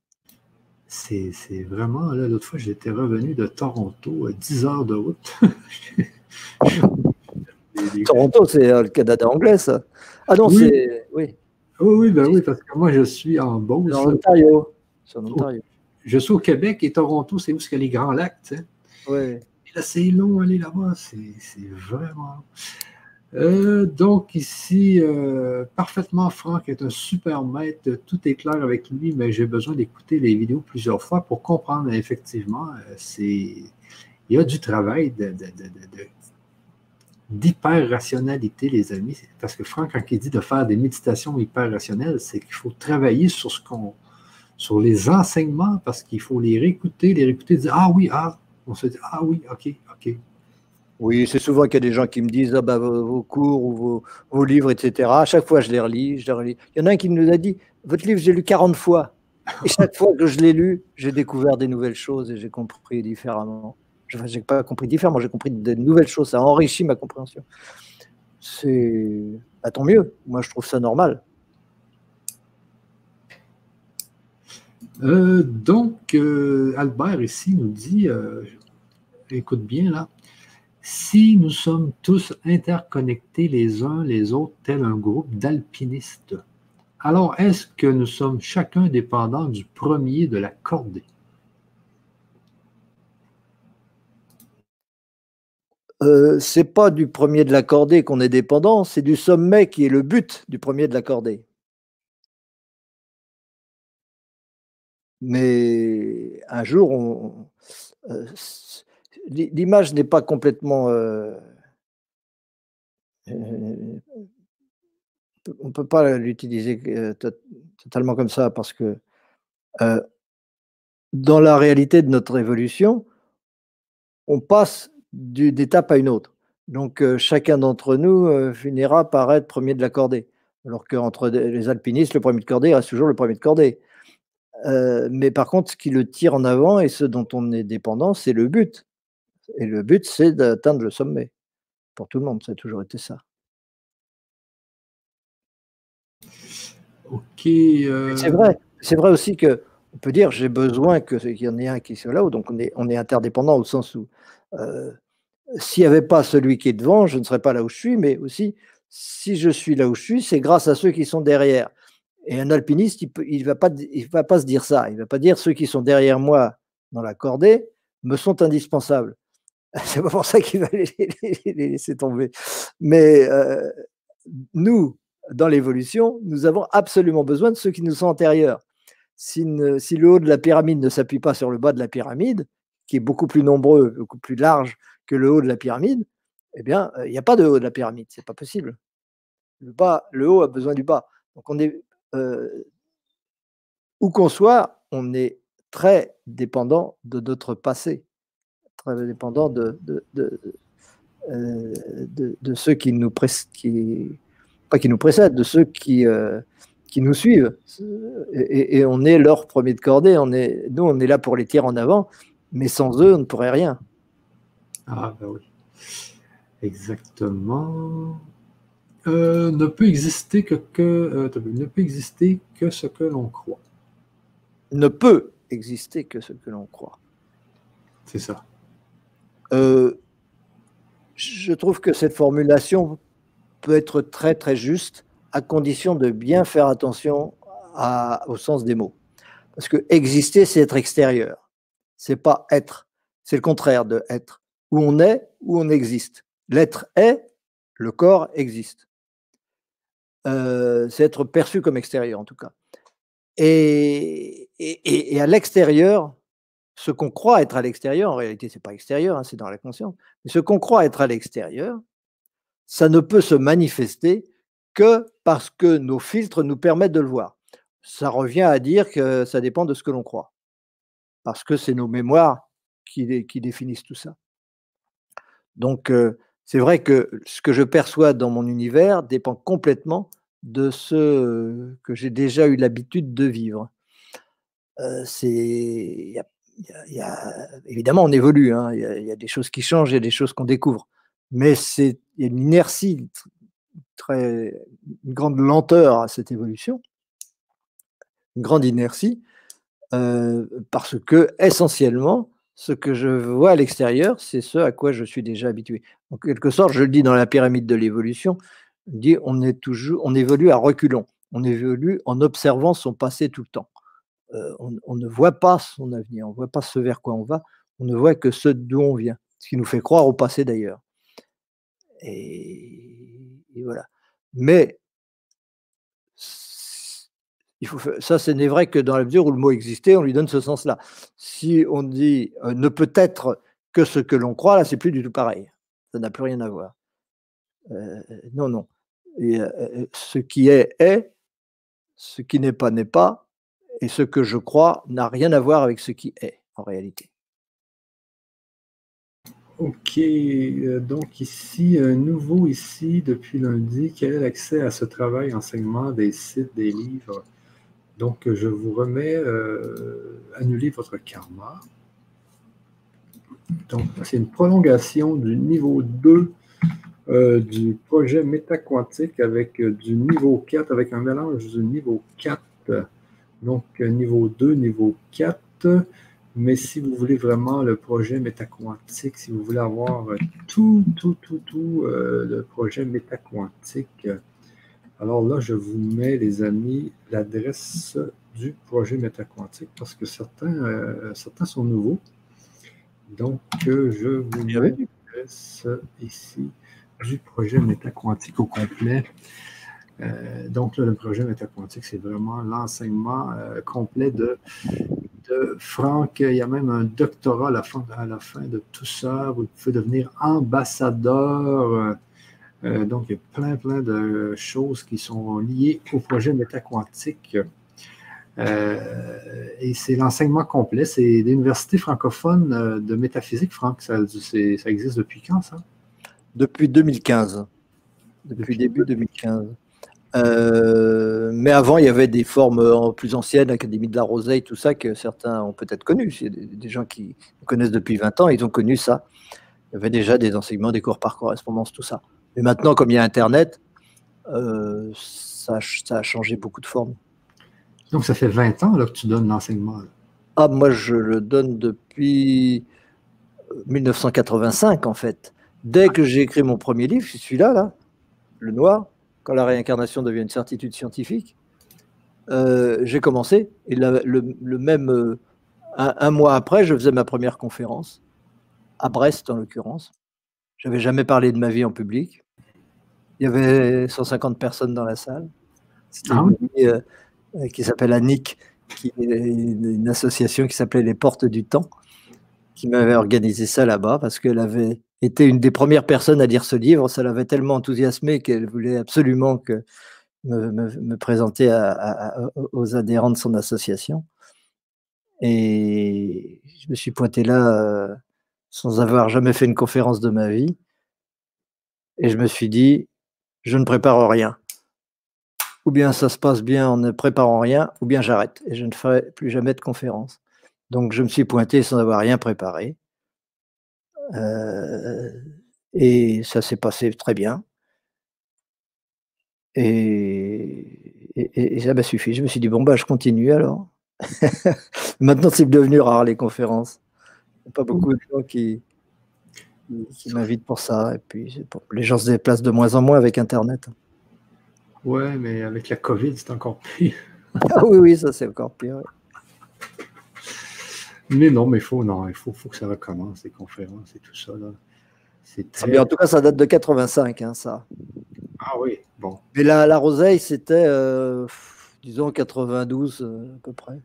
C'est vraiment, là, l'autre fois, j'étais revenu de Toronto à 10 heures de route. Toronto, c'est le Canada anglais, ça. Ah non, Oui, c'est. Oui, oui, ben oui, parce que moi, je suis en Beauce. en Ontario. C'est en Ontario. Je suis au Québec et Toronto, c'est où il y a les Grands Lacs, tu sais. Oui. Et là, c'est long aller là-bas, c'est vraiment. Donc ici, parfaitement Franck est un super maître, tout est clair avec lui, mais j'ai besoin d'écouter les vidéos plusieurs fois pour comprendre effectivement, il y a du travail d'hyper-rationalité, les amis. Parce que Franck, quand il dit de faire des méditations hyper-rationnelles, c'est qu'il faut travailler sur les enseignements, parce qu'il faut les réécouter, dire ah oui, ah, on se dit ah oui, ok, ok. Oui, c'est souvent qu'il y a des gens qui me disent ah bah, vos cours ou vos livres, etc. À chaque fois, je les relis, je les relis. Il y en a un qui nous a dit votre livre, j'ai lu 40 fois. Et chaque fois que je l'ai lu, j'ai découvert des nouvelles choses et j'ai compris différemment. Enfin, j'ai pas compris différemment, j'ai compris de nouvelles choses. Ça a enrichi ma compréhension. C'est bah, tant mieux. Moi, je trouve ça normal. Donc, Albert ici nous dit, écoute bien là, si nous sommes tous interconnectés les uns les autres, tel un groupe d'alpinistes, alors est-ce que nous sommes chacun dépendants du premier de la cordée? C'est pas du premier de la cordée qu'on est dépendant, c'est du sommet qui est le but du premier de la cordée. Mais un jour, l'image n'est pas complètement. On ne peut pas l'utiliser totalement comme ça parce que euh, dans la réalité de notre évolution, on passe d'étape à une autre. Donc chacun d'entre nous finira par être premier de la cordée. Alors qu'entre les alpinistes, le premier de cordée reste toujours le premier de cordée. Mais par contre, ce qui le tire en avant et ce dont on est dépendant, c'est le but. Et le but, c'est d'atteindre le sommet. Pour tout le monde, ça a toujours été ça. Ok. C'est vrai aussi que on peut dire j'ai besoin qu'il y en ait un qui soit là-haut, donc on est interdépendant au sens où s'il n'y avait pas celui qui est devant, je ne serais pas là où je suis, mais aussi si je suis là où je suis, c'est grâce à ceux qui sont derrière. Et un alpiniste, il va pas se dire ça. Il va pas dire ceux qui sont derrière moi dans la cordée me sont indispensables. C'est pas pour ça qu'il va les laisser tomber. Mais nous, dans l'évolution, nous avons absolument besoin de ceux qui nous sont antérieurs. Si le haut de la pyramide ne s'appuie pas sur le bas de la pyramide, qui est beaucoup plus nombreux, beaucoup plus large que le haut de la pyramide, eh bien, il n'y a pas de haut de la pyramide, c'est pas possible. Le haut a besoin du bas. Donc on est, où qu'on soit, on est très dépendant de notre passé, très dépendant de ceux qui nous pas qui nous précèdent, de ceux qui nous suivent. Et on est leur premier de cordée. Nous, on est là pour les tirer en avant, mais sans eux, on ne pourrait rien. Ah, ben oui. Exactement. Ne peut exister ne peut exister que ce que l'on croit. Ne peut exister que ce que l'on croit. C'est ça. Je trouve que cette formulation peut être très très juste à condition de bien faire attention au sens des mots. Parce que exister, c'est être extérieur. C'est pas être. C'est le contraire de être. Où on existe. L'être est, le corps existe. C'est être perçu comme extérieur en tout cas. Et à l'extérieur, ce qu'on croit être à l'extérieur, en réalité, c'est pas extérieur, hein, c'est dans la conscience. Mais ce qu'on croit être à l'extérieur, ça ne peut se manifester que parce que nos filtres nous permettent de le voir. Ça revient à dire que ça dépend de ce que l'on croit, parce que c'est nos mémoires qui définissent tout ça. Donc, c'est vrai que ce que je perçois dans mon univers dépend complètement de ce que j'ai déjà eu l'habitude de vivre. Évidemment, on évolue, hein, il y a des choses qui changent, il y a des choses qu'on découvre, mais il y a une inertie, une grande lenteur à cette évolution, une grande inertie, parce que essentiellement, Ce que je vois à l'extérieur, c'est ce à quoi je suis déjà habitué. En quelque sorte, je le dis dans la pyramide de l'évolution, on dit on évolue à reculons. On évolue en observant son passé tout le temps. On ne voit pas son avenir, on ne voit pas ce vers quoi on va, on ne voit que ce d'où on vient, ce qui nous fait croire au passé d'ailleurs. Et voilà. Mais il faut ça, ce n'est vrai que dans la mesure où le mot existait, on lui donne ce sens-là. Si on dit ne peut être que ce que l'on croit, là, c'est plus du tout pareil. Ça n'a plus rien à voir. Non, non. Et, ce qui est, ce qui n'est pas n'est pas, et ce que je crois n'a rien à voir avec ce qui est en réalité. Ok, donc ici, nouveau ici depuis lundi, quel est l'accès à ce travail, enseignement, des sites, des livres? Donc, je vous remets annuler votre karma. Donc, c'est une prolongation du niveau 2 du projet métaquantique avec du niveau 4, avec un mélange du niveau 4. Donc, niveau 2, niveau 4. Mais si vous voulez vraiment le projet métaquantique, si vous voulez avoir tout le projet métaquantique, alors là, je vous mets, les amis, l'adresse du projet métaquantique parce que certains sont nouveaux. Donc, je vous mets l'adresse ici du projet métaquantique au complet. Donc, là, le projet métaquantique, c'est vraiment l'enseignement complet de Franck. Il y a même un doctorat à la fin de tout ça. Vous pouvez devenir ambassadeur. Donc, il y a plein de choses qui sont liées au projet métaquantique. Et c'est l'enseignement complet. C'est l'Université francophone de métaphysique, Franck. Ça existe depuis quand, ça? Depuis 2015. Depuis début 2015. Mais avant, il y avait des formes plus anciennes, l'Académie de la Roseille, tout ça, que certains ont peut-être connu. C'est des gens qui connaissent depuis 20 ans, ils ont connu ça. Il y avait déjà des enseignements, des cours par correspondance, tout ça. Mais maintenant, comme il y a Internet, ça a changé beaucoup de formes. Donc, ça fait 20 ans là, que tu donnes l'enseignement. Ah, moi, je le donne depuis 1985, en fait. Dès que j'ai écrit mon premier livre, c'est celui-là, là, Le Noir, quand la réincarnation devient une certitude scientifique, j'ai commencé. Et le même, un mois après, je faisais ma première conférence, à Brest en l'occurrence. Je n'avais jamais parlé de ma vie en public. Il y avait 150 personnes dans la salle. C'était une amie qui s'appelle Annick, qui est une association qui s'appelait Les Portes du Temps, qui m'avait organisé ça là-bas parce qu'elle avait été une des premières personnes à lire ce livre. Ça l'avait tellement enthousiasmée qu'elle voulait absolument que me présenter aux adhérents de son association. Et je me suis pointé là sans avoir jamais fait une conférence de ma vie. Et je me suis dit, je ne prépare rien. Ou bien ça se passe bien en ne préparant rien, ou bien j'arrête et je ne ferai plus jamais de conférence. Donc je me suis pointé sans avoir rien préparé. Et ça s'est passé très bien. Et ça m'a suffi. Je me suis dit, bon, bah, je continue alors. Maintenant, c'est devenu rare, les conférences. Il n'y a pas beaucoup de gens qui m'invitent pour ça. Et puis, les gens se déplacent de moins en moins avec Internet. Ouais, mais avec la COVID, c'est encore pire. Ah oui, ça, c'est encore pire. Ouais. Mais non, mais il faut que ça recommence, les conférences et tout ça. Là. Mais en tout cas, ça date de 85, hein, ça. Ah oui, bon. Mais la Roseille, c'était, disons, 92 à peu près.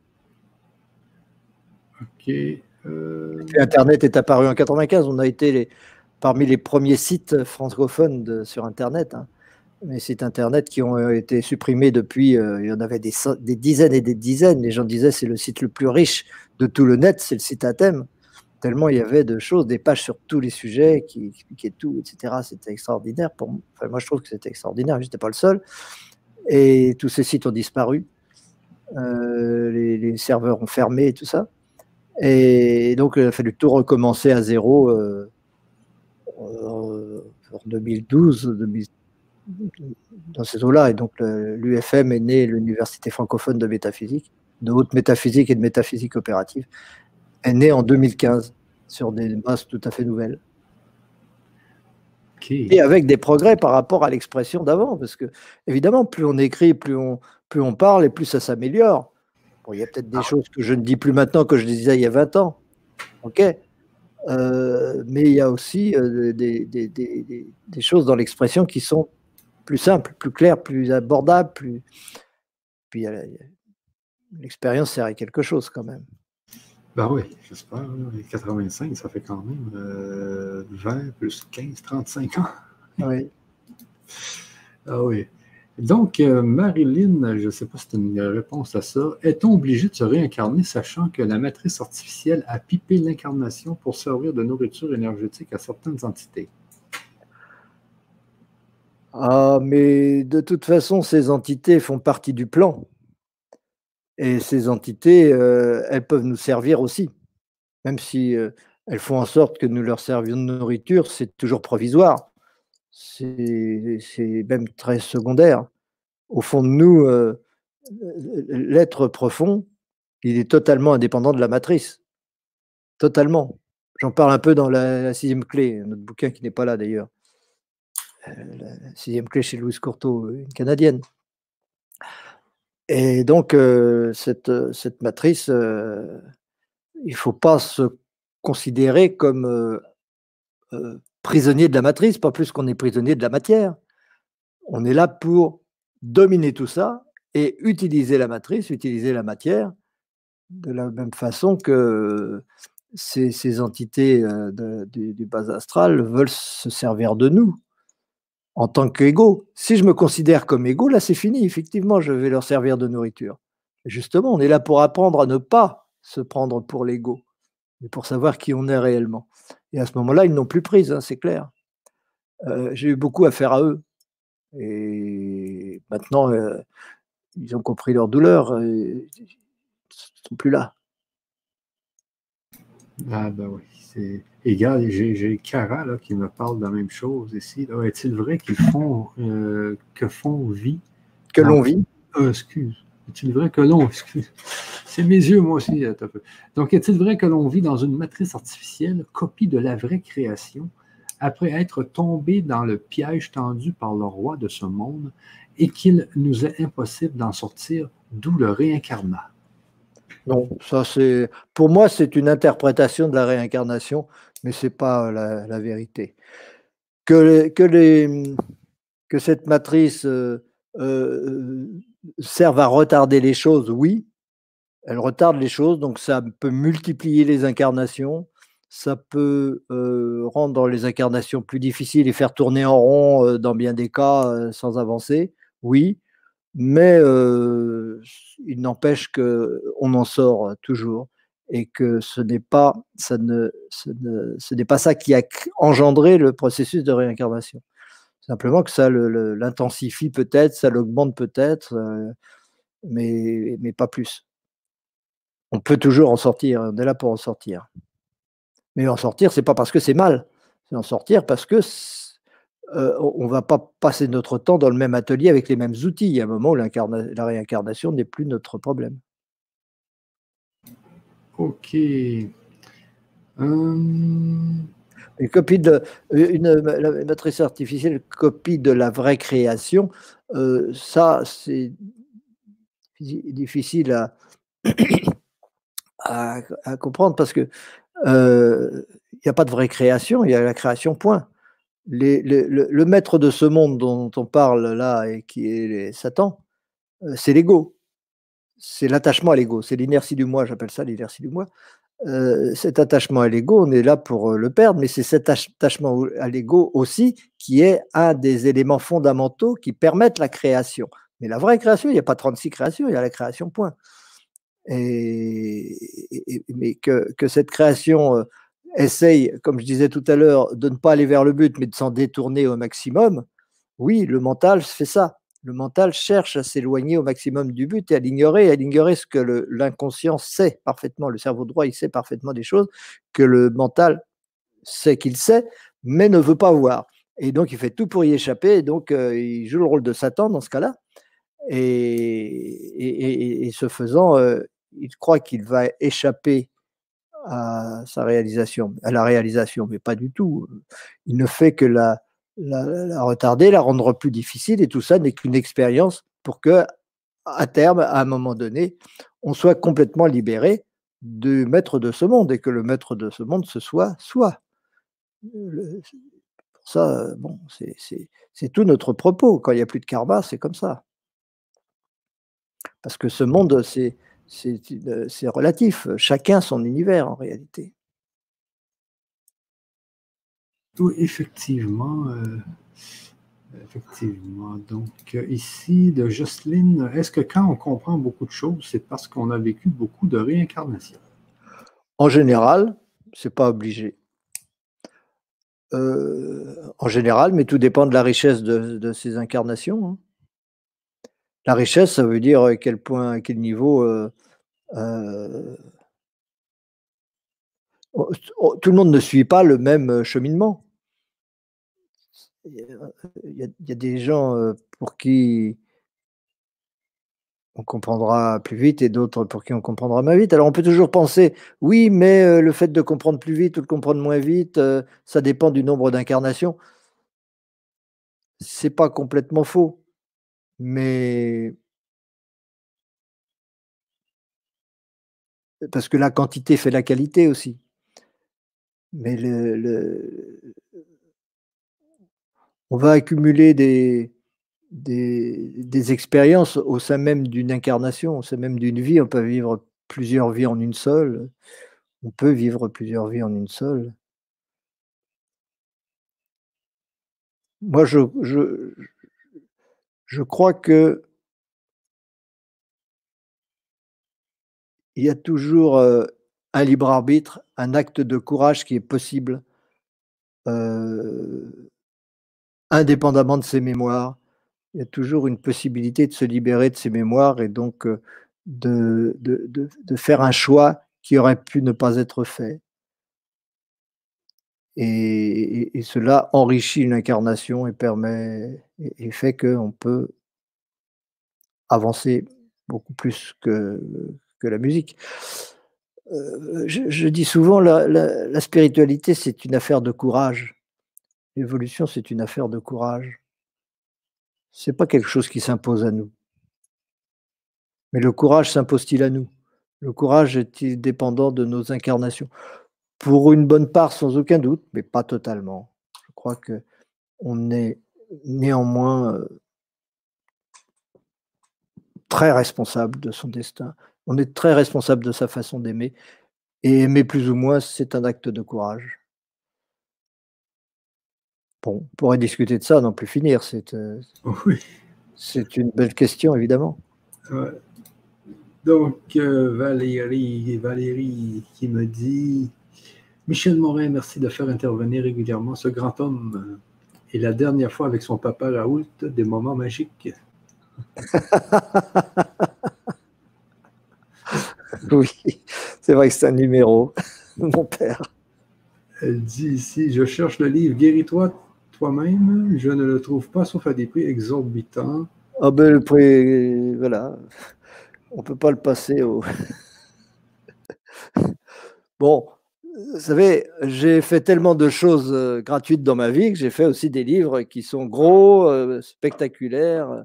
OK. Internet est apparu en 95. On a été parmi les premiers sites francophones sur Internet. Hein. Les sites Internet qui ont été supprimés depuis, il y en avait des dizaines et des dizaines. Les gens disaient c'est le site le plus riche de tout le net, c'est le site à thème. Tellement il y avait de choses, des pages sur tous les sujets qui expliquaient tout, etc. C'était extraordinaire pour moi. Enfin, moi, je trouve que c'était extraordinaire. Je n'étais pas le seul. Et tous ces sites ont disparu. Les serveurs ont fermé et tout ça. Et donc, il a fallu tout recommencer à zéro en 2012, dans ces eaux-là. Et donc, l'UFM est né, l'Université francophone de métaphysique, de haute métaphysique et de métaphysique opérative, est née en 2015. sur des bases tout à fait nouvelles. OK. Et avec des progrès par rapport à l'expression d'avant, parce que évidemment, plus on écrit, plus on parle et plus ça s'améliore. Bon, il y a peut-être des choses que je ne dis plus maintenant que je disais il y a 20 ans. OK. Mais il y a aussi des choses dans l'expression qui sont plus simples, plus claires, plus abordables, plus. Puis l'expérience sert à quelque chose quand même. Ben oui, j'espère. 85, ça fait quand même 20 plus 15, 35 ans. Oui. Ah oui. Donc, Marilyn, je ne sais pas si tu as une réponse à ça. Est-on obligé de se réincarner sachant que la matrice artificielle a pipé l'incarnation pour servir de nourriture énergétique à certaines entités? Ah, mais de toute façon, ces entités font partie du plan. Et ces entités, elles peuvent nous servir aussi. Même si elles font en sorte que nous leur servions de nourriture, c'est toujours provisoire. C'est même très secondaire. Au fond de nous, l'être profond, il est totalement indépendant de la matrice. Totalement. J'en parle un peu dans la sixième clé, notre bouquin qui n'est pas là d'ailleurs. La sixième clé chez Louise Courteau, une Canadienne. Et donc, cette matrice, il ne faut pas se considérer comme prisonnier de la matrice, pas plus qu'on est prisonnier de la matière. On est là pour dominer tout ça et utiliser la matrice, utiliser la matière de la même façon que ces entités du bas astral veulent se servir de nous en tant qu'égaux. Si je me considère comme égaux, là c'est fini, effectivement, je vais leur servir de nourriture. Et justement, on est là pour apprendre à ne pas se prendre pour l'ego, mais pour savoir qui on est réellement. Et à ce moment-là, ils n'ont plus prise, hein, c'est clair. J'ai eu beaucoup affaire à eux. Et maintenant, ils ont compris leur douleur, et ils ne sont plus là. Ah ben oui. Et regarde, j'ai Cara là, qui me parle de la même chose ici. Là. Est-il vrai qu'ils font que font vie Que l'on vit. Excuse. Est-il vrai que l'on. Excuse. C'est mes yeux, moi aussi. Donc, est-il vrai que l'on vit dans une matrice artificielle, copie de la vraie création, après être tombé dans le piège tendu par le roi de ce monde, et qu'il nous est impossible d'en sortir, d'où le réincarnat? Non, ça c'est pour moi, c'est une interprétation de la réincarnation, mais c'est pas la vérité. Que cette matrice, heu, serve à retarder les choses, oui, elle retarde les choses, donc ça peut multiplier les incarnations, ça peut, rendre les incarnations plus difficiles et faire tourner en rond, dans bien des cas, sans avancer, oui. Mais il n'empêche qu'on en sort toujours et que ce n'est pas ça qui a engendré le processus de réincarnation. Simplement que ça l'intensifie peut-être, ça l'augmente peut-être, mais pas plus. On peut toujours en sortir, on est là pour en sortir. Mais en sortir, c'est pas parce que c'est mal, c'est en sortir parce que on ne va pas passer notre temps dans le même atelier avec les mêmes outils. Il y a un moment où la réincarnation n'est plus notre problème. OK. Hum, La matrice artificielle copie de la vraie création, ça c'est difficile à comprendre parce que, il y a pas de vraie création, il y a la création, point. Le maître de ce monde dont on parle là et qui est Satan, c'est l'ego. C'est l'attachement à l'ego, c'est l'inertie du moi, j'appelle ça l'inertie du moi. Cet attachement à l'ego, on est là pour, le perdre, mais c'est cet attachement à l'ego aussi qui est un des éléments fondamentaux qui permettent la création. Mais la vraie création, il y a pas 36 créations, il y a la création, point. Mais que cette création, essaye, comme je disais tout à l'heure, de ne pas aller vers le but, mais de s'en détourner au maximum, oui, le mental fait ça. Le mental cherche à s'éloigner au maximum du but et à l'ignorer ce que l'inconscient sait parfaitement. Le cerveau droit, il sait parfaitement des choses que le mental sait qu'il sait, mais ne veut pas voir. Et donc, il fait tout pour y échapper. Et donc, il joue le rôle de Satan dans ce cas-là. Et ce faisant, il croit qu'il va échapper à sa réalisation, à la réalisation, mais pas du tout. Il ne fait que la retarder, la rendre plus difficile, et tout ça n'est qu'une expérience pour que, à terme, à un moment donné, on soit complètement libéré du maître de ce monde, et que le maître de ce monde, ce soit soi. Pour ça, bon, c'est tout notre propos. Quand il n'y a plus de karma, c'est comme ça. Parce que ce monde, c'est relatif. Chacun son univers, en réalité. Oui, effectivement. Effectivement. Donc, ici, de Jocelyne, est-ce que quand on comprend beaucoup de choses, c'est parce qu'on a vécu beaucoup de réincarnations? En général, c'est pas obligé. En général, mais tout dépend de la richesse de ces incarnations, hein. La richesse, ça veut dire à quel point, à quel niveau, tout le monde ne suit pas le même cheminement. Il y a des gens, pour qui on comprendra plus vite, et d'autres pour qui on comprendra moins vite. Alors on peut toujours penser: «Oui, mais le fait de comprendre plus vite ou de comprendre moins vite, ça dépend du nombre d'incarnations». C'est pas complètement faux, mais parce que la quantité fait la qualité aussi. Mais on va accumuler des expériences au sein même d'une incarnation, au sein même d'une vie. On peut vivre plusieurs vies en une seule. On peut vivre plusieurs vies en une seule. Moi, je crois qu'il y a toujours, un libre arbitre, un acte de courage qui est possible, heu, indépendamment de ses mémoires. Il y a toujours une possibilité de se libérer de ses mémoires, et donc, de faire un choix qui aurait pu ne pas être fait, et cela enrichit une incarnation et permet, et fait qu'on peut avancer beaucoup plus que la musique. Je dis souvent, la spiritualité, c'est une affaire de courage. L'évolution, c'est une affaire de courage. C'est pas quelque chose qui s'impose à nous. Mais le courage s'impose-t-il à nous? Le courage est-il dépendant de nos incarnations? Pour une bonne part, sans aucun doute, mais pas totalement. Je crois qu'on est néanmoins, très responsable de son destin. On est très responsable de sa façon d'aimer, et aimer plus ou moins, c'est un acte de courage. Bon, on pourrait discuter de ça, n'en plus finir. Oui. C'est une belle question, évidemment. Ouais. Donc, Valérie qui me dit: Michel Morin, merci de faire intervenir régulièrement ce grand homme. Et la dernière fois avec son papa Raoult, des moments magiques. Oui, c'est vrai que c'est un numéro, mon père. Elle dit ici: je cherche le livre Guéris-toi toi-même. Je ne le trouve pas, sauf à des prix exorbitants. Ah ben le prix, voilà, on peut pas le passer au. Bon, vous savez, j'ai fait tellement de choses, gratuites dans ma vie, que j'ai fait aussi des livres qui sont gros, spectaculaires,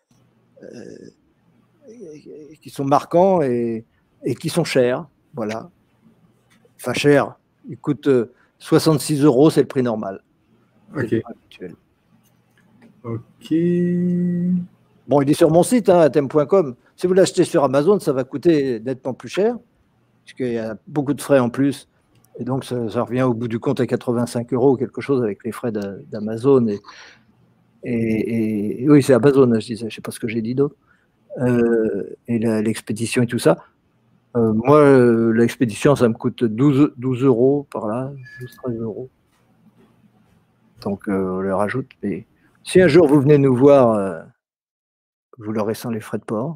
qui sont marquants, et qui sont chers, voilà. Enfin chers, ils coûtent, 66 €, c'est le prix normal, c'est le OK. prix habituel. OK. Bon, il est sur mon site, hein, athème.com. Si vous l'achetez sur Amazon, ça va coûter nettement plus cher, puisqu'il y a beaucoup de frais en plus, et donc ça revient au bout du compte à 85 € ou quelque chose, avec les frais d'Amazon, et oui, c'est Amazon, hein, je disais, je sais pas ce que j'ai dit d'autre, et l'expédition et tout ça. Moi, l'expédition, ça me coûte 12 € par là, 12-13 €. Donc on le rajoute, mais si un jour vous venez nous voir, vous l'aurez sans les frais de port.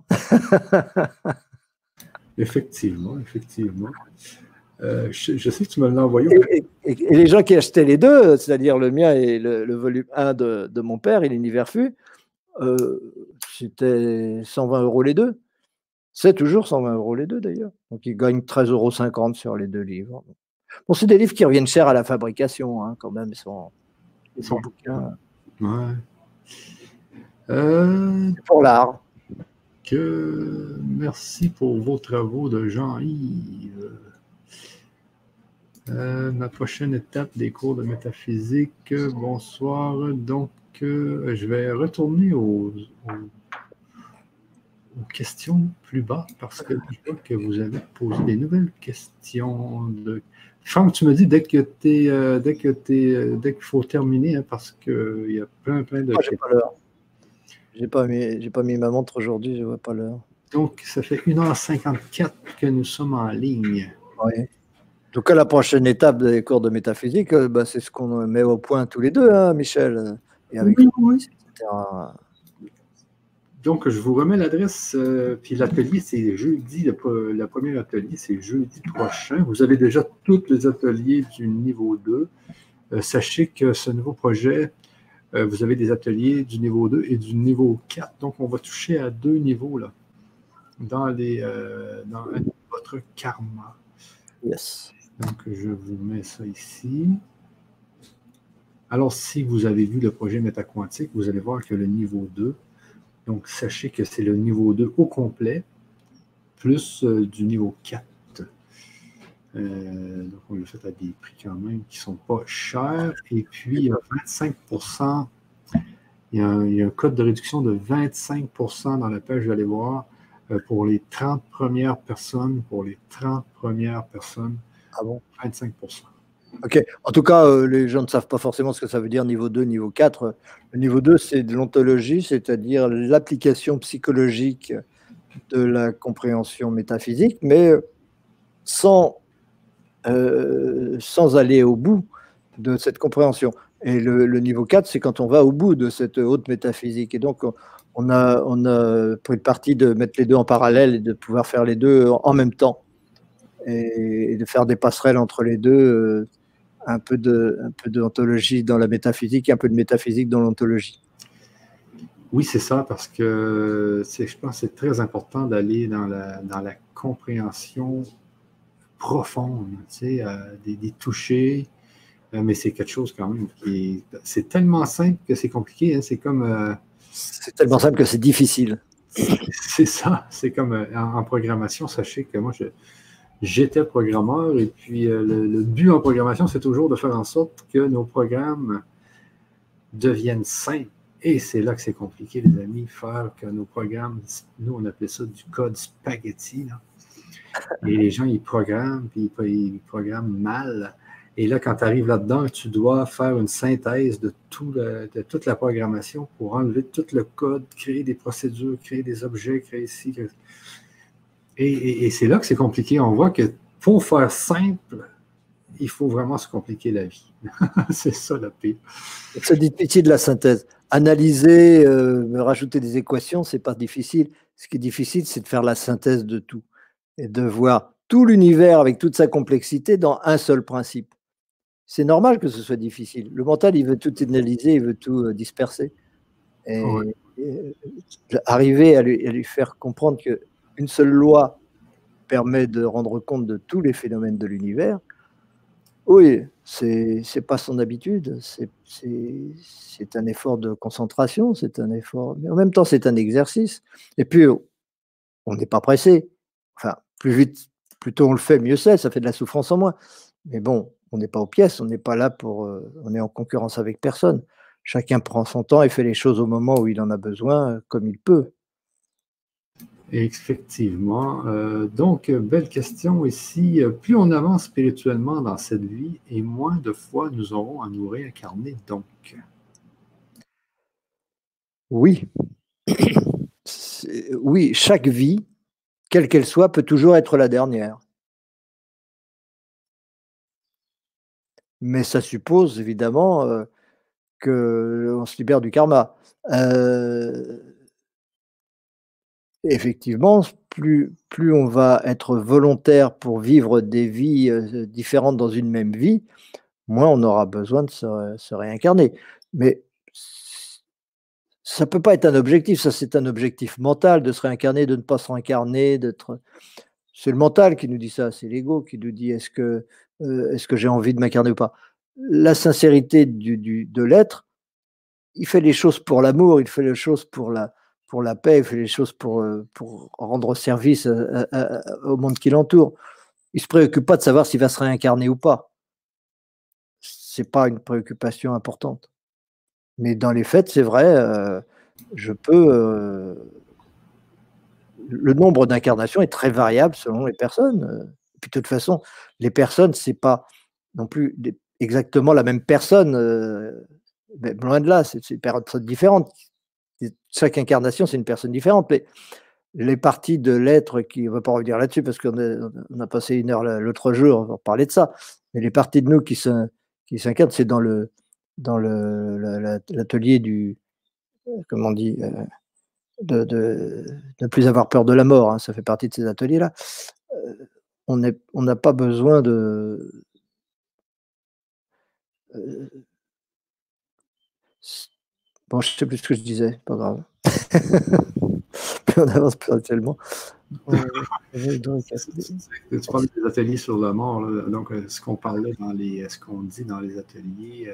Effectivement, effectivement. Je sais que tu me l'as envoyé. Et les gens qui achetaient les deux, c'est-à-dire le mien et le volume 1 de mon père et l'univers Fu, c'était 120 € les deux. C'est toujours 120 € les deux d'ailleurs. Donc ils gagnent 13,50 € sur les deux livres. Bon, c'est des livres qui reviennent cher à la fabrication, hein, quand même, ces Bon, bouquins. ouais. Euh, C'est pour l'art. Merci pour vos travaux de Jean-Yves. Ma prochaine étape des cours de métaphysique. Bonsoir. Donc, je vais retourner aux questions plus bas parce que je vois que vous avez posé des nouvelles questions. Franck, tu me dis dès qu'il faut terminer, hein, parce qu'il y a plein de Moi, j'ai pas l'heure. J'ai pas mis ma montre aujourd'hui, je vois pas l'heure. Donc, ça fait 1h54 que nous sommes en ligne. Oui. En tout cas, la prochaine étape des cours de métaphysique, c'est ce qu'on met au point tous les deux, hein, Michel, et avec Oui, oui. etc. Donc, je vous remets l'adresse, puis l'atelier, c'est jeudi, le premier atelier, c'est jeudi prochain. Vous avez déjà tous les ateliers du niveau 2. Sachez que ce nouveau projet, vous avez des ateliers du niveau 2 et du niveau 4. Donc, on va toucher à 2 niveaux là, dans votre karma. Yes. Donc, je vous mets ça ici. Alors, si vous avez vu le projet métaquantique, vous allez voir que le niveau 2, donc sachez que c'est le niveau 2 au complet, plus du niveau 4. Donc, on l'a fait à des prix quand même qui ne sont pas chers. Et puis, il y a 25%, il y a un code de réduction de 25% dans la page, je vais aller voir, pour les 30 premières personnes. Pour les 30 premières personnes, Ah bon? 25%. Ok. En tout cas, les gens ne savent pas forcément ce que ça veut dire niveau 2, niveau 4. Le niveau 2, c'est de l'ontologie, c'est-à-dire l'application psychologique de la compréhension métaphysique, mais sans aller au bout de cette compréhension. Et le niveau 4, c'est quand on va au bout de cette haute métaphysique. Et donc, on a pris le parti de mettre les deux en parallèle et de pouvoir faire les deux en même temps. Et de faire des passerelles entre les deux, un peu d'ontologie dans la métaphysique et un peu de métaphysique dans l'ontologie. Oui, c'est ça, parce que je pense que c'est très important d'aller dans la compréhension profonde, tu sais, des touchés, mais c'est quelque chose quand même c'est tellement simple que c'est compliqué, hein, c'est comme... c'est tellement simple que c'est difficile. C'est ça, c'est comme en programmation, sachez que moi, j'étais programmeur, et puis le but en programmation, c'est toujours de faire en sorte que nos programmes deviennent simples. Et c'est là que c'est compliqué, les amis, faire que nos programmes, nous, on appelait ça du code spaghetti, là. Et les gens, ils programment, puis ils programment mal. Et là, quand tu arrives là-dedans, tu dois faire une synthèse de toute la programmation pour enlever tout le code, créer des procédures, créer des objets, créer ci. Et c'est là que c'est compliqué. On voit que pour faire simple, il faut vraiment se compliquer la vie. C'est ça la pire. C'est difficile de la synthèse. Analyser, rajouter des équations, c'est pas difficile. Ce qui est difficile, c'est de faire la synthèse de tout et de voir tout l'univers avec toute sa complexité dans un seul principe. C'est normal que ce soit difficile. Le mental, il veut tout analyser, il veut tout disperser. Ouais. Et arriver à lui faire comprendre qu'une seule loi permet de rendre compte de tous les phénomènes de l'univers, oui, c'est pas son habitude, c'est un effort de concentration, c'est un effort, mais en même temps, c'est un exercice. Et puis, on n'est pas pressé. Enfin, plus vite, plus tôt on le fait, mieux c'est, ça fait de la souffrance en moins. Mais bon, on n'est pas aux pièces, on n'est pas là pour, on est en concurrence avec personne. Chacun prend son temps et fait les choses au moment où il en a besoin, comme il peut. Effectivement. Donc, belle question ici. Plus on avance spirituellement dans cette vie, et moins de fois nous aurons à nous réincarner, donc. Oui, oui, chaque vie, quelle qu'elle soit, peut toujours être la dernière. Mais ça suppose évidemment qu'on se libère du karma. Effectivement, plus on va être volontaire pour vivre des vies différentes dans une même vie, moins on aura besoin de se réincarner. Mais Ça ne peut pas être un objectif, ça c'est un objectif mental de se réincarner, de ne pas se réincarner, d'être. C'est le mental qui nous dit ça, c'est l'ego qui nous dit est-ce que j'ai envie de m'incarner ou pas. La sincérité de l'être, il fait les choses pour l'amour, il fait les choses pour la paix, il fait les choses pour rendre service au monde qui l'entoure. Il ne se préoccupe pas de savoir s'il va se réincarner ou pas. C'est pas une préoccupation importante. Mais dans les faits, c'est vrai, je peux, le nombre d'incarnations est très variable selon les personnes. Et puis de toute façon, les personnes, c'est pas non plus exactement la même personne, mais loin de là, c'est des personnes différentes. Chaque incarnation, c'est une personne différente. Mais les parties de l'être qui, on va pas revenir là-dessus parce qu'on a passé une heure l'autre jour, on va parler de ça. Mais les parties de nous qui s'incarnent, c'est dans l'atelier du, comment on dit, de ne plus avoir peur de la mort, hein, ça fait partie de ces ateliers-là. On n'a pas besoin de. Bon, je ne sais plus ce que je disais, pas grave. Plus on avance spirituellement. Tu parles des ateliers sur la mort, là. Donc ce qu'on parlait ce qu'on dit dans les ateliers.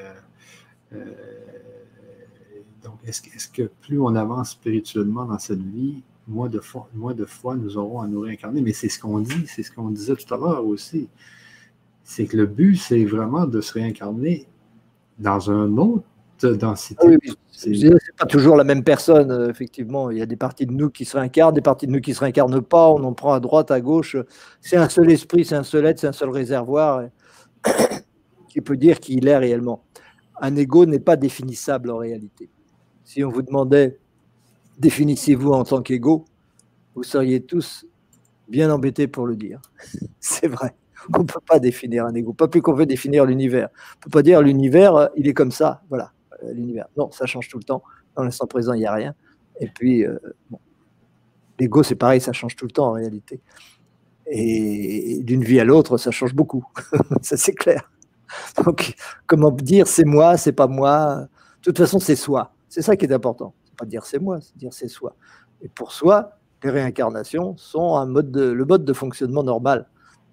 Donc, est-ce que plus on avance spirituellement dans cette vie, moins de fois nous aurons à nous réincarner? Mais c'est ce qu'on dit, c'est ce qu'on disait tout à l'heure aussi. C'est que le but, c'est vraiment de se réincarner dans une autre densité. Oui, c'est pas toujours la même personne, effectivement. Il y a des parties de nous qui se réincarnent, des parties de nous qui ne se réincarnent pas. On en prend à droite, à gauche. C'est un seul esprit, c'est un seul être, c'est un seul réservoir qui peut dire qui il est réellement. Un ego n'est pas définissable en réalité. Si on vous demandait, définissez-vous en tant qu'ego, vous seriez tous bien embêtés pour le dire. C'est vrai. On ne peut pas définir un ego, pas plus qu'on veut définir l'univers. On ne peut pas dire l'univers, il est comme ça, voilà, l'univers. Non, ça change tout le temps. Dans l'instant présent, il n'y a rien. Et puis, bon, l'ego, c'est pareil, ça change tout le temps en réalité. Et d'une vie à l'autre, ça change beaucoup. Ça, c'est clair. Donc, comment dire c'est moi, c'est pas moi. De toute façon, c'est soi. C'est ça qui est important. C'est pas dire c'est moi, c'est dire c'est soi. Et pour soi, les réincarnations sont le mode de fonctionnement normal.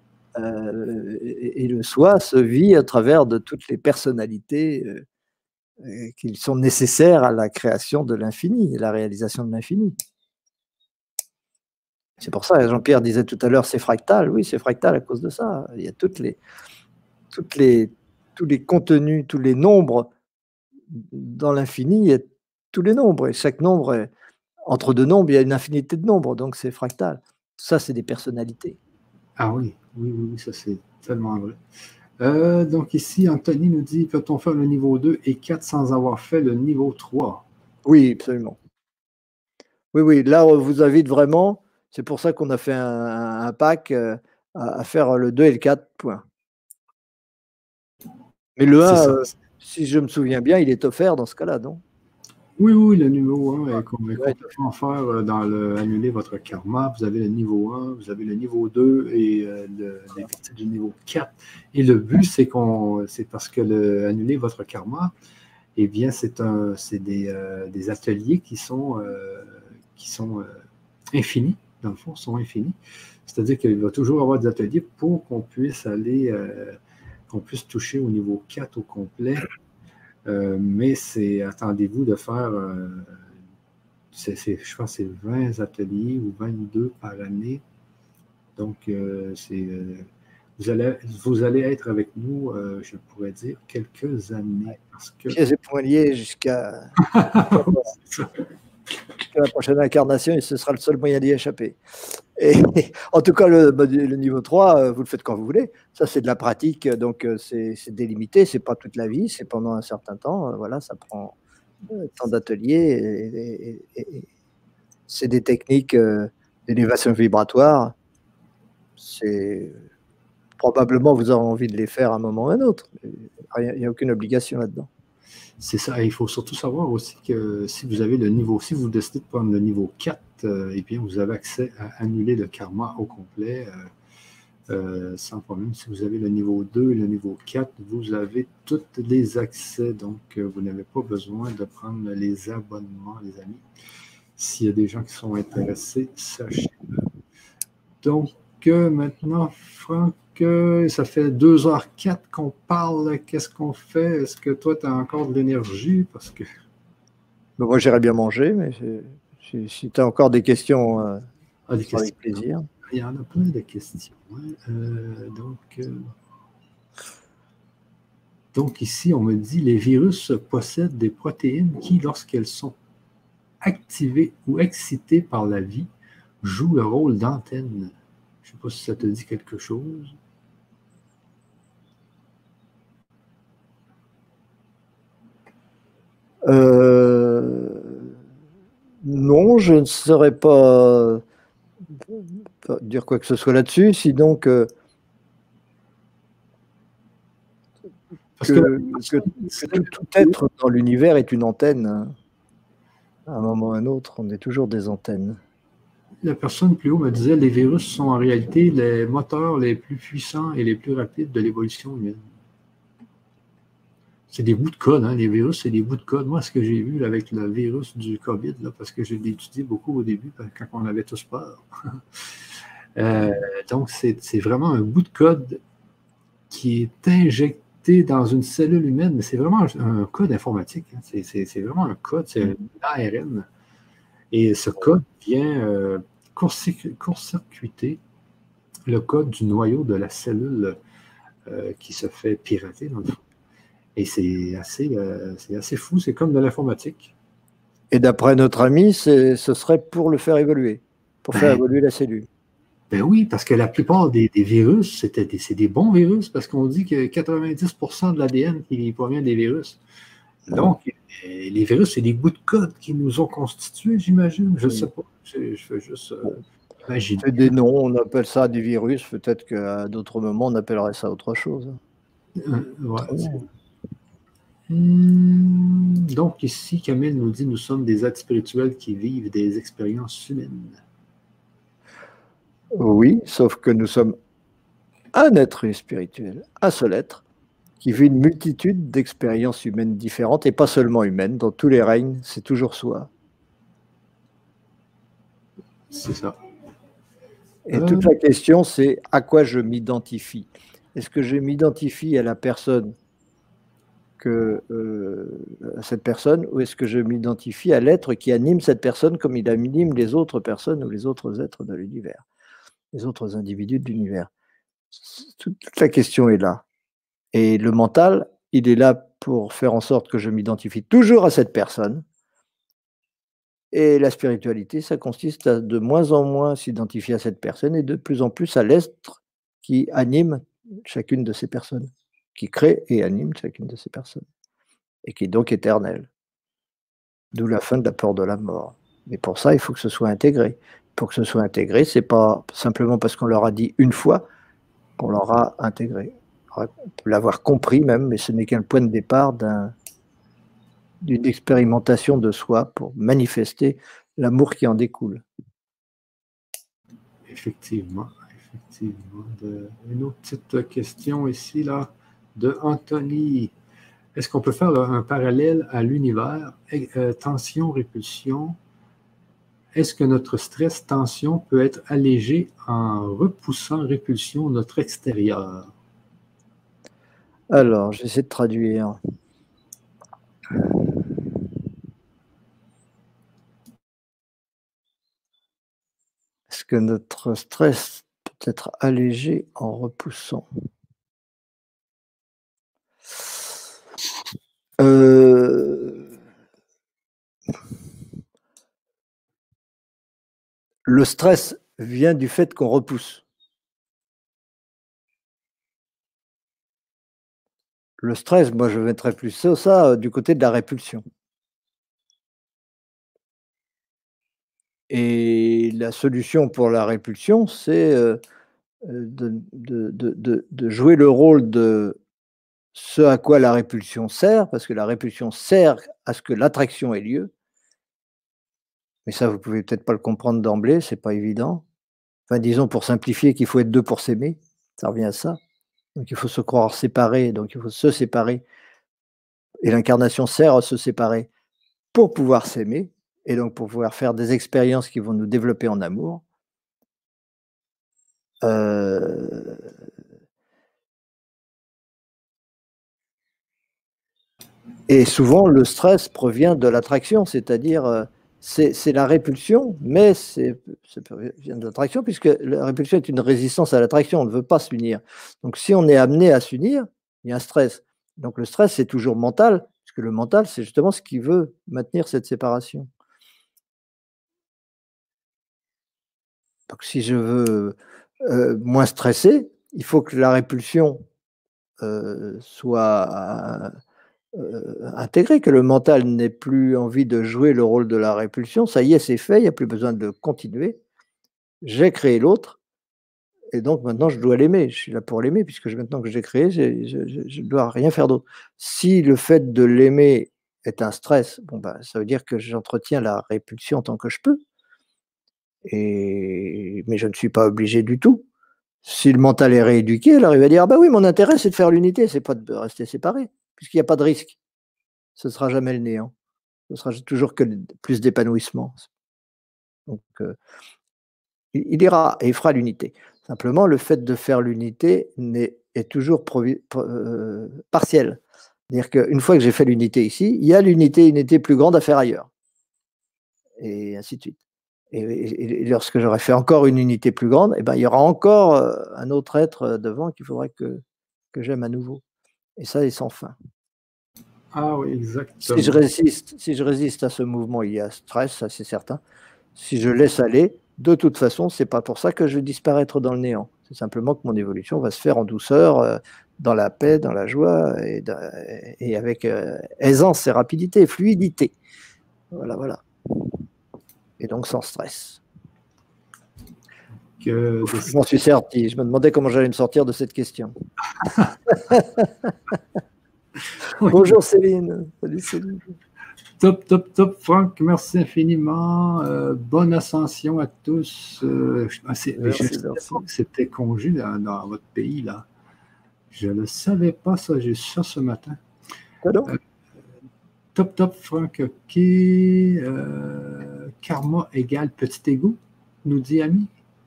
Et le soi se vit à travers de toutes les personnalités qui sont nécessaires à la création de l'infini et la réalisation de l'infini. C'est pour ça, Jean-Pierre disait tout à l'heure, c'est fractal. Oui, c'est fractal à cause de ça. Il y a tous les contenus, tous les nombres dans l'infini, il y a tous les nombres. Et chaque nombre, entre deux nombres, il y a une infinité de nombres. Donc c'est fractal. Ça, c'est des personnalités. Ah oui, ça c'est tellement vrai. Donc ici, Anthony nous dit, peut-on faire le niveau 2 et 4 sans avoir fait le niveau 3? Oui, absolument. Oui, là, on vous invite vraiment, c'est pour ça qu'on a fait un pack à faire le 2 et le 4, point. Mais le 1, si je me souviens bien, il est offert dans ce cas-là, non? Oui, le niveau 1 est complètement offert dans le Annuler votre karma. Vous avez le niveau 1, vous avez le niveau 2 et les parties du niveau 4. Et le but, c'est parce que le Annuler votre karma, eh bien, c'est des ateliers qui sont infinis, dans le fond, sont infinis. C'est-à-dire qu'il va toujours avoir des ateliers pour qu'on puisse qu'on puisse toucher au niveau 4 au complet. Mais attendez-vous de faire, je pense que c'est 20 ateliers ou 22 par année. Donc, vous allez être avec nous, je pourrais dire, quelques années. Pieds et poings liés jusqu'à la prochaine incarnation, et ce sera le seul moyen d'y échapper. Et en tout cas, le niveau 3, vous le faites quand vous voulez. Ça, c'est de la pratique, donc c'est délimité, c'est pas toute la vie, c'est pendant un certain temps. Voilà, ça prend temps d'atelier. Et c'est des techniques d'élévation vibratoire. C'est probablement vous aurez envie de les faire à un moment ou à un autre. Il n'y a aucune obligation là-dedans. C'est ça. Et il faut surtout savoir aussi que si vous décidez de prendre le niveau 4, et bien vous avez accès à annuler le karma au complet. sans problème. Si vous avez le niveau 2 et le niveau 4, vous avez tous les accès, donc vous n'avez pas besoin de prendre les abonnements, les amis. S'il y a des gens qui sont intéressés, sachez-le. Donc, maintenant, Franck, ça fait 2h04 qu'on parle. Qu'est-ce qu'on fait? Est-ce que toi, tu as encore de l'énergie? Parce que... Moi, j'irais bien manger, mais si tu as encore des questions, des questions, avec plaisir. Il y en a plein de questions. Donc, ici, on me dit les virus possèdent des protéines qui, lorsqu'elles sont activées ou excitées par la vie, jouent le rôle d'antenne. Je ne sais pas si ça te dit quelque chose. Non, je ne saurais pas dire quoi que ce soit là-dessus, sinon que tout être dans l'univers est une antenne. À un moment ou à un autre, on est toujours des antennes. La personne plus haut me disait que les virus sont en réalité les moteurs les plus puissants et les plus rapides de l'évolution humaine. C'est des bouts de code, hein? Les virus, c'est des bouts de code. Moi, ce que j'ai vu là, avec le virus du COVID, là, parce que je l'ai étudié beaucoup au début, quand on avait tous peur. Donc, c'est vraiment un bout de code qui est injecté dans une cellule humaine, mais c'est vraiment un code informatique. Hein? C'est vraiment un code, c'est un ARN. Et ce code vient court-circuiter le code du noyau de la cellule qui se fait pirater, dans le fond. Et c'est assez fou, c'est comme de l'informatique. Et d'après notre ami, ce serait pour le faire évoluer, pour faire évoluer la cellule. Ben oui, parce que la plupart des virus, c'est des bons virus, parce qu'on dit que 90% de l'ADN qui provient des virus. Donc, les virus, c'est des bouts de code qui nous ont constitués, j'imagine. Je ne sais pas. Je fais juste imaginer. C'est des noms, on appelle ça des virus. Peut-être qu'à d'autres moments, on appellerait ça autre chose. Ouais, donc, ici, Camille nous dit nous sommes des êtres spirituels qui vivent des expériences humaines. Oui, sauf que nous sommes un être spirituel, un seul être, qui vit une multitude d'expériences humaines différentes, et pas seulement humaines. Dans tous les règnes, c'est toujours soi. C'est ça. Et toute la question, c'est à quoi je m'identifie. Est-ce que je m'identifie à la personne, à cette personne, ou est-ce que je m'identifie à l'être qui anime cette personne comme il anime les autres personnes ou les autres êtres de l'univers, les autres individus de l'univers? Toute la question est là. Et le mental, il est là pour faire en sorte que je m'identifie toujours à cette personne. Et la spiritualité, ça consiste à de moins en moins s'identifier à cette personne et de plus en plus à l'être qui anime chacune de ces personnes, qui crée et anime chacune de ces personnes, et qui est donc éternel. D'où la fin de la peur de la mort. Mais pour ça, il faut que ce soit intégré. Pour que ce soit intégré, c'est pas simplement parce qu'on leur a dit une fois qu'on l'aura intégré. On peut l'avoir compris même, mais ce n'est qu'un point de départ d'une expérimentation de soi pour manifester l'amour qui en découle. Effectivement. Une autre petite question ici, là, de Anthony. Est-ce qu'on peut faire un parallèle à l'univers? Tension, répulsion. Est-ce que notre stress, tension peut être allégé en repoussant répulsion notre extérieur? Alors, j'essaie de traduire. Est-ce que notre stress peut être allégé en repoussant? Le stress vient du fait qu'on repousse. Le stress, moi, je mettrais plus ça du côté de la répulsion. Et la solution pour la répulsion, c'est de jouer le rôle de ce à quoi la répulsion sert, parce que la répulsion sert à ce que l'attraction ait lieu. Mais ça, vous pouvez peut-être pas le comprendre d'emblée, c'est pas évident. Enfin, disons pour simplifier qu'il faut être deux pour s'aimer. Ça revient à ça. Donc il faut se croire séparé, donc il faut se séparer. Et l'incarnation sert à se séparer pour pouvoir s'aimer, et donc pour pouvoir faire des expériences qui vont nous développer en amour. Euh, Et souvent, le stress provient de l'attraction, c'est-à-dire, c'est la répulsion, mais ça vient de l'attraction, puisque la répulsion est une résistance à l'attraction, on ne veut pas s'unir. Donc, si on est amené à s'unir, il y a un stress. Donc, le stress, c'est toujours mental, puisque le mental, c'est justement ce qui veut maintenir cette séparation. Donc, si je veux moins stresser, il faut que la répulsion soit intégré, que le mental n'ait plus envie de jouer le rôle de la répulsion. Ça y est, c'est fait, il n'y a plus besoin de continuer. J'ai créé l'autre, et donc maintenant je dois l'aimer. Je suis là pour l'aimer, puisque maintenant que j'ai créé, je ne dois rien faire d'autre. Si le fait de l'aimer est un stress, bon ben, ça veut dire que j'entretiens la répulsion tant que je peux, mais je ne suis pas obligé du tout. Si le mental est rééduqué, alors il va dire: ah bah oui, mon intérêt c'est de faire l'unité, c'est pas de rester séparé, puisqu'il n'y a pas de risque. Ce ne sera jamais le néant. Ce sera toujours que plus d'épanouissement. Donc, il ira et il fera l'unité. Simplement, le fait de faire l'unité est toujours partiel. C'est-à-dire qu'une fois que j'ai fait l'unité ici, il y a l'unité, une unité plus grande à faire ailleurs. Et ainsi de suite. Et lorsque j'aurai fait encore une unité plus grande, eh ben, il y aura encore un autre être devant qu'il faudrait que j'aime à nouveau. Et ça est sans fin. Ah oui, exactement. Si je résiste à ce mouvement, il y a stress, ça c'est certain. Si je laisse aller, de toute façon, c'est pas pour ça que je vais disparaître dans le néant. C'est simplement que mon évolution va se faire en douceur, dans la paix, dans la joie et avec aisance et rapidité, fluidité. Voilà, voilà. Et donc sans stress. Je m'en suis sorti. Je me demandais comment j'allais me sortir de cette question. Bonjour Céline. Salut Céline. Top, top, top, Franck, merci infiniment. Bonne ascension à tous. Je ne savais pas que c'était congé dans votre pays, là. Je ne le savais pas, ça, j'ai su ça ce matin. Top, top, Franck, ok. Karma égale petit égo, nous dit Ami.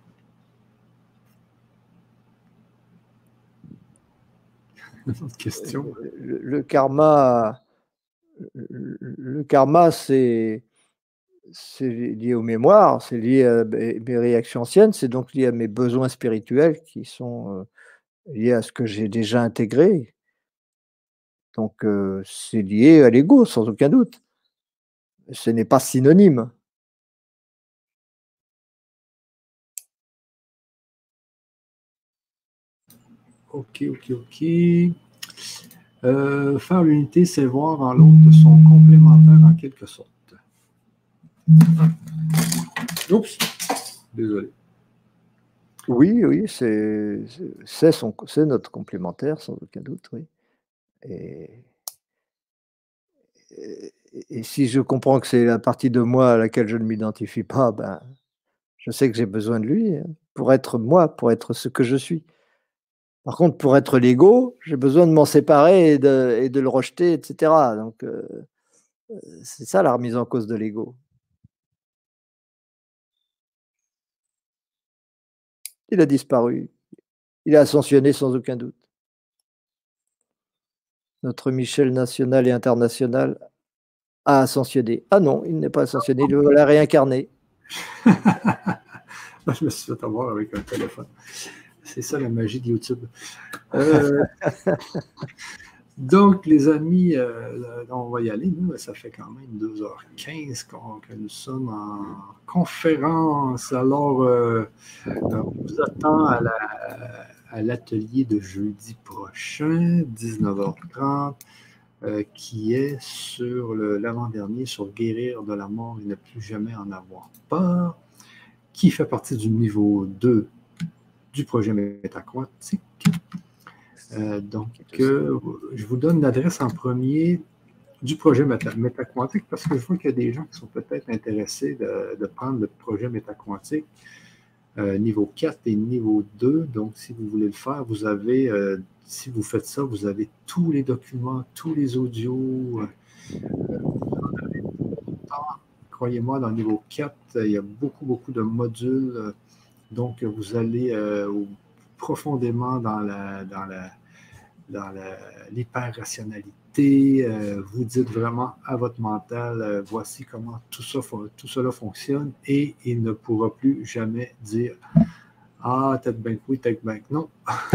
Autre question. Le karma, c'est lié aux mémoires, c'est lié à mes réactions anciennes, c'est donc lié à mes besoins spirituels qui sont liés à ce que j'ai déjà intégré. Donc, c'est lié à l'ego, sans aucun doute. Ce n'est pas synonyme. Ok, ok, ok. Faire l'unité, c'est voir en l'autre son complémentaire en quelque sorte. Oups, désolé. Oui, oui, c'est notre complémentaire, sans aucun doute, oui. Et si je comprends que c'est la partie de moi à laquelle je ne m'identifie pas, ben, je sais que j'ai besoin de lui pour être moi, pour être ce que je suis. Par contre, pour être l'ego, j'ai besoin de m'en séparer et de le rejeter, etc. Donc, c'est ça la remise en cause de l'ego. Il a disparu. Il a ascensionné sans aucun doute. Notre Michel national et international a ascensionné. Ah non, il n'est pas ascensionné, il veut la réincarner. Je me suis fait avoir avec un téléphone. C'est ça la magie de YouTube. Donc, les amis, on va y aller. Nous, ça fait quand même 2h15 que nous sommes en conférence. Alors, on vous attend à l'atelier de jeudi prochain, 19h30, qui est sur l'avant-dernier, sur guérir de la mort et ne plus jamais en avoir peur, qui fait partie du niveau 2 du projet métaquantique. Donc, je vous donne l'adresse en premier du projet métaquantique parce que je vois qu'il y a des gens qui sont peut-être intéressés de prendre le projet métaquantique. niveau 4 et niveau 2. Donc, si vous voulez le faire, vous avez, si vous faites ça, vous avez tous les documents, tous les audios. Croyez-moi, dans le niveau 4, il y a beaucoup, beaucoup de modules. Donc, vous allez profondément dans l'hyper-rationalité. Vous dites vraiment à votre mental, voici comment tout cela fonctionne, et il ne pourra plus jamais dire « Ah, peut-être bien que oui, peut-être bien que non. »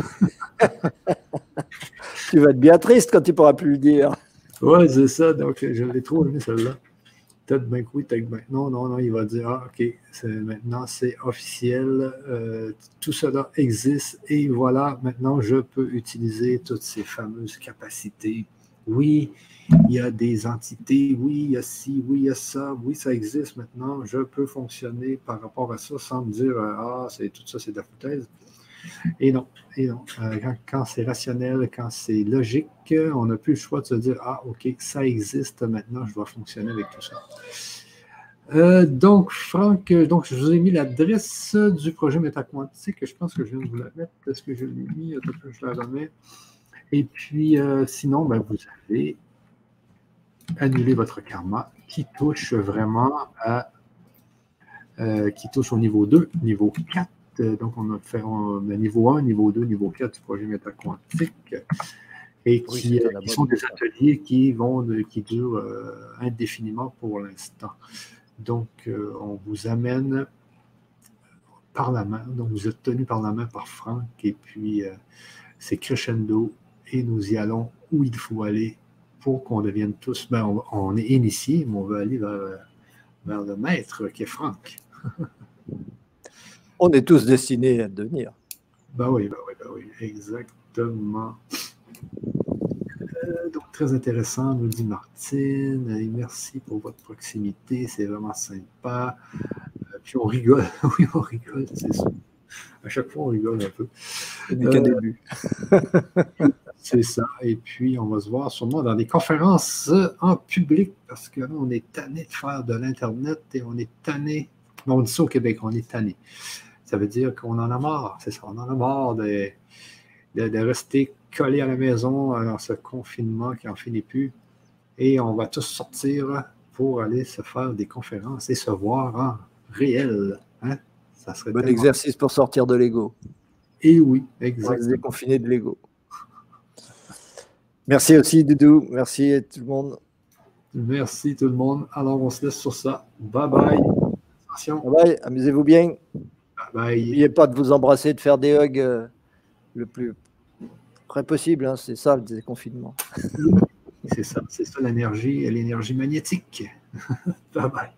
Tu vas être bien triste quand tu ne pourras plus le dire. Oui, c'est ça. Donc, je l'ai trop aimé, celle-là. Peut-être bien que oui, peut-être bien que non. Non, non, il va dire « Ah, OK, maintenant, c'est officiel. Tout cela existe. Et voilà, maintenant, je peux utiliser toutes ces fameuses capacités. Oui, il y a des entités. Oui, il y a ci. Oui, il y a ça. Oui, ça existe maintenant. Je peux fonctionner par rapport à ça sans me dire « Ah, tout ça, c'est de la foutaise. » Et non, quand c'est rationnel, quand c'est logique, on n'a plus le choix de se dire « Ah, OK, ça existe maintenant, je dois fonctionner avec tout ça. » Donc, Franck, donc, je vous ai mis l'adresse du projet métaquantique. Je pense que je viens de vous la mettre. Est-ce que je l'ai mis? Je la remets. Et puis, sinon, ben, vous avez annulé votre karma qui touche vraiment qui touche au niveau 2, niveau 4. Donc, on a fait le niveau 1, niveau 2, niveau 4 du projet métaquantique, et qui sont des ateliers qui durent indéfiniment pour l'instant. Donc, on vous amène par la main. Donc, vous êtes tenu par la main par Franck, et puis c'est crescendo, et nous y allons où il faut aller pour qu'on devienne tous. Ben, on est initié, mais on veut aller vers le maître qui est Franck. On est tous destinés à devenir. Ben oui, exactement. Donc, très intéressant, nous dit Martine. Et merci pour votre proximité, c'est vraiment sympa. Puis on rigole, oui, on rigole, c'est ça. À chaque fois, on rigole un peu. Ce n'est qu'un début. C'est ça. Et puis, on va se voir sûrement dans des conférences en public, parce que là, on est tanné de faire de l'Internet et on est tanné. On dit ça au Québec, on est tanné. Ça veut dire qu'on en a marre, c'est ça, on en a marre de rester collé à la maison dans ce confinement qui n'en finit plus. Et on va tous sortir pour aller se faire des conférences et se voir en réel. Hein? Ça serait bon exercice pour sortir de l'ego. Et oui, exactement. On va se déconfiner de l'ego. Merci aussi, Doudou. Merci à tout le monde. Merci tout le monde. Alors, on se laisse sur ça. Bye bye. Attention. Bye bye. Amusez-vous bien. Bye bye. N'oubliez pas de vous embrasser, de faire des hugs le plus près possible. Hein. C'est ça le déconfinement. C'est ça l'énergie magnétique. Bye bye.